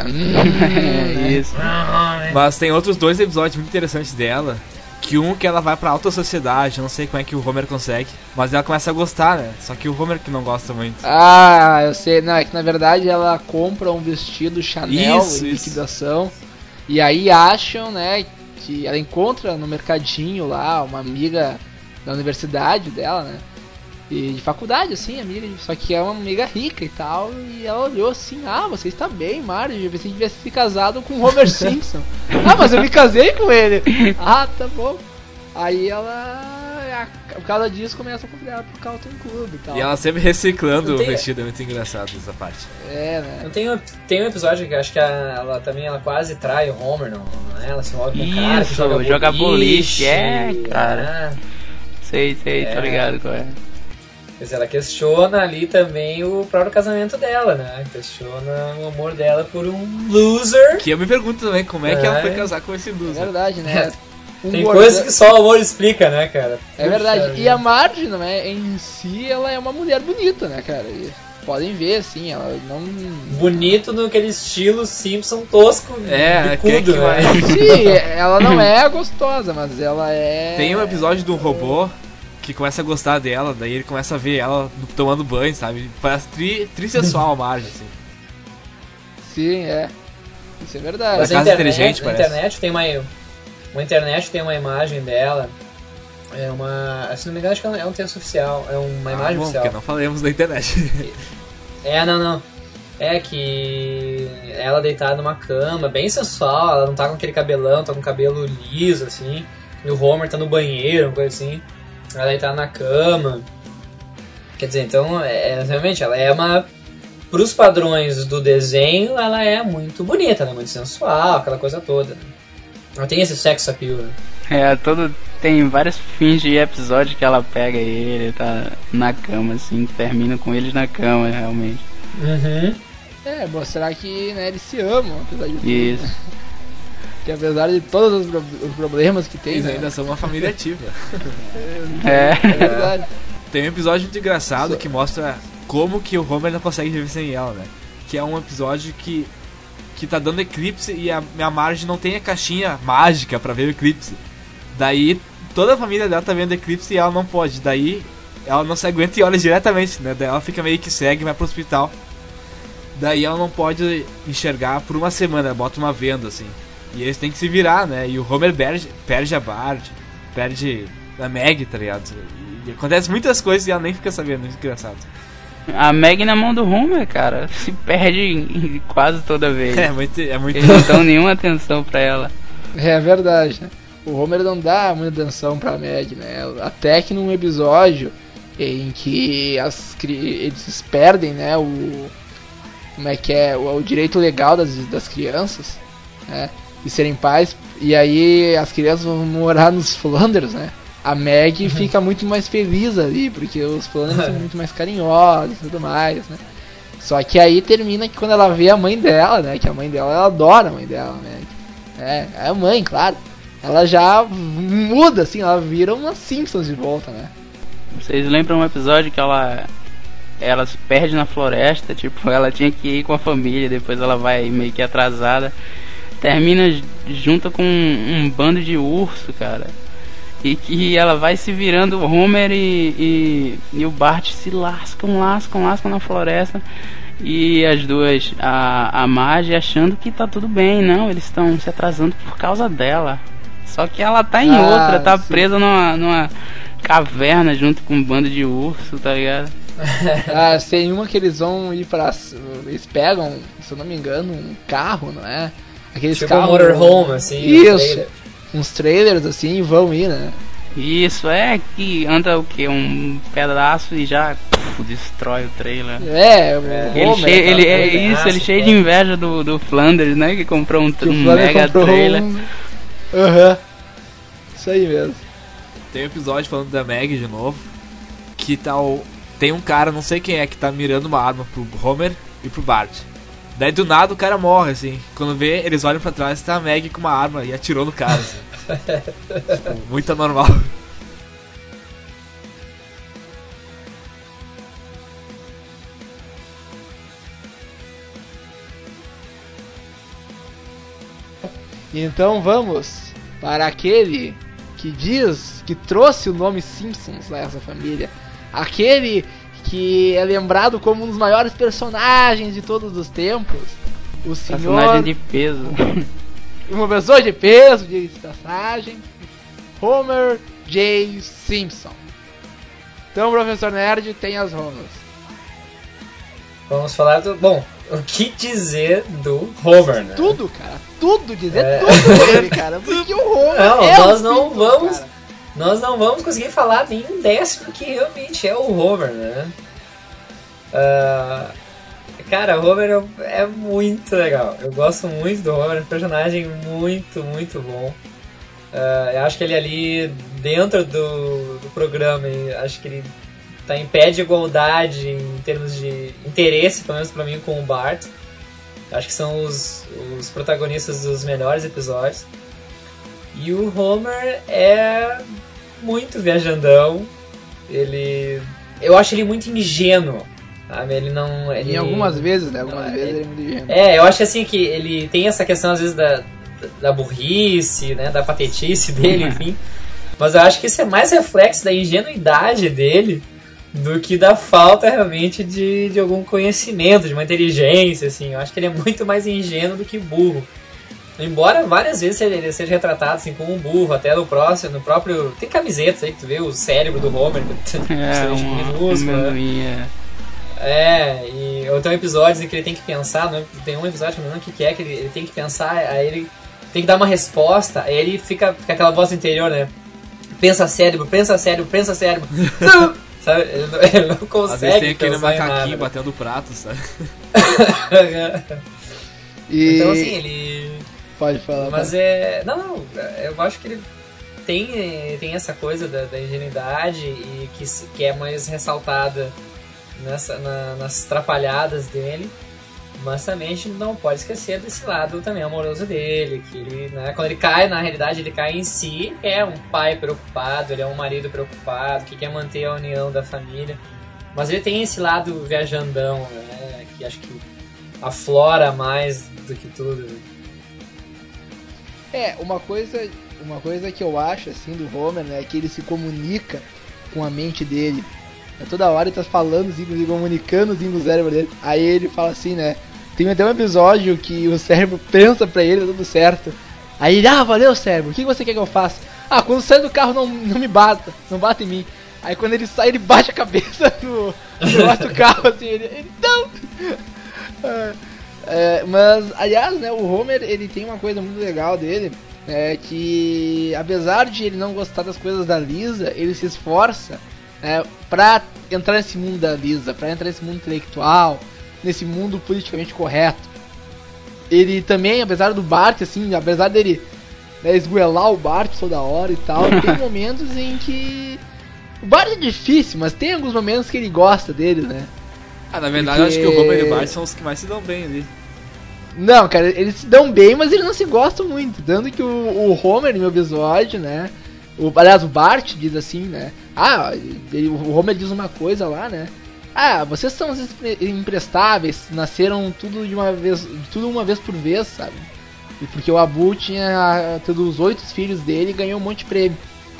[SPEAKER 4] é isso.
[SPEAKER 5] Mas tem outros dois episódios muito interessantes dela. Que um que ela vai pra alta sociedade, eu não sei como é que o Homer consegue, mas ela começa a gostar, né? Só que o Homer que não gosta muito.
[SPEAKER 1] Ah, eu sei, não, é que na verdade ela compra um vestido Chanel
[SPEAKER 5] isso,
[SPEAKER 1] em
[SPEAKER 5] isso.
[SPEAKER 1] liquidação. E aí acham, né, que ela encontra no mercadinho lá uma amiga da universidade dela, né? E de faculdade, assim, amiga, só que é uma amiga rica e tal. E ela olhou assim: ah, você está bem, Marge, você tivesse se casado com o Homer Simpson. Ah, mas eu me casei com ele. Ah, tá bom. Aí ela, por causa disso, começa a convidar ela pro Carlton Club e tal.
[SPEAKER 5] E ela sempre reciclando
[SPEAKER 2] tem...
[SPEAKER 5] o vestido, é muito engraçado essa parte.
[SPEAKER 1] É, né?
[SPEAKER 2] Não tem, um, tem um episódio que acho que a, ela também ela quase trai o Homer, não, não é? Ela se envolve com o cara que joga,
[SPEAKER 4] joga
[SPEAKER 2] boliche,
[SPEAKER 4] boliche, é, cara.
[SPEAKER 2] Ah,
[SPEAKER 4] sei, sei,
[SPEAKER 2] é.
[SPEAKER 4] tô ligado qual é.
[SPEAKER 2] Mas ela questiona ali também o próprio casamento dela, né? Questiona o amor dela por um loser.
[SPEAKER 5] Que eu me pergunto também como é, é. que ela foi casar com esse loser.
[SPEAKER 1] É verdade, né?
[SPEAKER 2] Um Tem coisas que só o amor explica, né, cara?
[SPEAKER 1] É verdade. Puxa, e a Marge, não é? Em si, ela é uma mulher bonita, né, cara? E podem ver, assim, ela não...
[SPEAKER 2] Bonito no aquele estilo Simpson tosco,
[SPEAKER 5] é,
[SPEAKER 2] bicudo,
[SPEAKER 5] que
[SPEAKER 2] né?
[SPEAKER 1] Sim, ela não é gostosa, mas ela é...
[SPEAKER 5] Tem um episódio do robô que começa a gostar dela, daí ele começa a ver ela tomando banho, sabe? Parece tri, trissexual a Marge, assim.
[SPEAKER 1] Sim, é. Isso é verdade.
[SPEAKER 2] Mas na internet, na internet tem uma... Na internet tem uma imagem dela. É uma... Se não me engano, acho que é um texto oficial. É uma imagem
[SPEAKER 5] ah, bom,
[SPEAKER 2] oficial.
[SPEAKER 5] Porque não falamos na internet.
[SPEAKER 2] É, não, não. É que ela deitada numa cama, bem sensual. Ela não tá com aquele cabelão, tá com cabelo liso, assim. E o Homer tá no banheiro, uma coisa assim. Ela deitada na cama. Quer dizer, então, é, realmente, ela é uma... Pros padrões do desenho, ela é muito bonita, né? Muito sensual, aquela coisa toda. Né? Ela tem esse sex appeal, né?
[SPEAKER 4] É, todo... Tem vários fins de episódio que ela pega ele, tá na cama, assim, termina com eles na cama, realmente.
[SPEAKER 2] Uhum.
[SPEAKER 1] É, mostrar que, né, eles se amam, apesar de tudo.
[SPEAKER 4] Isso.
[SPEAKER 1] Né? Que apesar de todos os, os problemas que tem,
[SPEAKER 5] eles
[SPEAKER 1] né?
[SPEAKER 5] ainda são uma família ativa.
[SPEAKER 4] É.
[SPEAKER 1] É verdade.
[SPEAKER 5] Tem um episódio muito engraçado que mostra como que o Homer não consegue viver sem ela, né? Que é um episódio que que tá dando eclipse e a minha Marge não tem a caixinha mágica pra ver o eclipse. Daí toda a família dela tá vendo eclipse e ela não pode. Daí ela não se aguenta e olha diretamente, né? Daí ela fica meio que cega e vai pro hospital. Daí ela não pode enxergar por uma semana, bota uma venda assim. E eles têm que se virar, né? E o Homer perde, perde a Bart, perde a Maggie, tá ligado? E acontece muitas coisas e ela nem fica sabendo, muito engraçado.
[SPEAKER 4] A Maggie na mão do Homer, cara, se perde quase toda vez.
[SPEAKER 5] É muito... É muito...
[SPEAKER 4] Eles não dão nenhuma atenção pra ela.
[SPEAKER 1] É verdade, né? O Homer não dá muita atenção pra Maggie, né? Até que num episódio em que as, eles perdem, né, o... Como é que é? O, o direito legal das, das crianças, né? De serem pais. E aí as crianças vão morar nos Flanders, né? A Maggie uhum. fica muito mais feliz ali, porque os Flanders são muito mais carinhosos e tudo mais, né? Só que aí termina que quando ela vê a mãe dela, né? Que a mãe dela, ela adora a mãe dela, né? É, é a mãe, claro. Ela já muda, assim, ela vira uma Simpsons de volta, né?
[SPEAKER 4] Vocês lembram um episódio que ela... Ela se perde na floresta, tipo, ela tinha que ir com a família, depois ela vai meio que atrasada. Termina junto com um, um bando de urso, cara. E que ela vai se virando, o Homer e, e, e o Bart se lascam, lascam, lascam na floresta. E as duas, a, a Marge achando que tá tudo bem, não, eles estão se atrasando por causa dela. Só que ela tá em ah, outra, tá sim. presa numa, numa caverna junto com um bando de urso, tá ligado?
[SPEAKER 1] Ah, tem uma que eles vão ir pra. Eles pegam, se eu não me engano, um carro, não é? Aqueles
[SPEAKER 2] tipo
[SPEAKER 1] carros.
[SPEAKER 2] um motorhome, assim.
[SPEAKER 1] Isso.
[SPEAKER 2] Um trailer.
[SPEAKER 1] Uns trailers assim e vão ir, né?
[SPEAKER 4] Isso, é que anda o que? Um pedaço e já puf, destrói o trailer.
[SPEAKER 1] É, o
[SPEAKER 4] ele,
[SPEAKER 1] Homer,
[SPEAKER 4] cheio, ele é
[SPEAKER 2] coisa,
[SPEAKER 4] isso,
[SPEAKER 2] aço,
[SPEAKER 4] ele cheio
[SPEAKER 2] pô.
[SPEAKER 4] de inveja do, do Flanders, né? Que comprou um,
[SPEAKER 1] Que o
[SPEAKER 4] um
[SPEAKER 1] Flanders
[SPEAKER 4] mega
[SPEAKER 1] comprou
[SPEAKER 4] trailer.
[SPEAKER 1] um- Aham. Isso aí mesmo.
[SPEAKER 5] Tem um episódio falando da Maggie de novo. Que tá o... Tem um cara, não sei quem é, que tá mirando uma arma pro Homer e pro Bart. Daí do nada o cara morre, assim. Quando vê, eles olham pra trás e tá a Maggie com uma arma e atirou no cara, assim. Tipo, muito anormal.
[SPEAKER 1] Então vamos para aquele que diz que trouxe o nome Simpsons a essa família. Aquele que é lembrado como um dos maiores personagens de todos os tempos. O senhor...
[SPEAKER 4] Personagem de peso.
[SPEAKER 1] Uma pessoa de peso, de passagem. Homer J. Simpson. Então, professor Nerd, tem as Homers.
[SPEAKER 2] Vamos falar do... Bom, o que dizer do Homer, né?
[SPEAKER 1] Tudo, cara. Tudo, dizer
[SPEAKER 2] É.
[SPEAKER 1] tudo dele, cara. Porque o Homer
[SPEAKER 2] Não,
[SPEAKER 1] é
[SPEAKER 2] nós
[SPEAKER 1] o
[SPEAKER 2] não
[SPEAKER 1] Simpsons,
[SPEAKER 2] vamos...
[SPEAKER 1] cara.
[SPEAKER 2] Nós não vamos conseguir falar nem um décimo que realmente é o Homer, né? Ah, cara, o Homer é, é muito legal. Eu gosto muito do Homer, é um personagem muito, muito bom. Ah, eu acho que ele ali, dentro do, do programa, eu acho que ele tá em pé de igualdade em termos de interesse, pelo menos pra mim, com o Bart. Acho que são os, os protagonistas dos melhores episódios. E o Homer é muito viajandão. Ele... Eu acho ele muito ingênuo. Sabe? Ele não... Ele...
[SPEAKER 1] Em algumas vezes, né? Algumas
[SPEAKER 2] Não,
[SPEAKER 1] vezes
[SPEAKER 2] ele-
[SPEAKER 1] ele é muito ingênuo.
[SPEAKER 2] É, eu acho assim que ele tem essa questão às vezes da, da burrice, né, da patetice dele, enfim. Mas eu acho que isso é mais reflexo da ingenuidade dele do que da falta realmente de, de algum conhecimento, de uma inteligência, assim. Eu acho que ele é muito mais ingênuo do que burro. Embora várias vezes ele seja retratado assim como um burro, até no próximo, no próprio... Tem camisetas aí que tu vê o cérebro do Homer, que
[SPEAKER 4] É,
[SPEAKER 2] é,
[SPEAKER 4] um
[SPEAKER 2] minúsculo, né?
[SPEAKER 4] amendoim, é.
[SPEAKER 2] É, e ou tem episódios em que ele tem que pensar, né? Tem um episódio, não lembro o que que é, que ele, ele tem que pensar, aí ele tem que dar uma resposta, aí ele fica com aquela voz interior, né? Pensa cérebro, pensa cérebro, pensa cérebro. Não! Sabe? Ele não, ele não consegue.
[SPEAKER 5] Às vezes tem aquele
[SPEAKER 2] pensar em
[SPEAKER 5] macaquinho
[SPEAKER 2] nada.
[SPEAKER 5] batendo o prato, sabe?
[SPEAKER 1] E...
[SPEAKER 2] Então assim, ele...
[SPEAKER 1] Pode falar.
[SPEAKER 2] Mas é... Não, não, eu acho que ele tem, tem essa coisa da, da ingenuidade e que, se- que é mais ressaltada nessa, na- nas trapalhadas dele. Mas também a gente não pode esquecer desse lado também amoroso dele, que ele, né, quando ele cai, na realidade ele cai em si, é um pai preocupado, ele é um marido preocupado, que quer manter a união da família. Mas ele tem esse lado viajandão, né, que acho que aflora mais do que tudo.
[SPEAKER 1] É, uma coisa, uma coisa que eu acho assim do Homer, né, é que ele se comunica com a mente dele. É toda hora ele tá falando, assim, se comunicando assim, com o cérebro dele. Aí ele fala assim, né? Tem até um episódio que o cérebro pensa pra ele, tá tudo certo. Aí ele, ah, valeu cérebro, o que você quer que eu faça? Ah, quando sai do carro não, não me bata, não bata em mim. Aí quando ele sai, ele bate a cabeça no, no negócio do carro, assim, ele, ele não! É, é, mas, aliás, né, o Homer, ele tem uma coisa muito legal dele, é que, apesar de ele não gostar das coisas da Lisa, ele se esforça, né, pra entrar nesse mundo da Lisa, pra entrar nesse mundo intelectual, nesse mundo politicamente correto. Ele também, apesar do Bart, assim, apesar dele, né, esgoelar o Bart toda hora e tal, tem momentos em que... O Bart é difícil, mas tem alguns momentos que ele gosta dele, né?
[SPEAKER 5] Ah, na verdade
[SPEAKER 1] Porque-
[SPEAKER 5] eu acho que o Homer e o Bart são os que mais se dão bem ali.
[SPEAKER 1] Não, cara, eles se dão bem, mas eles não se gostam muito. Tanto que o, o Homer, no episódio, né? O, aliás, o Bart diz assim, né? Ah, ele, o Homer diz uma coisa lá, né? Ah, vocês são os imprestáveis, nasceram tudo de uma vez, tudo uma vez por vez, sabe? E porque o Abu tinha todos os oito filhos dele e ganhou um monte de prêmio.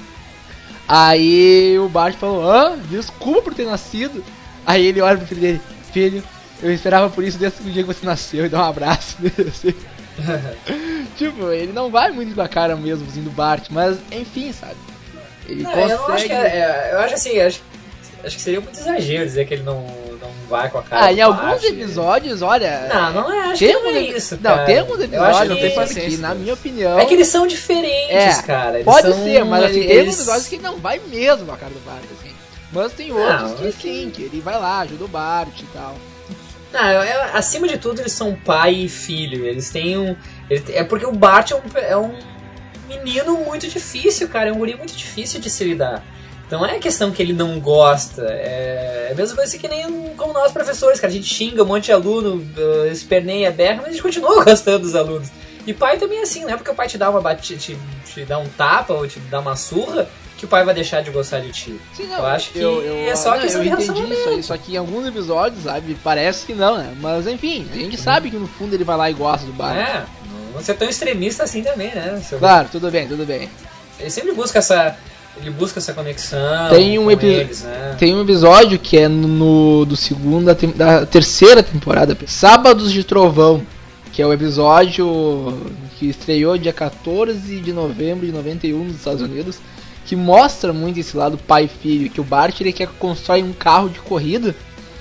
[SPEAKER 1] Aí o Bart falou, ah, desculpa por ter nascido. Aí ele olha pro filho dele, filho, eu esperava por isso desde o dia que você nasceu, e dá um abraço nele assim. Tipo, ele não vai muito com a cara mesmo assim do Bart, mas enfim, sabe? Ele
[SPEAKER 2] Não,
[SPEAKER 1] consegue...
[SPEAKER 2] eu não acho que é, é, eu acho assim, acho, acho que seria muito exagero dizer que ele não, não vai com a cara.
[SPEAKER 1] Ah, em alguns
[SPEAKER 2] Bart.
[SPEAKER 1] episódios, olha...
[SPEAKER 2] Não, não é, acho
[SPEAKER 1] tem
[SPEAKER 2] que não é
[SPEAKER 1] um-
[SPEAKER 2] isso,
[SPEAKER 1] Não,
[SPEAKER 2] cara.
[SPEAKER 1] tem alguns
[SPEAKER 2] Eu
[SPEAKER 1] episódios
[SPEAKER 2] acho
[SPEAKER 1] não
[SPEAKER 2] que-
[SPEAKER 1] tem paciência, que, na minha opinião...
[SPEAKER 2] É que eles são diferentes,
[SPEAKER 1] É,
[SPEAKER 2] cara. Eles
[SPEAKER 1] pode
[SPEAKER 2] são,
[SPEAKER 1] ser, mas assim,
[SPEAKER 2] eles...
[SPEAKER 1] tem alguns episódios que não vai mesmo com a cara do Bart, assim. Mas tem outros
[SPEAKER 2] Não,
[SPEAKER 1] que
[SPEAKER 2] é
[SPEAKER 1] sim, que ele vai lá, ajuda o Bart e tal.
[SPEAKER 2] Não, é- é- acima de tudo eles são pai e filho. Eles têm um... ele- é porque o Bart é um, é um menino muito difícil, cara. É um guri muito difícil de se lidar. Então é questão que ele não gosta. É, é a mesma coisa que nem como nós professores, cara. A gente xinga um monte de aluno, uh, esperneia, berra, mas a gente continua gostando dos alunos. E pai também é assim, não é porque o pai te dá uma batida, te, te dá um tapa ou te dá uma surra que o pai vai deixar de gostar de ti.
[SPEAKER 1] Sim, não,
[SPEAKER 2] eu acho que
[SPEAKER 1] eu, eu,
[SPEAKER 2] é só
[SPEAKER 1] não,
[SPEAKER 2] questão
[SPEAKER 1] eu
[SPEAKER 2] de
[SPEAKER 1] entendi
[SPEAKER 2] relacionamento.
[SPEAKER 1] isso aí, só que em alguns episódios, sabe, parece que não, né? Mas enfim, a gente sabe que no fundo ele vai lá e gosta do Bart.
[SPEAKER 2] É, não ser tão extremista assim também, né? Seu...
[SPEAKER 1] Claro, tudo bem, tudo bem.
[SPEAKER 2] Ele sempre busca essa... Ele busca essa conexão
[SPEAKER 1] Tem um,
[SPEAKER 2] com
[SPEAKER 1] epi
[SPEAKER 2] eles, né?
[SPEAKER 1] tem um episódio que é no do segunda tem- da terceira temporada, Sábados de Trovão, que é o episódio que estreou dia quatorze de novembro de noventa e um nos Estados Unidos, que mostra muito esse lado pai e filho, que o Bart ele quer constrói um carro de corrida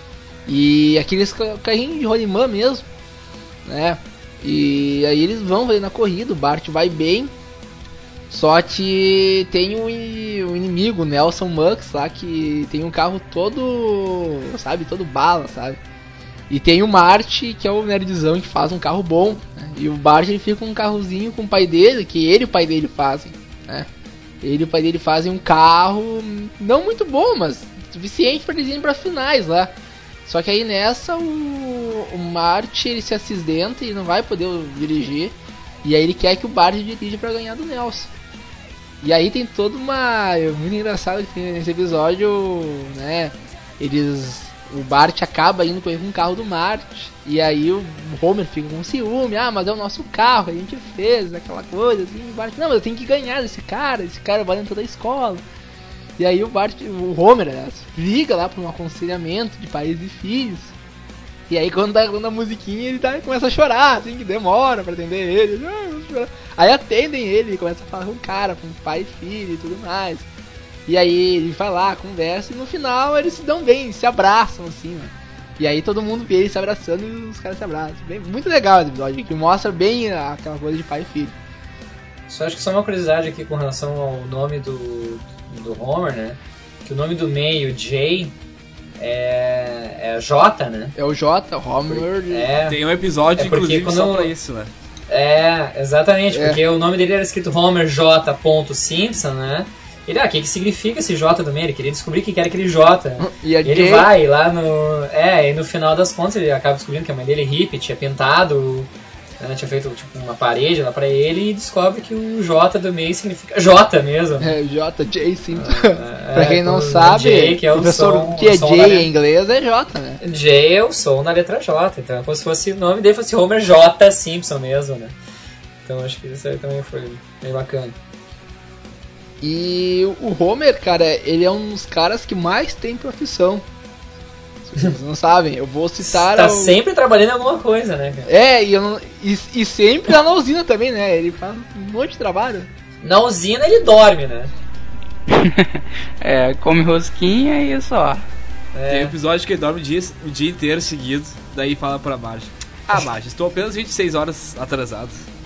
[SPEAKER 1] e aqueles ca- carrinhos de rolimã mesmo, né? E aí eles vão fazer na corrida, o Bart vai bem. Só que tem um, in- um inimigo, o Nelson Mux lá, que tem um carro todo, sabe, todo bala, sabe? E tem o Marty, que é o nerdzão que faz um carro bom, né? E o Bart ele fica com um carrozinho com o pai dele, que ele e o pai dele fazem, né? Ele e o pai dele fazem um carro não muito bom, mas suficiente para eles irem para finais lá. Só que aí nessa o, o Marty ele se acidenta e não vai poder dirigir. E aí ele quer que o Bart dirija para ganhar do Nelson. E aí tem toda uma... É muito engraçado que nesse episódio, né? Eles... O Bart acaba indo correr com o carro do Marty. E aí o Homer fica com ciúme. Ah, mas é o nosso carro que a gente fez, aquela coisa assim. O Bart, não, mas eu tenho que ganhar desse cara. Esse cara vai dentro da escola. E aí o Bart, o Homer, né, liga lá para um aconselhamento de pais e filhos. E aí quando tá dando a musiquinha ele tá, começa a chorar, assim, que demora pra atender ele. Ah, eu vou chorar. Aí atendem ele, começa a falar com o cara, com pai e filho e tudo mais. E aí ele vai lá, conversa e no final eles se dão bem, se abraçam assim, né? E aí todo mundo vê eles se abraçando e os caras se abraçam. Bem, muito legal esse episódio, que mostra bem aquela coisa de pai e filho.
[SPEAKER 2] Só acho que só uma curiosidade aqui com relação ao nome do, do Homer, né? Que o nome do meio, Jay, é, é J, né?
[SPEAKER 1] É o J, o Homer.
[SPEAKER 2] É,
[SPEAKER 3] Tem um episódio,
[SPEAKER 2] é porque
[SPEAKER 3] inclusive,
[SPEAKER 2] quando-
[SPEAKER 3] só pra isso, né?
[SPEAKER 2] É, exatamente,
[SPEAKER 1] É.
[SPEAKER 2] porque o nome dele era escrito Homer J. Simpson, né? Ele, ah, o que, que significa esse J também? Ele queria descobrir o que que era aquele J.
[SPEAKER 1] E a
[SPEAKER 2] Ele
[SPEAKER 1] Jay-
[SPEAKER 2] vai lá no... É, e no final das contas ele acaba descobrindo que a mãe dele, hippie, tinha pintado, né, tinha feito tipo uma parede lá pra ele e descobre que o J do meio significa J mesmo.
[SPEAKER 1] É, J, J Simpson.
[SPEAKER 2] É,
[SPEAKER 1] Pra quem não
[SPEAKER 2] o
[SPEAKER 1] sabe,
[SPEAKER 2] J, que é o
[SPEAKER 1] professor,
[SPEAKER 2] som-
[SPEAKER 1] o que é
[SPEAKER 2] o som
[SPEAKER 1] J
[SPEAKER 2] da
[SPEAKER 1] em
[SPEAKER 2] letra-
[SPEAKER 1] inglês é J, né?
[SPEAKER 2] J é o som da letra J, então é como se fosse o nome dele fosse Homer J. Simpson mesmo, né? Então acho que isso aí também foi bem bacana.
[SPEAKER 1] E o Homer, cara, ele é um dos caras que mais tem profissão. Se vocês não sabem, eu vou citar...
[SPEAKER 2] Tá
[SPEAKER 1] o-
[SPEAKER 2] sempre trabalhando em alguma coisa, né, cara?
[SPEAKER 1] É, e, eu não- e, e sempre lá na usina também, né? Ele faz um monte de trabalho.
[SPEAKER 2] Na usina ele dorme, né?
[SPEAKER 4] É, come rosquinha e só.
[SPEAKER 2] É.
[SPEAKER 3] Tem um episódio que ele dorme o dia, o dia inteiro seguido, daí fala pra Marge: Ah, Marge, estou apenas vinte e seis horas atrasado.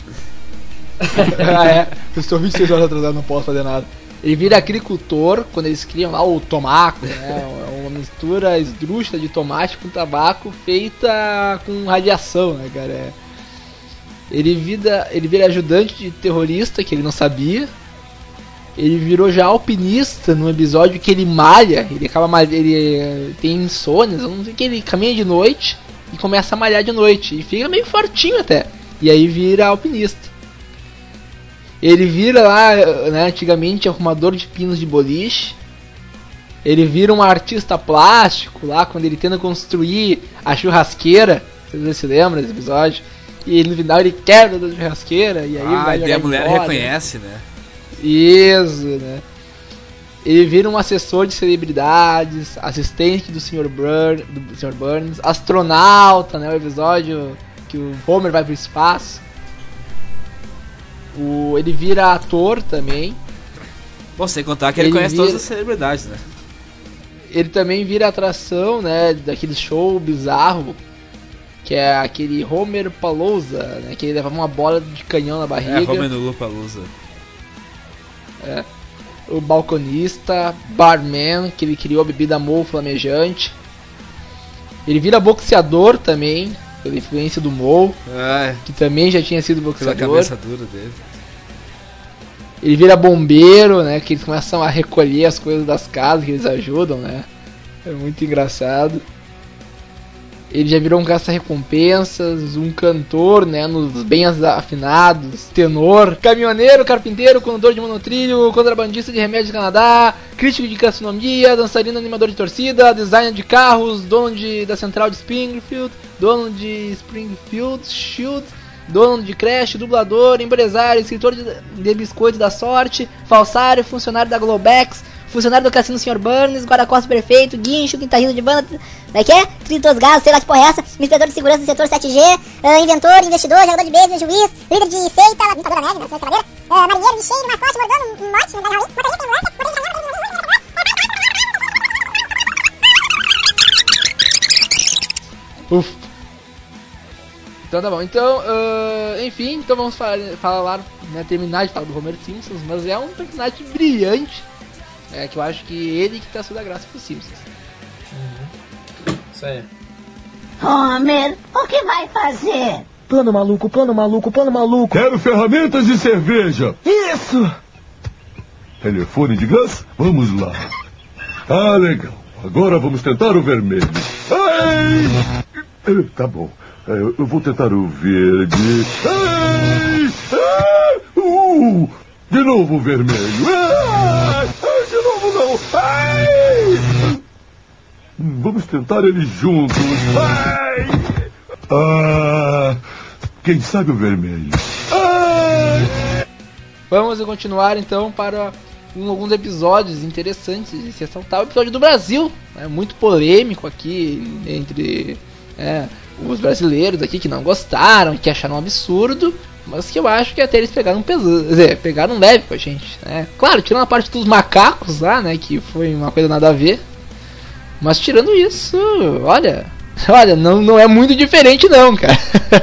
[SPEAKER 1] Ah, é. Eu estou vinte e seis horas atrasado, não posso fazer nada. Ele vira agricultor quando eles criam lá o tomaco, né? É uma mistura esdrúxula de tomate com tabaco feita com radiação, né, cara? É. Ele, vira, ele vira ajudante de terrorista, que ele não sabia. Ele virou já alpinista num episódio que ele malha. Ele acaba mal- ele eh, tem insônias, eu não sei o que, ele caminha de noite e começa a malhar de noite. E fica meio fortinho até. E aí vira alpinista. Ele vira lá, né, antigamente arrumador de pinos de boliche. Ele vira um artista plástico lá quando ele tenta construir a churrasqueira. Vocês se lembram desse episódio? E no final ele quebra da churrasqueira e aí
[SPEAKER 3] Ah,
[SPEAKER 1] vai
[SPEAKER 3] e
[SPEAKER 1] jogar
[SPEAKER 3] a mulher
[SPEAKER 1] fora.
[SPEAKER 3] reconhece, né?
[SPEAKER 1] Isso, né? Ele vira um assessor de celebridades, assistente do senhor Burns, do senhor Burns, astronauta, né? O episódio que o Homer vai pro espaço. O, ele vira ator também.
[SPEAKER 5] Bom, sem contar que ele, ele conhece vira... todas as celebridades, né?
[SPEAKER 1] Ele também vira atração, né, daquele show bizarro, que é aquele Homer Palooza, né, que ele leva uma bola de canhão na barriga.
[SPEAKER 5] É, Homer no Palooza.
[SPEAKER 1] É. O balconista, barman, que ele criou a bebida Mol flamejante. Ele vira boxeador também, pela influência do Mol,
[SPEAKER 5] é.
[SPEAKER 1] que também já tinha sido boxeador.
[SPEAKER 5] Pela cabeça dura dele.
[SPEAKER 1] Ele vira bombeiro, né? Que eles começam a recolher as coisas das casas que eles ajudam, né? É muito engraçado. Ele já virou um caça-recompensas, um cantor, né? Nos bem afinados, tenor, caminhoneiro, carpinteiro, condutor de monotrilho, contrabandista de remédios do Canadá, crítico de gastronomia, dançarino, animador de torcida, designer de carros, dono de, da central de Springfield, dono de Springfield Shield, dono de creche, dublador, empresário, escritor de, de biscoitos da sorte, falsário, funcionário da Globex, funcionário do cassino senhor Burns, guarda-costas perfeito, guincho, guitarrista de banda, como é que é? Tritos galos, sei lá que porra é essa, inspetor de segurança do setor sete G, uh, inventor, investidor, jogador de beisebol, juiz, líder de seita, limpador da neve, nação escaladeira, uh, marinheiro, lixeiro, mascote, mordomo, morte, medalha Raul, motorista ambulante, Uf. Então tá bom, então, uh, enfim, então vamos falar, falar né, terminar de falar do Homer Simpson, mas é um personagem brilhante, é, que eu acho que ele que tá sendo a graça pros Simpsons.
[SPEAKER 2] Uhum. Isso aí.
[SPEAKER 10] Homer, o que vai fazer?
[SPEAKER 11] Plano maluco, plano maluco, plano maluco.
[SPEAKER 9] Quero ferramentas de cerveja.
[SPEAKER 11] Isso!
[SPEAKER 9] Telefone de gás? Vamos lá. Ah, legal. Agora vamos tentar o vermelho. Ai! Tá bom. Eu vou tentar o verde. Ai! Ah! Uh! De novo o vermelho. Ai! Ai, de novo não. Ai! Vamos tentar eles juntos. Ai! Ah! Quem sabe o vermelho? Ai!
[SPEAKER 1] Vamos continuar então para um, alguns episódios interessantes de sessão tal. O episódio do Brasil, é muito polêmico aqui entre é, os brasileiros aqui que não gostaram, que acharam um absurdo, mas que eu acho que até eles pegaram pesado, dizer, pegaram leve com a gente, né? Claro, tirando a parte dos macacos lá, né, que foi uma coisa nada a ver, mas tirando isso, olha, olha, não, não é muito diferente não, cara.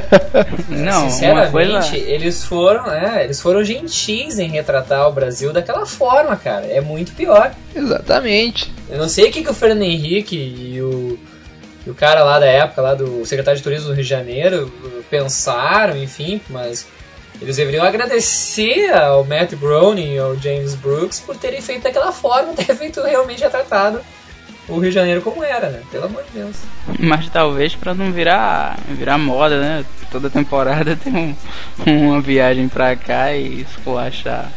[SPEAKER 2] Não, sinceramente, coisa... eles foram, é, eles foram gentis em retratar o Brasil daquela forma, cara. É muito pior.
[SPEAKER 1] Exatamente.
[SPEAKER 2] Eu não sei o que, que o Fernando Henrique e o, e o cara lá da época, lá do secretário de Turismo do Rio de Janeiro, pensaram, enfim, mas eles deveriam agradecer ao Matt Groening e ao James Brooks por terem feito daquela forma, ter feito realmente retratado o Rio de Janeiro como era, né? Pelo amor de Deus.
[SPEAKER 4] Mas talvez pra não virar, virar moda, né? Toda temporada tem um, uma viagem pra cá e esculachar.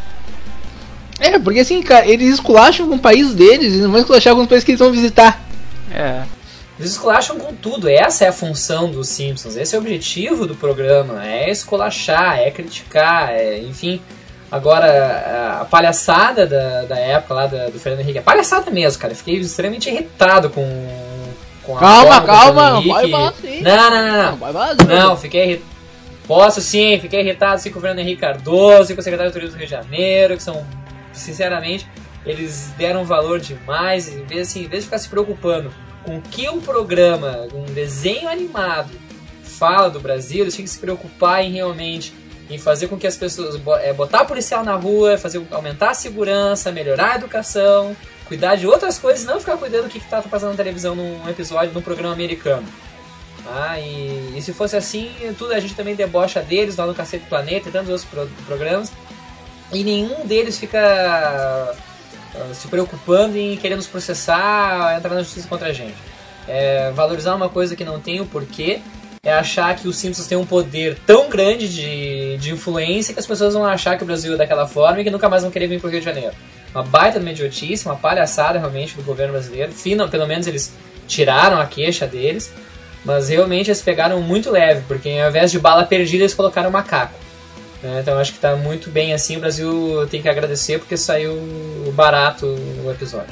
[SPEAKER 1] É, porque assim, cara, eles esculacham com o país deles e não vão esculachar com os países que eles vão visitar.
[SPEAKER 4] É.
[SPEAKER 2] Eles esculacham com tudo, essa é a função dos Simpsons, esse é o objetivo do programa, é esculachar, é criticar, é, enfim... Agora, a palhaçada da, da época lá da, do Fernando Henrique, a palhaçada mesmo, cara, eu fiquei extremamente irritado com, com a
[SPEAKER 1] calma,
[SPEAKER 2] forma
[SPEAKER 1] calma,
[SPEAKER 2] do Fernando
[SPEAKER 1] não
[SPEAKER 2] Henrique.
[SPEAKER 1] vai
[SPEAKER 2] Não, não, não, não, não, não fiquei irritado, posso sim, fiquei irritado sim com o Fernando Henrique Cardoso e com o secretário de Turismo do Rio de Janeiro, que são, sinceramente, eles deram valor demais, em vez, assim, em vez de ficar se preocupando com o que um programa, um desenho animado fala do Brasil, eles tinham que se preocupar em realmente... em fazer com que as pessoas, é, botar policial na rua, fazer aumentar a segurança, melhorar a educação, cuidar de outras coisas, não ficar cuidando do que está passando na televisão num episódio, num programa americano. Ah, e, e se fosse assim, tudo a gente também debocha deles lá no Cacete Planeta e tantos outros pro, programas, e nenhum deles fica uh, se preocupando em querer nos processar, entrar na justiça contra a gente. É, valorizar uma coisa que não tem o porquê, é achar que os Simpsons têm um poder tão grande de, de influência que as pessoas vão achar que o Brasil é daquela forma e que nunca mais vão querer vir pro Rio de Janeiro. Uma baita de idiotice, uma palhaçada realmente do governo brasileiro. Final, pelo menos eles tiraram a queixa deles, mas realmente eles pegaram muito leve, porque ao invés de bala perdida eles colocaram macaco. Né? Então acho que tá muito bem assim, o Brasil tem que agradecer porque saiu barato o episódio.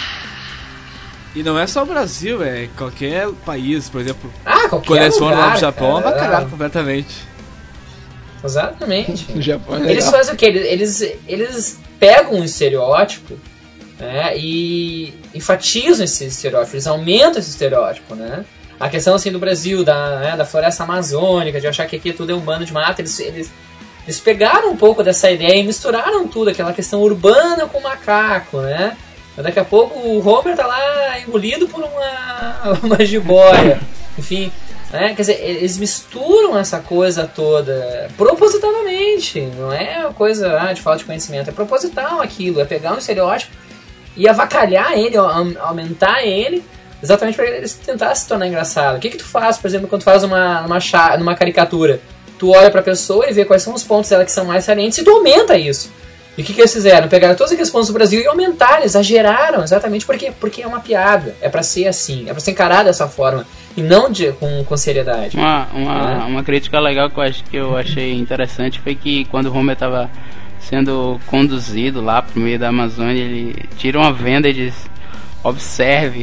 [SPEAKER 5] E não é só o Brasil, é qualquer país, por exemplo.
[SPEAKER 2] Ah, qualquer
[SPEAKER 5] quando eles foram
[SPEAKER 2] lugar,
[SPEAKER 5] lá no Japão,
[SPEAKER 2] cara,
[SPEAKER 5] vai cagar
[SPEAKER 2] é.
[SPEAKER 5] completamente.
[SPEAKER 2] Exatamente.
[SPEAKER 1] O Japão é
[SPEAKER 2] eles
[SPEAKER 1] legal.
[SPEAKER 2] fazem o quê? Eles, eles pegam um estereótipo, né, e enfatizam esse estereótipo, eles aumentam esse estereótipo, né? A questão assim do Brasil, da, né, da floresta amazônica, de achar que aqui tudo é um bando de mata, eles, eles, eles pegaram um pouco dessa ideia e misturaram tudo, aquela questão urbana com macaco, né? Daqui a pouco o Homer tá lá engolido por uma, uma jiboia, enfim, né? Quer dizer, eles misturam essa coisa toda propositadamente, não é uma coisa ah, de falta de conhecimento, é proposital aquilo, é pegar um estereótipo e avacalhar ele, aumentar ele, exatamente para eles tentar se tornar engraçado. O que que tu faz, por exemplo, quando tu faz uma, uma, numa caricatura? Tu olha pra pessoa e vê quais são os pontos dela que são mais salientes e tu aumenta isso. E o que que eles fizeram? Pegaram todos aqueles pontos do Brasil e aumentaram, exageraram, exatamente porque, porque é uma piada. É pra ser assim, é pra ser encarado dessa forma. E não de, com, com seriedade.
[SPEAKER 4] Uma, uma, é. uma crítica legal que eu, acho, que eu achei interessante foi que quando o Homer tava sendo conduzido lá pro meio da Amazônia, ele tira uma venda e diz: observe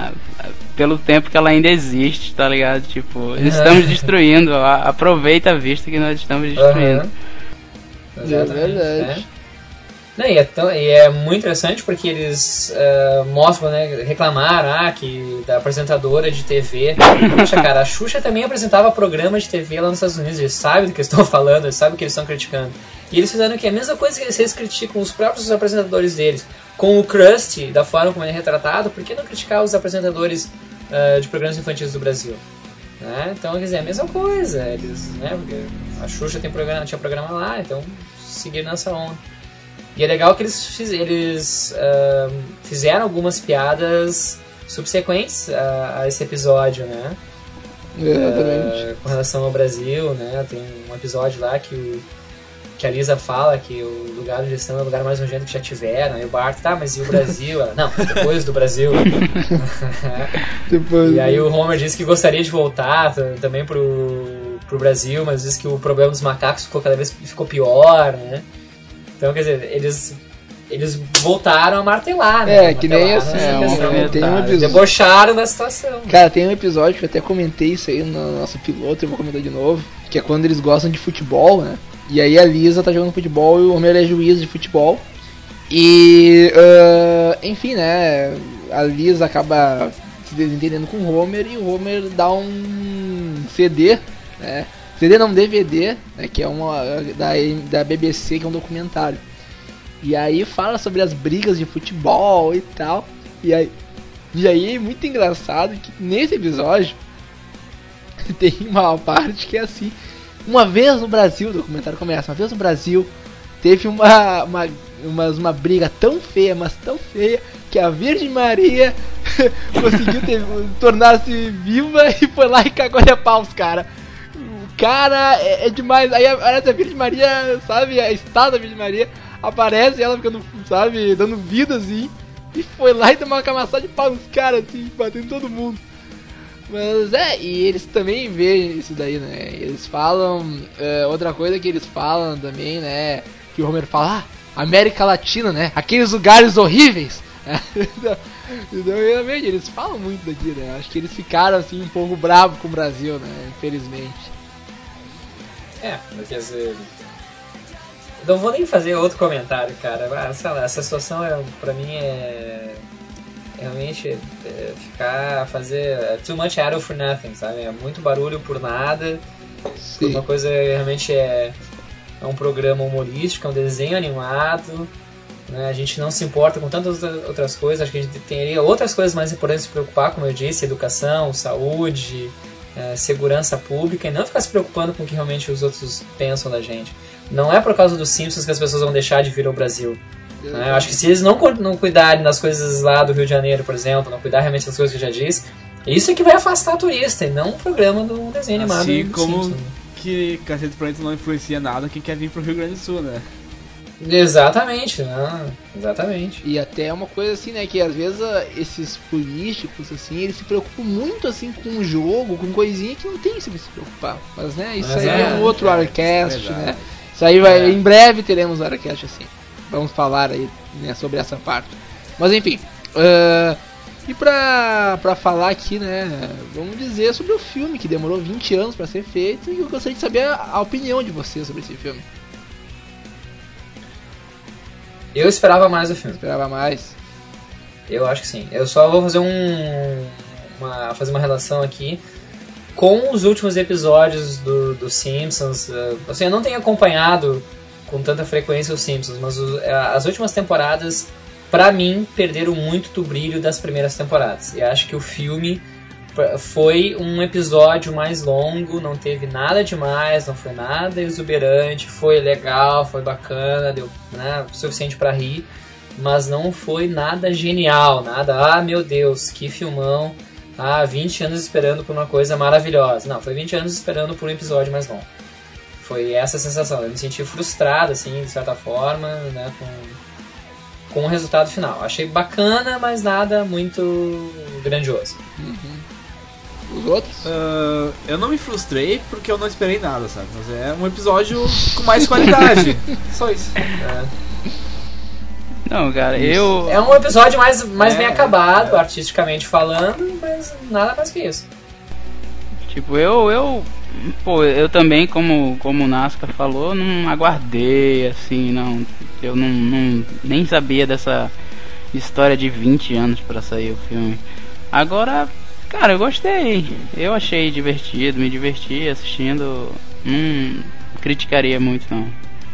[SPEAKER 4] pelo tempo que ela ainda existe, tá ligado? Tipo, estamos destruindo, aproveita a vista que nós estamos destruindo.
[SPEAKER 2] Uhum. Exatamente, é verdade. É. Não, e, é tão, e é muito interessante porque eles uh, mostram, né, reclamaram ah, que da apresentadora de T V. Poxa, cara, a Xuxa também apresentava programa de T V lá nos Estados Unidos, eles sabem do que eles estão falando, eles sabem o que eles estão criticando. E eles fizeram o que? A mesma coisa que eles criticam os próprios apresentadores deles. Com o Krusty, da forma como ele é retratado, por que não criticar os apresentadores uh, de programas infantis do Brasil? Né? Então, quer dizer, é a mesma coisa. Eles, né, porque a Xuxa tem programa, tinha programa lá, então seguiram nessa onda. E é legal que eles, fiz, eles uh, fizeram algumas piadas subsequentes a, a esse episódio, né?
[SPEAKER 1] Exatamente.
[SPEAKER 2] Uh, com relação ao Brasil, né? Tem um episódio lá que, o, que a Lisa fala que o lugar onde eles estão é o lugar mais nojento que já tiveram. Aí o Bart, tá, mas e o Brasil? Ela, não, depois do Brasil.
[SPEAKER 1] Depois.
[SPEAKER 2] E aí o Homer disse que gostaria de voltar também pro, pro Brasil, mas disse que o problema dos macacos ficou cada vez ficou pior, né? Então, quer dizer, eles, eles voltaram a martelar, né?
[SPEAKER 1] É, que nem assim, é, um, tem um episódio...
[SPEAKER 2] Debocharam da situação.
[SPEAKER 1] Cara, tem um episódio que eu até comentei isso aí no nosso piloto, eu vou comentar de novo, que é quando eles gostam de futebol, né? E aí a Lisa tá jogando futebol e o Homer é juiz de futebol. E, uh, enfim, né? A Lisa acaba se desentendendo com o Homer e o Homer dá um C D, né? C D não, D V D, né, que é uma da, da B B C, que é um documentário. E aí fala sobre as brigas de futebol e tal. E aí, e aí é muito engraçado que nesse episódio tem uma parte que é assim: uma vez no Brasil, o documentário começa, uma vez no Brasil teve uma, uma, uma, uma briga tão feia, mas tão feia, que a Virgem Maria conseguiu ter, tornar-se viva e foi lá e cagou a pau os caras. Cara, é, é demais. Aí aparece a Virgem Maria, sabe? A estátua da Virgem Maria aparece, ela ficando, sabe, dando vida assim. E foi lá e deu uma camaçada de pau nos caras, assim, batendo todo mundo. Mas é, e eles também veem isso daí, né? Eles falam. É, outra coisa que eles falam também, né? Que o Homer fala, ah, América Latina, né? Aqueles lugares horríveis. Então, realmente, eles falam muito daqui, né? Acho que eles ficaram assim um pouco bravos com o Brasil, né? Infelizmente.
[SPEAKER 2] É, quer dizer, não vou nem fazer outro comentário, cara. Ah, sei lá, essa situação é, pra mim é realmente é ficar, fazer é too much arrow for nothing, sabe? É muito barulho por nada. Sim. Uma coisa realmente é, é um programa humorístico, é um desenho animado, né? A gente não se importa com tantas outras coisas, acho que a gente teria outras coisas mais importantes de se preocupar, como eu disse, educação, saúde, É, segurança pública, e não ficar se preocupando com o que realmente os outros pensam da gente. Não é por causa dos Simpsons que as pessoas vão deixar de vir ao Brasil. Né? Eu acho que se eles não, não cuidarem das coisas lá do Rio de Janeiro, por exemplo, não cuidar realmente das coisas que eu já disse, isso é que vai afastar turista, e não um programa do desenho animado.
[SPEAKER 3] Assim
[SPEAKER 2] do
[SPEAKER 3] como
[SPEAKER 2] Simpsons.
[SPEAKER 3] Que Cacete Planeta não influencia nada quem quer vir pro Rio Grande do Sul, né?
[SPEAKER 2] Exatamente, não, exatamente.
[SPEAKER 1] E até é uma coisa assim, né, que às vezes uh, esses políticos, assim, eles se preocupam muito, assim, com o jogo, com coisinha que não tem se se preocupar. Mas, né, isso Mas aí é, é um outro é, Arcast, é né. Isso aí vai, é. em breve teremos um Arcast, assim. Vamos falar aí, né, sobre essa parte. Mas, enfim, uh, e pra, pra falar aqui, né, vamos dizer sobre o filme, que demorou vinte anos pra ser feito, e eu gostaria de saber a, a opinião de vocês sobre esse filme.
[SPEAKER 2] Eu esperava mais do filme.
[SPEAKER 1] Esperava mais.
[SPEAKER 2] Eu acho que sim. Eu só vou fazer um... Uma, fazer uma relação aqui com os últimos episódios do, do Simpsons. Assim, eu não tenho acompanhado com tanta frequência os Simpsons, mas os, as últimas temporadas, pra mim, perderam muito do brilho das primeiras temporadas. E acho que o filme foi um episódio mais longo, não teve nada demais, não foi nada exuberante, foi legal, foi bacana, deu, né, o suficiente pra rir, mas não foi nada genial, nada, ah meu Deus, que filmão, ah, vinte anos esperando por uma coisa maravilhosa. Não, foi vinte anos esperando por um episódio mais longo. Foi essa a sensação, eu me senti frustrado, assim, de certa forma, né, com, com o resultado final. Achei bacana, mas nada muito grandioso.
[SPEAKER 1] Uhum. Os outros?
[SPEAKER 3] Uh, eu não me frustrei porque eu não esperei nada, sabe? Mas é um episódio com mais qualidade. Só isso.
[SPEAKER 2] É.
[SPEAKER 4] Não, cara, eu...
[SPEAKER 2] É um episódio mais, mais
[SPEAKER 3] é,
[SPEAKER 2] bem acabado,
[SPEAKER 3] é.
[SPEAKER 2] artisticamente falando, mas nada mais que isso.
[SPEAKER 4] Tipo, eu... eu pô, eu também, como, como o Nasca falou, não aguardei, assim, não... Eu não, não nem sabia dessa história de vinte anos pra sair o filme. Agora... Cara, eu gostei. Eu achei divertido, me diverti assistindo. Não criticaria muito, não.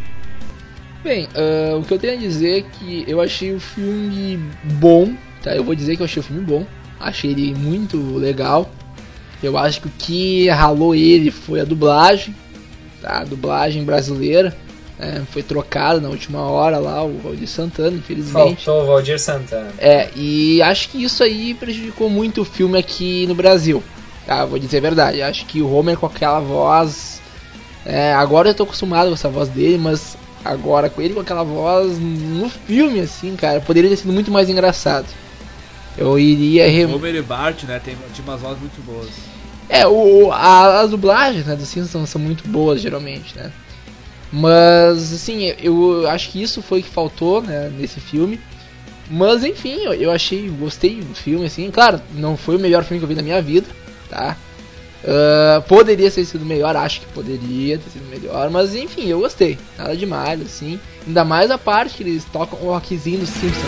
[SPEAKER 1] Bem, uh, o que eu tenho a dizer é que eu achei o filme bom, tá? Eu vou dizer que eu achei o filme bom. Achei ele muito legal. Eu acho que o que ralou ele foi a dublagem, tá? A dublagem brasileira. É, foi trocado na última hora lá, o Valdir Santana, infelizmente.
[SPEAKER 2] Faltou o Valdir Santana.
[SPEAKER 1] É, e acho que isso aí prejudicou muito o filme aqui no Brasil. Tá, vou dizer a verdade. Acho que o Homer com aquela voz... É, agora eu tô acostumado com essa voz dele, mas agora com ele com aquela voz no filme, assim, cara, poderia ter sido muito mais engraçado. Eu iria... Rem...
[SPEAKER 3] Homer e Bart, né, tem, tem umas vozes muito boas.
[SPEAKER 1] É, o, a, as dublagens, né, dos Simpsons são muito boas, geralmente, né. Mas, assim, eu acho que isso foi o que faltou, né, nesse filme. Mas, enfim, eu, eu achei, gostei do filme, assim. Claro, não foi o melhor filme que eu vi na minha vida, tá? Uh, poderia ter sido melhor, acho que poderia ter sido melhor. Mas, enfim, eu gostei. Nada demais, assim. Ainda mais a parte que eles tocam o rockzinho do Simpsons.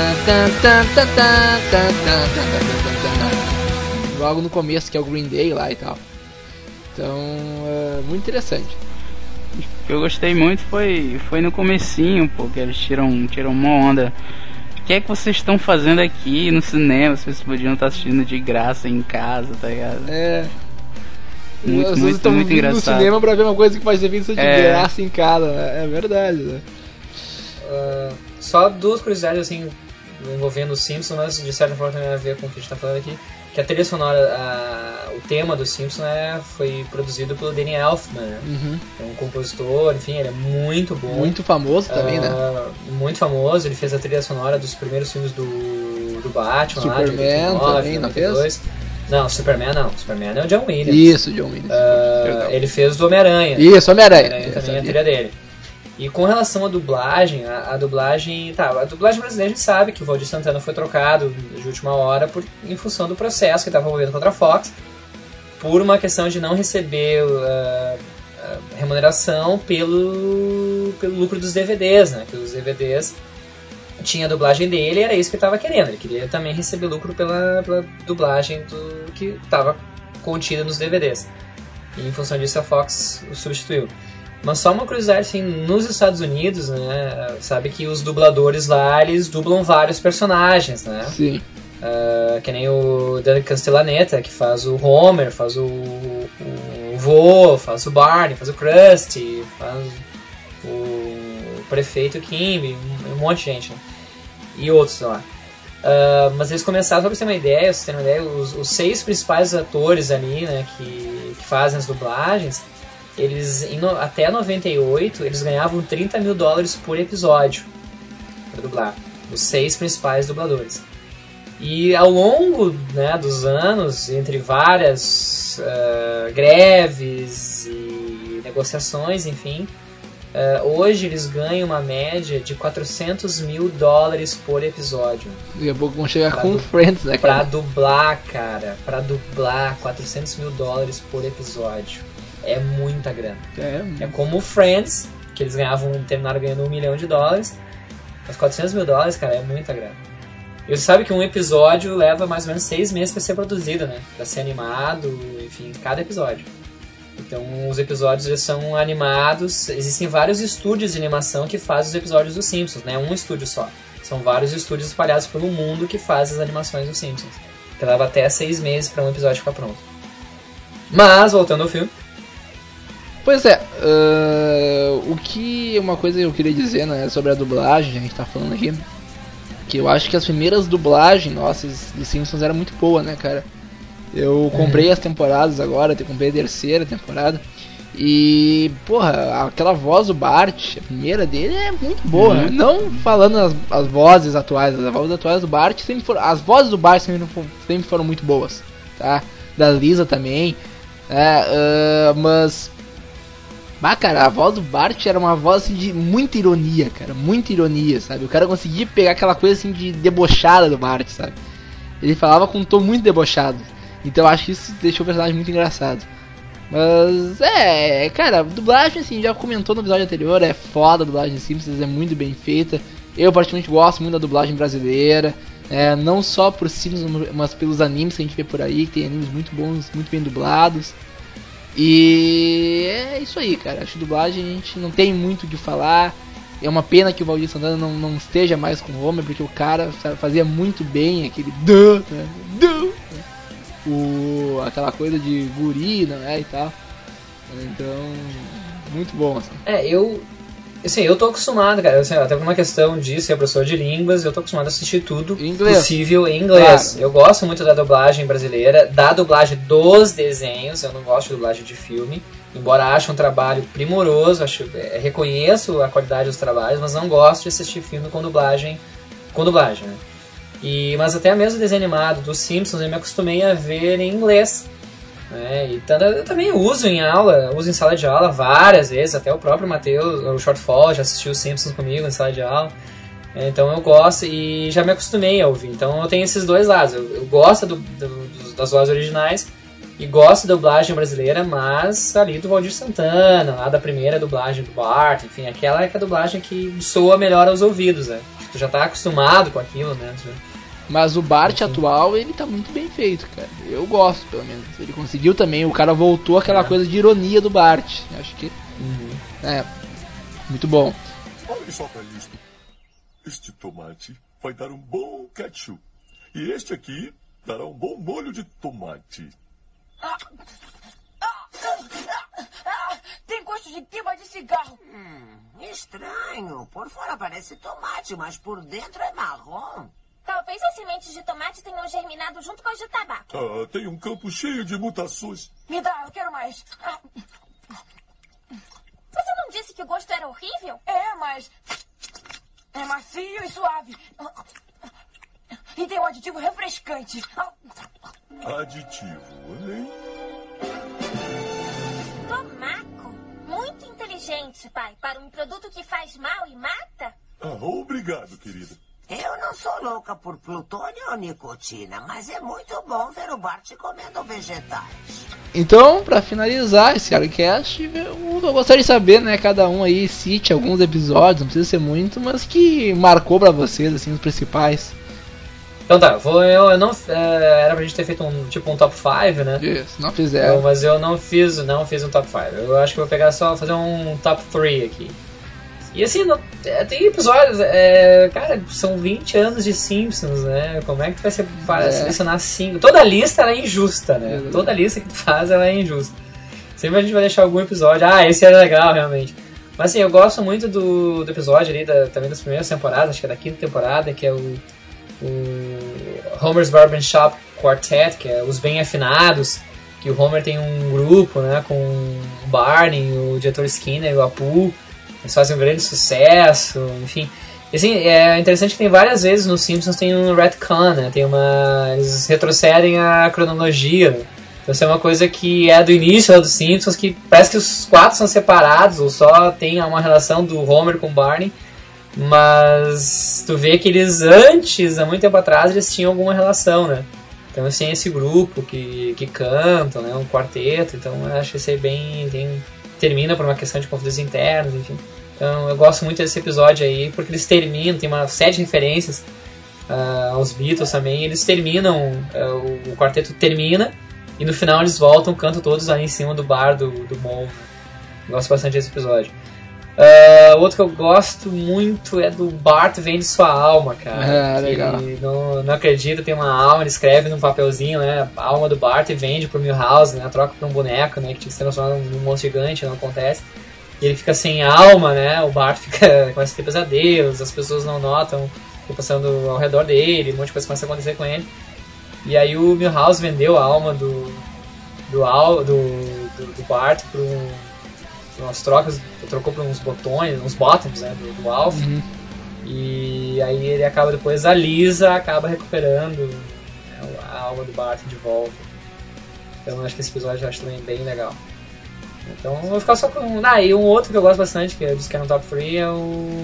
[SPEAKER 1] Logo no começo, que é o Green Day lá e tal. Então, uh, muito interessante.
[SPEAKER 4] O que eu gostei muito foi, foi no comecinho, pô, que eles tiram, tiram uma onda. O que é que vocês estão fazendo aqui no cinema? Vocês podiam estar assistindo de graça em casa, tá ligado?
[SPEAKER 1] É.
[SPEAKER 4] Muito,
[SPEAKER 1] Vocês
[SPEAKER 4] muito,
[SPEAKER 1] estão
[SPEAKER 4] muito
[SPEAKER 1] vindo
[SPEAKER 4] engraçado.
[SPEAKER 1] no cinema pra ver uma coisa que pode ser vista de
[SPEAKER 4] É.
[SPEAKER 1] graça em casa, né? É verdade, né?
[SPEAKER 2] Uh, só duas curiosidades, assim, envolvendo os Simpsons, mas de certa forma tem a ver com o que a gente tá falando aqui. Que a trilha sonora, a, o tema do Simpsons, né, foi produzido pelo Danny Elfman, né?
[SPEAKER 1] Uhum.
[SPEAKER 2] É um compositor, enfim, ele é muito bom.
[SPEAKER 1] Muito famoso também,
[SPEAKER 2] uh,
[SPEAKER 1] né?
[SPEAKER 2] Muito famoso, ele fez a trilha sonora dos primeiros filmes do, do Batman,
[SPEAKER 1] Superman
[SPEAKER 2] lá, de oitenta e nove,
[SPEAKER 1] também, não fez?
[SPEAKER 2] Não, Superman não, Superman é o John Williams.
[SPEAKER 1] Isso, John Williams.
[SPEAKER 2] Uh, ele fez do Homem-Aranha.
[SPEAKER 1] Isso, Homem-Aranha.
[SPEAKER 2] Homem-Aranha também é a trilha dele. E com relação à dublagem, a, a dublagem... Tá, a dublagem brasileira a gente sabe que o Valdir Santana foi trocado de última hora por, em função do processo que estava envolvendo contra a Fox, por uma questão de não receber uh, uh, remuneração pelo, pelo lucro dos D V Ds, né? Que os D V Ds tinha a dublagem dele e era isso que ele estava querendo. Ele queria também receber lucro pela, pela dublagem do, que estava contida nos D V Ds. E em função disso a Fox o substituiu. Mas só uma curiosidade, assim, nos Estados Unidos, né, sabe que os dubladores lá, eles dublam vários personagens, né?
[SPEAKER 1] Sim.
[SPEAKER 2] Uh, que nem o Dan Castellaneta, que faz o Homer, faz o, o vô, faz o Barney, faz o Krusty, faz o prefeito Kimby, um, um monte de gente, né? E outros, sei lá. Uh, mas eles começaram, só pra você ter uma ideia, você ter uma ideia, os, os seis principais atores ali, né, que, que fazem as dublagens, eles, em no, até noventa e oito, eles ganhavam trinta mil dólares por episódio para dublar. Os seis principais dubladores. E ao longo, né, dos anos, entre várias uh, greves e negociações, enfim, uh, hoje eles ganham uma média de quatrocentos mil dólares por episódio.
[SPEAKER 1] Daqui a pouco vão chegar
[SPEAKER 2] pra
[SPEAKER 1] com
[SPEAKER 2] du-
[SPEAKER 1] Friends, né, cara?
[SPEAKER 2] Pra dublar, cara. Pra dublar, quatrocentos mil dólares por episódio. É muita grana.
[SPEAKER 1] É,
[SPEAKER 2] é como o Friends, que eles ganhavam, terminaram ganhando um milhão de dólares. Mas quatrocentos mil dólares, cara, é muita grana. E você sabe que um episódio leva mais ou menos seis meses pra ser produzido, né? Pra ser animado, enfim, cada episódio. Então, os episódios eles são animados. Existem vários estúdios de animação que fazem os episódios dos Simpsons, né? Um estúdio só. São vários estúdios espalhados pelo mundo que fazem as animações dos Simpsons. Que leva até seis meses pra um episódio ficar pronto. Mas, voltando ao filme.
[SPEAKER 1] Pois é, uh, o que uma coisa que eu queria dizer, né, sobre a dublagem, a gente tá falando aqui, que eu acho que as primeiras dublagens nossas dos Simpsons eram muito boas, né, cara? Eu comprei uhum. as temporadas agora, eu comprei a terceira temporada, e, porra, aquela voz do Bart, a primeira dele é muito boa, uhum. né? Não falando as, as vozes atuais, as vozes atuais do Bart sempre foram, as vozes do Bart sempre foram, sempre foram muito boas, tá? Da Lisa também, é, uh, mas... Bah, cara, a voz do Bart era uma voz assim, de muita ironia, cara, muita ironia, sabe? O cara conseguia pegar aquela coisa assim de debochada do Bart, sabe? Ele falava com um tom muito debochado, então eu acho que isso deixou o personagem muito engraçado. Mas, é, cara, a dublagem, assim, já comentou no episódio anterior, é foda a dublagem de Simpsons, é muito bem feita. Eu, particularmente, gosto muito da dublagem brasileira, é, não só por Simpsons, mas pelos animes que a gente vê por aí, que tem animes muito bons, muito bem dublados. E é isso aí, cara. Acho que dublagem a gente não tem muito o que falar. É uma pena que o Valdir Santana não, não esteja mais com o Homer, porque o cara sabe, fazia muito bem aquele duh, né? Duh, né? O, aquela coisa de guri, né? E tal. Então, muito bom, assim.
[SPEAKER 2] É, eu... Assim, eu tô acostumado, cara, assim, até por uma questão de ser professor de línguas, eu tô acostumado a assistir tudo
[SPEAKER 1] inglês.
[SPEAKER 2] possível em inglês. Claro. Eu gosto muito da dublagem brasileira, da dublagem dos desenhos, eu não gosto de dublagem de filme, embora ache um trabalho primoroso, acho, é, reconheço a qualidade dos trabalhos, mas não gosto de assistir filme com dublagem, com dublagem, né? E, mas até mesmo o desenho animado dos Simpsons eu me acostumei a ver em inglês. É, e eu também uso em aula, uso em sala de aula várias vezes, até o próprio Matheus, o Shortfall, já assistiu os Simpsons comigo em sala de aula, é, então eu gosto e já me acostumei a ouvir, então eu tenho esses dois lados, eu, eu gosto do, do, das vozes originais e gosto da dublagem brasileira, mas ali do Valdir Santana, lá da primeira dublagem do Bart, enfim, aquela é a dublagem que soa melhor aos ouvidos, né? Tu já tá acostumado com aquilo, né?
[SPEAKER 1] Mas o Bart atual, ele tá muito bem feito, cara. Eu gosto, pelo menos. Ele conseguiu também, o cara voltou àquela é. coisa de ironia do Bart. Acho que... Uhum. É, muito bom.
[SPEAKER 9] Olha só pra isto. Este tomate vai dar um bom ketchup. E este aqui dará um bom molho de tomate.
[SPEAKER 13] Ah, ah, ah, ah, tem gosto de queima de cigarro.
[SPEAKER 14] Hum, estranho. Por fora parece tomate, mas por dentro é marrom.
[SPEAKER 12] Talvez as sementes de tomate tenham germinado junto com as de tabaco.
[SPEAKER 9] Ah, tem um campo cheio de mutações.
[SPEAKER 13] Me dá, eu quero mais. Ah.
[SPEAKER 12] Você não disse que o gosto era horrível?
[SPEAKER 13] É, mas é macio e suave. E tem um aditivo refrescante.
[SPEAKER 9] Aditivo, hein?
[SPEAKER 12] Tomaco? Muito inteligente, pai. Para um produto que faz mal e mata?
[SPEAKER 9] Ah, obrigado, querida.
[SPEAKER 14] Eu não sou louca por plutônio ou nicotina, mas é muito bom ver o Bart comendo vegetais.
[SPEAKER 1] Então, pra finalizar esse ArgCast, eu, eu gostaria de saber, né, cada um aí cite alguns episódios, não precisa ser muito, mas que marcou pra vocês, assim, os principais.
[SPEAKER 2] Então tá, vou, eu, eu não, é, era pra gente ter feito um, tipo um top cinco, né?
[SPEAKER 1] Isso, não fizeram.
[SPEAKER 2] Eu, mas eu não fiz, não fiz um top cinco, eu acho que vou pegar só, fazer um top três aqui. E assim, não, é, tem episódios, é, cara, são vinte anos de Simpsons, né? Como é que tu vai ser, para é. selecionar cinco? Toda lista ela é injusta, né? É. Toda lista que tu faz ela é injusta. Sempre a gente vai deixar algum episódio, ah, esse era legal, realmente. Mas assim, eu gosto muito do, do episódio ali, da, também das primeiras temporadas, acho que é da quinta temporada, que é o, o Homer's Barbershop Quartet, que é os bem afinados, que o Homer tem um grupo, né, com o Barney, o diretor Skinner e o Apu. Eles fazem um grande sucesso, enfim. E, assim, é interessante que tem várias vezes nos Simpsons tem um retcon, né? Tem uma... Eles retrocedem a cronologia. Né? Então isso é uma coisa que é do início lá dos Simpsons, que parece que os quatro são separados, ou só tem uma relação do Homer com o Barney. Mas tu vê que eles antes, há muito tempo atrás, eles tinham alguma relação, né? Então assim, esse grupo que, que cantam, né? Um quarteto, então eu acho que isso aí bem... Tem, termina por uma questão de conflitos internos, enfim. Então eu gosto muito desse episódio aí, porque eles terminam, tem uma série de referências uh, aos Beatles também, eles terminam, uh, o, o quarteto termina, e no final eles voltam, cantam todos ali em cima do bar do, do Moe. Gosto bastante desse episódio. Uh, outro que eu gosto muito é do Bart Vende Sua Alma, cara.
[SPEAKER 1] Ah, legal.
[SPEAKER 2] Ele não, não acredita, tem uma alma, ele escreve num papelzinho, né? A alma do Bart e vende pro Milhouse, né? Troca pra um boneco, né? Que tinha que ser transformado num monstro gigante, não acontece. E ele fica sem alma, né? O Bart fica, começa a ter pesadelos, as pessoas não notam, fica passando ao redor dele, um monte de coisa começa a acontecer com ele. E aí o Milhouse vendeu a alma do do, do, do, do Bart por um, umas trocas, trocou por uns botões, uns bottoms, né, do, do Alf. Uhum. E aí ele acaba depois, a Lisa acaba recuperando, né, a alma do Bart de volta. Então eu acho que esse episódio eu acho também bem legal. Então eu vou ficar só com... Ah, e um outro que eu gosto bastante, que eu disse que é no top três, é o...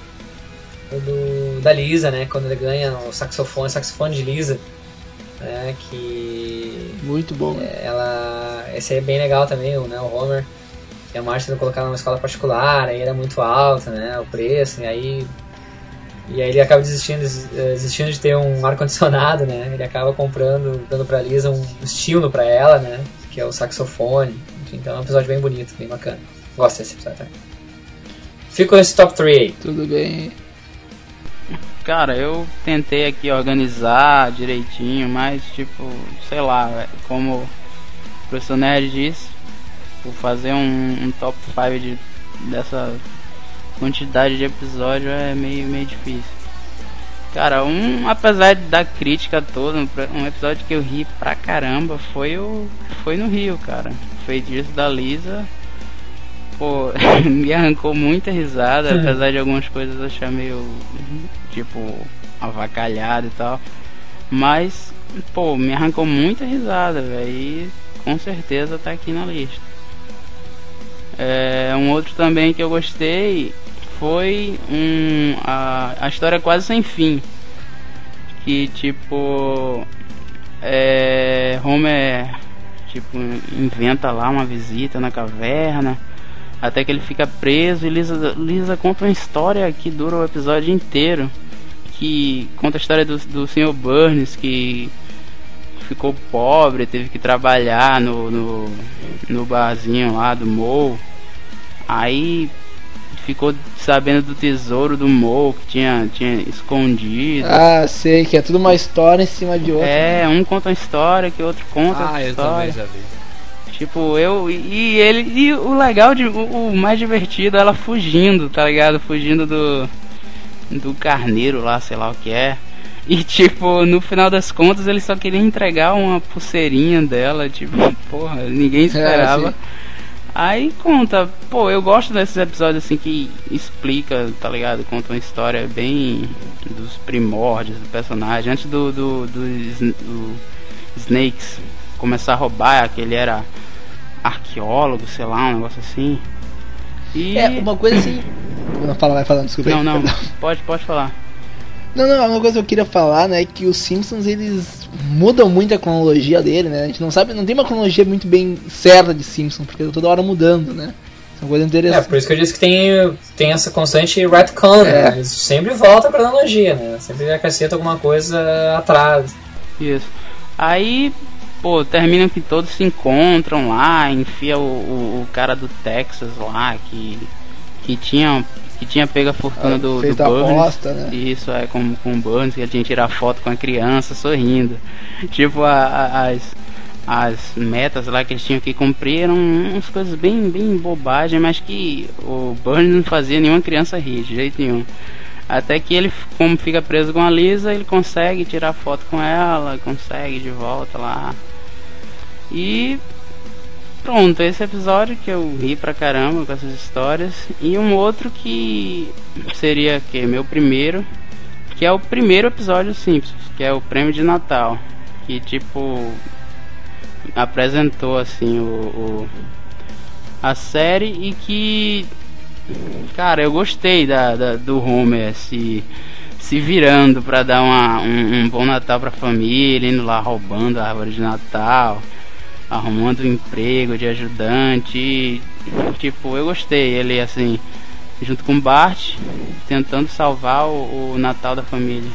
[SPEAKER 2] o do... da Lisa, né, quando ele ganha o saxofone, saxofone de Lisa. É, que
[SPEAKER 1] muito bom,
[SPEAKER 2] é, ela esse aí é bem legal também, o, né, o Homer, que a Marge tendo colocado numa escola particular, aí era muito alto, né, o preço, e aí e aí ele acaba desistindo desistindo de ter um ar condicionado, né, ele acaba comprando, dando pra Lisa um estímulo pra ela, né, que é o saxofone. Enfim, então é um episódio bem bonito, bem bacana, gosto desse episódio também. Fico com esse top três aí.
[SPEAKER 1] Tudo bem.
[SPEAKER 4] Cara, eu tentei aqui organizar direitinho, mas tipo, sei lá, como o professor Nerd disse, vou fazer um, um top cinco de, dessa quantidade de episódio é meio, meio difícil. Cara, um, apesar da crítica toda, um episódio que eu ri pra caramba foi o foi no Rio, cara. Feitiço da Lisa. Pô, me arrancou muita risada, hum. apesar de algumas coisas eu achar meio, tipo, avacalhado e tal. Mas, pô, me arrancou muita risada, velho. E com certeza tá aqui na lista. É, um outro também que eu gostei foi um, a, a história Quase Sem Fim. Que, tipo, é, Homer, tipo, inventa lá uma visita na caverna, até que ele fica preso e Lisa, Lisa conta uma história que dura o episódio inteiro, que conta a história do, do senhor Burns, que ficou pobre, teve que trabalhar no, no, no barzinho lá do Moe. Aí ficou sabendo do tesouro do Moe que tinha, tinha escondido.
[SPEAKER 1] Ah, sei, que é tudo uma história em cima de outra.
[SPEAKER 4] É, um conta uma história, que o outro conta
[SPEAKER 5] ah,
[SPEAKER 4] outra
[SPEAKER 5] eu
[SPEAKER 4] história.
[SPEAKER 5] Também já vi.
[SPEAKER 4] Tipo, eu e ele. E o legal, de, o, o mais divertido é ela fugindo, tá ligado? Fugindo do. Do carneiro lá, sei lá o que é. E tipo, no final das contas ele só queria entregar uma pulseirinha dela. Tipo, porra, ninguém esperava. É, aí conta, pô, eu gosto desses episódios assim que explica, tá ligado? Conta uma história bem dos primórdios do personagem. Antes do, do, do, do Snakes começar a roubar, que ele era arqueólogo, sei lá, um negócio assim. E...
[SPEAKER 1] É, uma coisa assim... Não, fala, vai falando, desculpa
[SPEAKER 4] Não,
[SPEAKER 1] aí,
[SPEAKER 4] não,
[SPEAKER 1] perdão.
[SPEAKER 4] pode, pode falar.
[SPEAKER 1] Não, não, uma coisa que eu queria falar, né, é que os Simpsons, eles mudam muito a cronologia dele, né, a gente não sabe, não tem uma cronologia muito bem certa de Simpsons, porque toda hora mudando, né, são coisas interessantes.
[SPEAKER 2] É, por isso que eu disse que tem, tem essa constante retcon, né,
[SPEAKER 1] é.
[SPEAKER 2] Eles sempre voltam pra cronologia, né, sempre acrescenta alguma coisa atrás.
[SPEAKER 4] Isso. Aí... Pô, terminam que todos se encontram lá, enfia o, o, o cara do Texas lá, que, que, tinha, que tinha pego a fortuna ah, do, do Burns.
[SPEAKER 1] Aposta, né?
[SPEAKER 4] Isso, é, com, com o Burns, que ele tinha que tirar foto com a criança sorrindo. Tipo, a, a, as, as metas lá que eles tinham que cumprir eram umas coisas bem, bem bobagem, mas que o Burns não fazia nenhuma criança rir, de jeito nenhum. Até que ele, como fica preso com a Lisa, ele consegue tirar foto com ela, consegue de volta lá. E pronto, esse episódio que eu ri pra caramba com essas histórias. E um outro que seria que meu primeiro, que é o primeiro episódio dos Simpsons, que é o Prêmio de Natal, que tipo apresentou assim o, o a série e que, cara, eu gostei da, da, do Homer se, se virando pra dar uma, um, um bom Natal pra família, indo lá roubando a árvore de Natal, arrumando um emprego de ajudante. E, tipo, eu gostei. Ele assim, junto com o Bart, tentando salvar o, o Natal da família.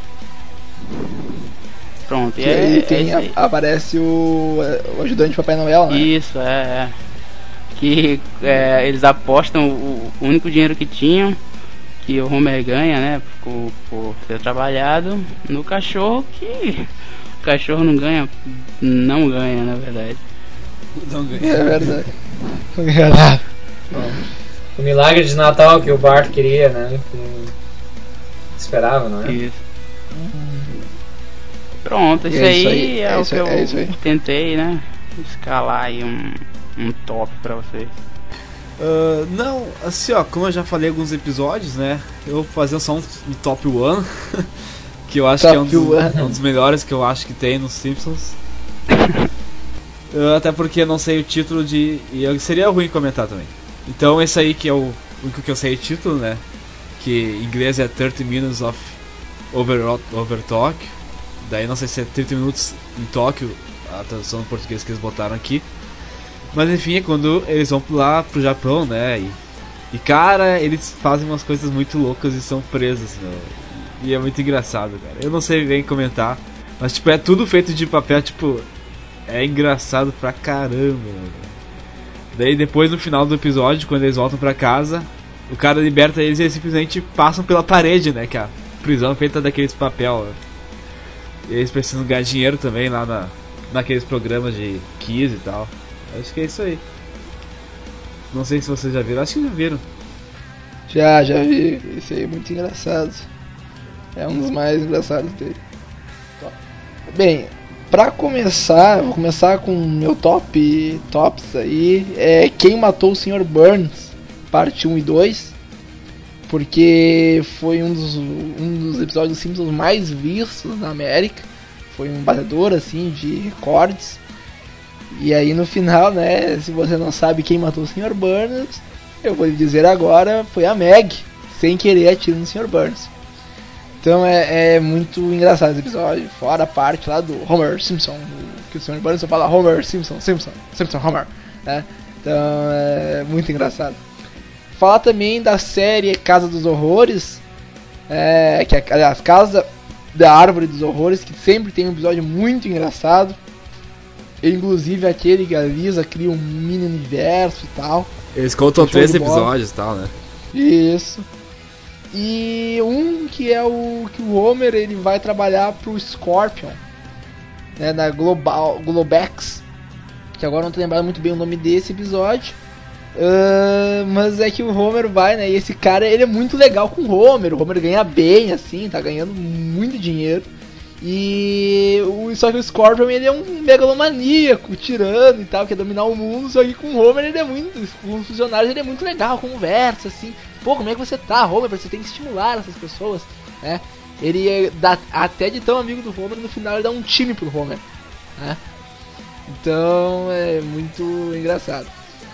[SPEAKER 4] Pronto,
[SPEAKER 1] E
[SPEAKER 4] e é,
[SPEAKER 1] aí
[SPEAKER 4] é
[SPEAKER 1] tem,
[SPEAKER 4] isso aí.
[SPEAKER 1] a- aparece o, o ajudante de Papai Noel, né?
[SPEAKER 4] Isso, é, é. Que é, eles apostam o, o único dinheiro que tinham, que o Homer ganha, né, por, por ter trabalhado, no cachorro, que o cachorro não ganha, não ganha, na verdade.
[SPEAKER 3] Não ganha.
[SPEAKER 1] É verdade. Não ganha nada.
[SPEAKER 2] O milagre de Natal que o Bart queria, né? Que esperava, não é?
[SPEAKER 4] Isso. Pronto, isso,
[SPEAKER 1] É isso
[SPEAKER 4] aí,
[SPEAKER 1] aí,
[SPEAKER 4] é,
[SPEAKER 1] é
[SPEAKER 4] o
[SPEAKER 1] isso
[SPEAKER 4] que
[SPEAKER 1] aí,
[SPEAKER 4] eu
[SPEAKER 1] é isso aí.
[SPEAKER 4] tentei, né, escalar aí um, um top pra vocês.
[SPEAKER 3] Ah, não, assim ó, como eu já falei em alguns episódios, né? Eu vou fazer só um, um top one. Que eu acho
[SPEAKER 1] Top
[SPEAKER 3] que é um dos,
[SPEAKER 1] one.
[SPEAKER 3] é um dos melhores que eu acho que tem nos Simpsons. Ah, até porque eu não sei o título de. E eu- seria ruim comentar também. Então esse aí que é o único que eu sei o título, né? Que em inglês é thirty minutes of over, over Tokyo. Daí não sei se é trinta minutos em Tóquio, a tradução em português que eles botaram aqui. Mas enfim, é quando eles vão lá pro Japão, né? E, e cara, eles fazem umas coisas muito loucas e são presos, meu. E é muito engraçado, cara. Eu não sei bem comentar, mas tipo, é tudo feito de papel, tipo, é engraçado pra caramba, meu. Daí depois no final do episódio, quando eles voltam pra casa, o cara liberta eles e eles simplesmente passam pela parede, né? Que a prisão é feita daqueles papel. Né? E eles precisam ganhar dinheiro também lá na, naqueles programas de Kiss e tal. Acho que é isso aí. Não sei se vocês já viram, acho que já viram.
[SPEAKER 1] Já, já vi. Esse aí é muito engraçado. É um dos mais engraçados dele. Bem, pra começar, vou começar com o meu top tops aí. É Quem Matou o senhor Burns, parte um e dois. Porque foi um dos, um dos episódios dos Simpsons mais vistos na América. Foi um batedor assim de recordes. E aí no final, né, se você não sabe quem matou o senhor Burns, eu vou lhe dizer agora, foi a Meg, sem querer atira no senhor Burns. Então é, é muito engraçado esse episódio, fora a parte lá do Homer Simpson, que o senhor Burns só fala Homer Simpson, Simpson, Simpson, Homer, né? Então é muito engraçado. Falar também da série Casa dos Horrores, é, que é, aliás, Casa da Árvore dos Horrores, que sempre tem um episódio muito engraçado. Inclusive aquele que a Lisa cria um mini universo e tal.
[SPEAKER 3] Eles contam
[SPEAKER 1] Show
[SPEAKER 3] três
[SPEAKER 1] de bola.
[SPEAKER 3] episódios e tal, né?
[SPEAKER 1] Isso. E um que é o que o Homer ele vai trabalhar pro Scorpion, né, da Global Globex, que agora não tô lembrado muito bem o nome desse episódio. Uh, mas é que o Homer vai, né? E esse cara ele é muito legal com o Homer. O Homer ganha bem, assim, tá ganhando muito dinheiro. E o, só que o Scorpion ele é um megalomaníaco, tirano e tal, quer dominar o mundo. Só que com o Homer ele é muito, com os funcionários ele é muito legal, conversa assim. Pô, como é que você tá, Homer? Você tem que estimular essas pessoas, né? Ele é, dá, até de tão amigo do Homer, no final ele dá um time pro Homer, né? Então é muito engraçado.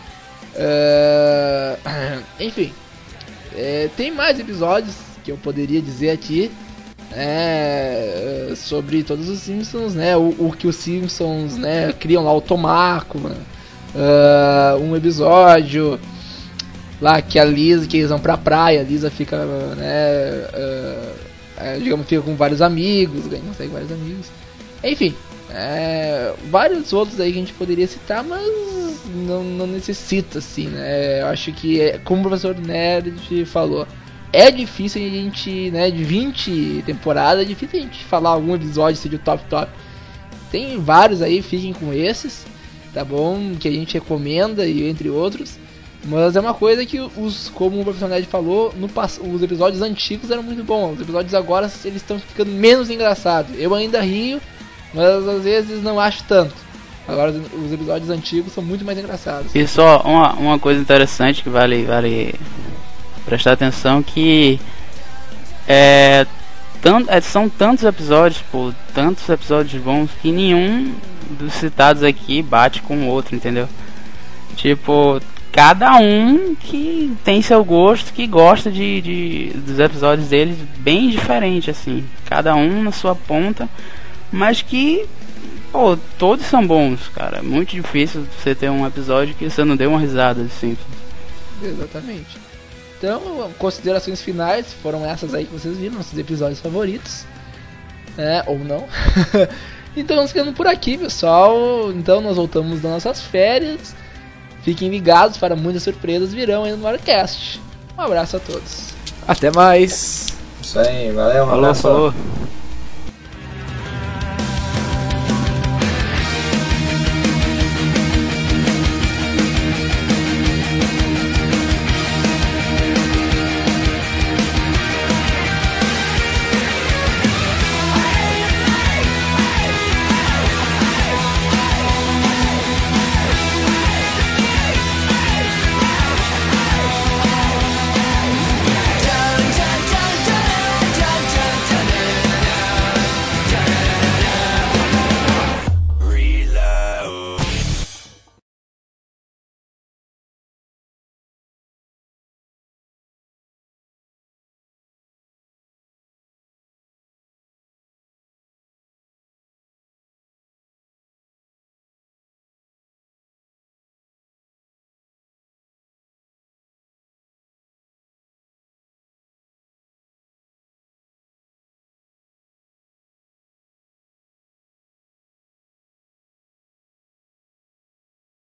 [SPEAKER 1] Uh, enfim, é, tem mais episódios que eu poderia dizer aqui, né, sobre todos os Simpsons, né? O, o que os Simpsons, né, criam lá o Tomaco, né? Uh, um episódio lá que a Lisa, que eles vão pra praia, a Lisa fica, né, uh, digamos, fica com vários amigos, ganha, consegue vários amigos, enfim. É, vários outros aí que a gente poderia citar, mas não, não necessita, assim, né? Eu acho que, é, como o professor Nerd falou, é difícil a gente, né, de vinte temporadas, é difícil a gente falar algum episódio ser de top top. Tem vários aí, fiquem com esses, tá bom? Que a gente recomenda, e entre outros. Mas é uma coisa que, os, como o professor Nerd falou, no, os episódios antigos eram muito bons. Os episódios agora, eles estão ficando menos engraçados. Eu ainda rio, mas às vezes não acho tanto. Agora os episódios antigos são muito mais engraçados.
[SPEAKER 4] E só uma, uma coisa interessante que vale, vale prestar atenção, que é, tant, é, são tantos episódios, pô, tantos episódios bons, que nenhum dos citados aqui bate com o outro, entendeu? Tipo, cada um que tem seu gosto, que gosta de, de, dos episódios deles bem diferente, assim. Cada um na sua ponta. Mas que, pô, todos são bons, cara. É muito difícil você ter um episódio que você não dê uma risada, assim.
[SPEAKER 1] Exatamente. Então, considerações finais foram essas aí que vocês viram, nossos episódios favoritos. É, ou não. Então, nós ficamos por aqui, pessoal. Então, nós voltamos das nossas férias. Fiquem ligados para muitas surpresas virão aí no Warcast. Um abraço a todos.
[SPEAKER 5] Até mais.
[SPEAKER 2] Isso aí, valeu, um
[SPEAKER 5] falou,
[SPEAKER 2] abraço.
[SPEAKER 5] Falou.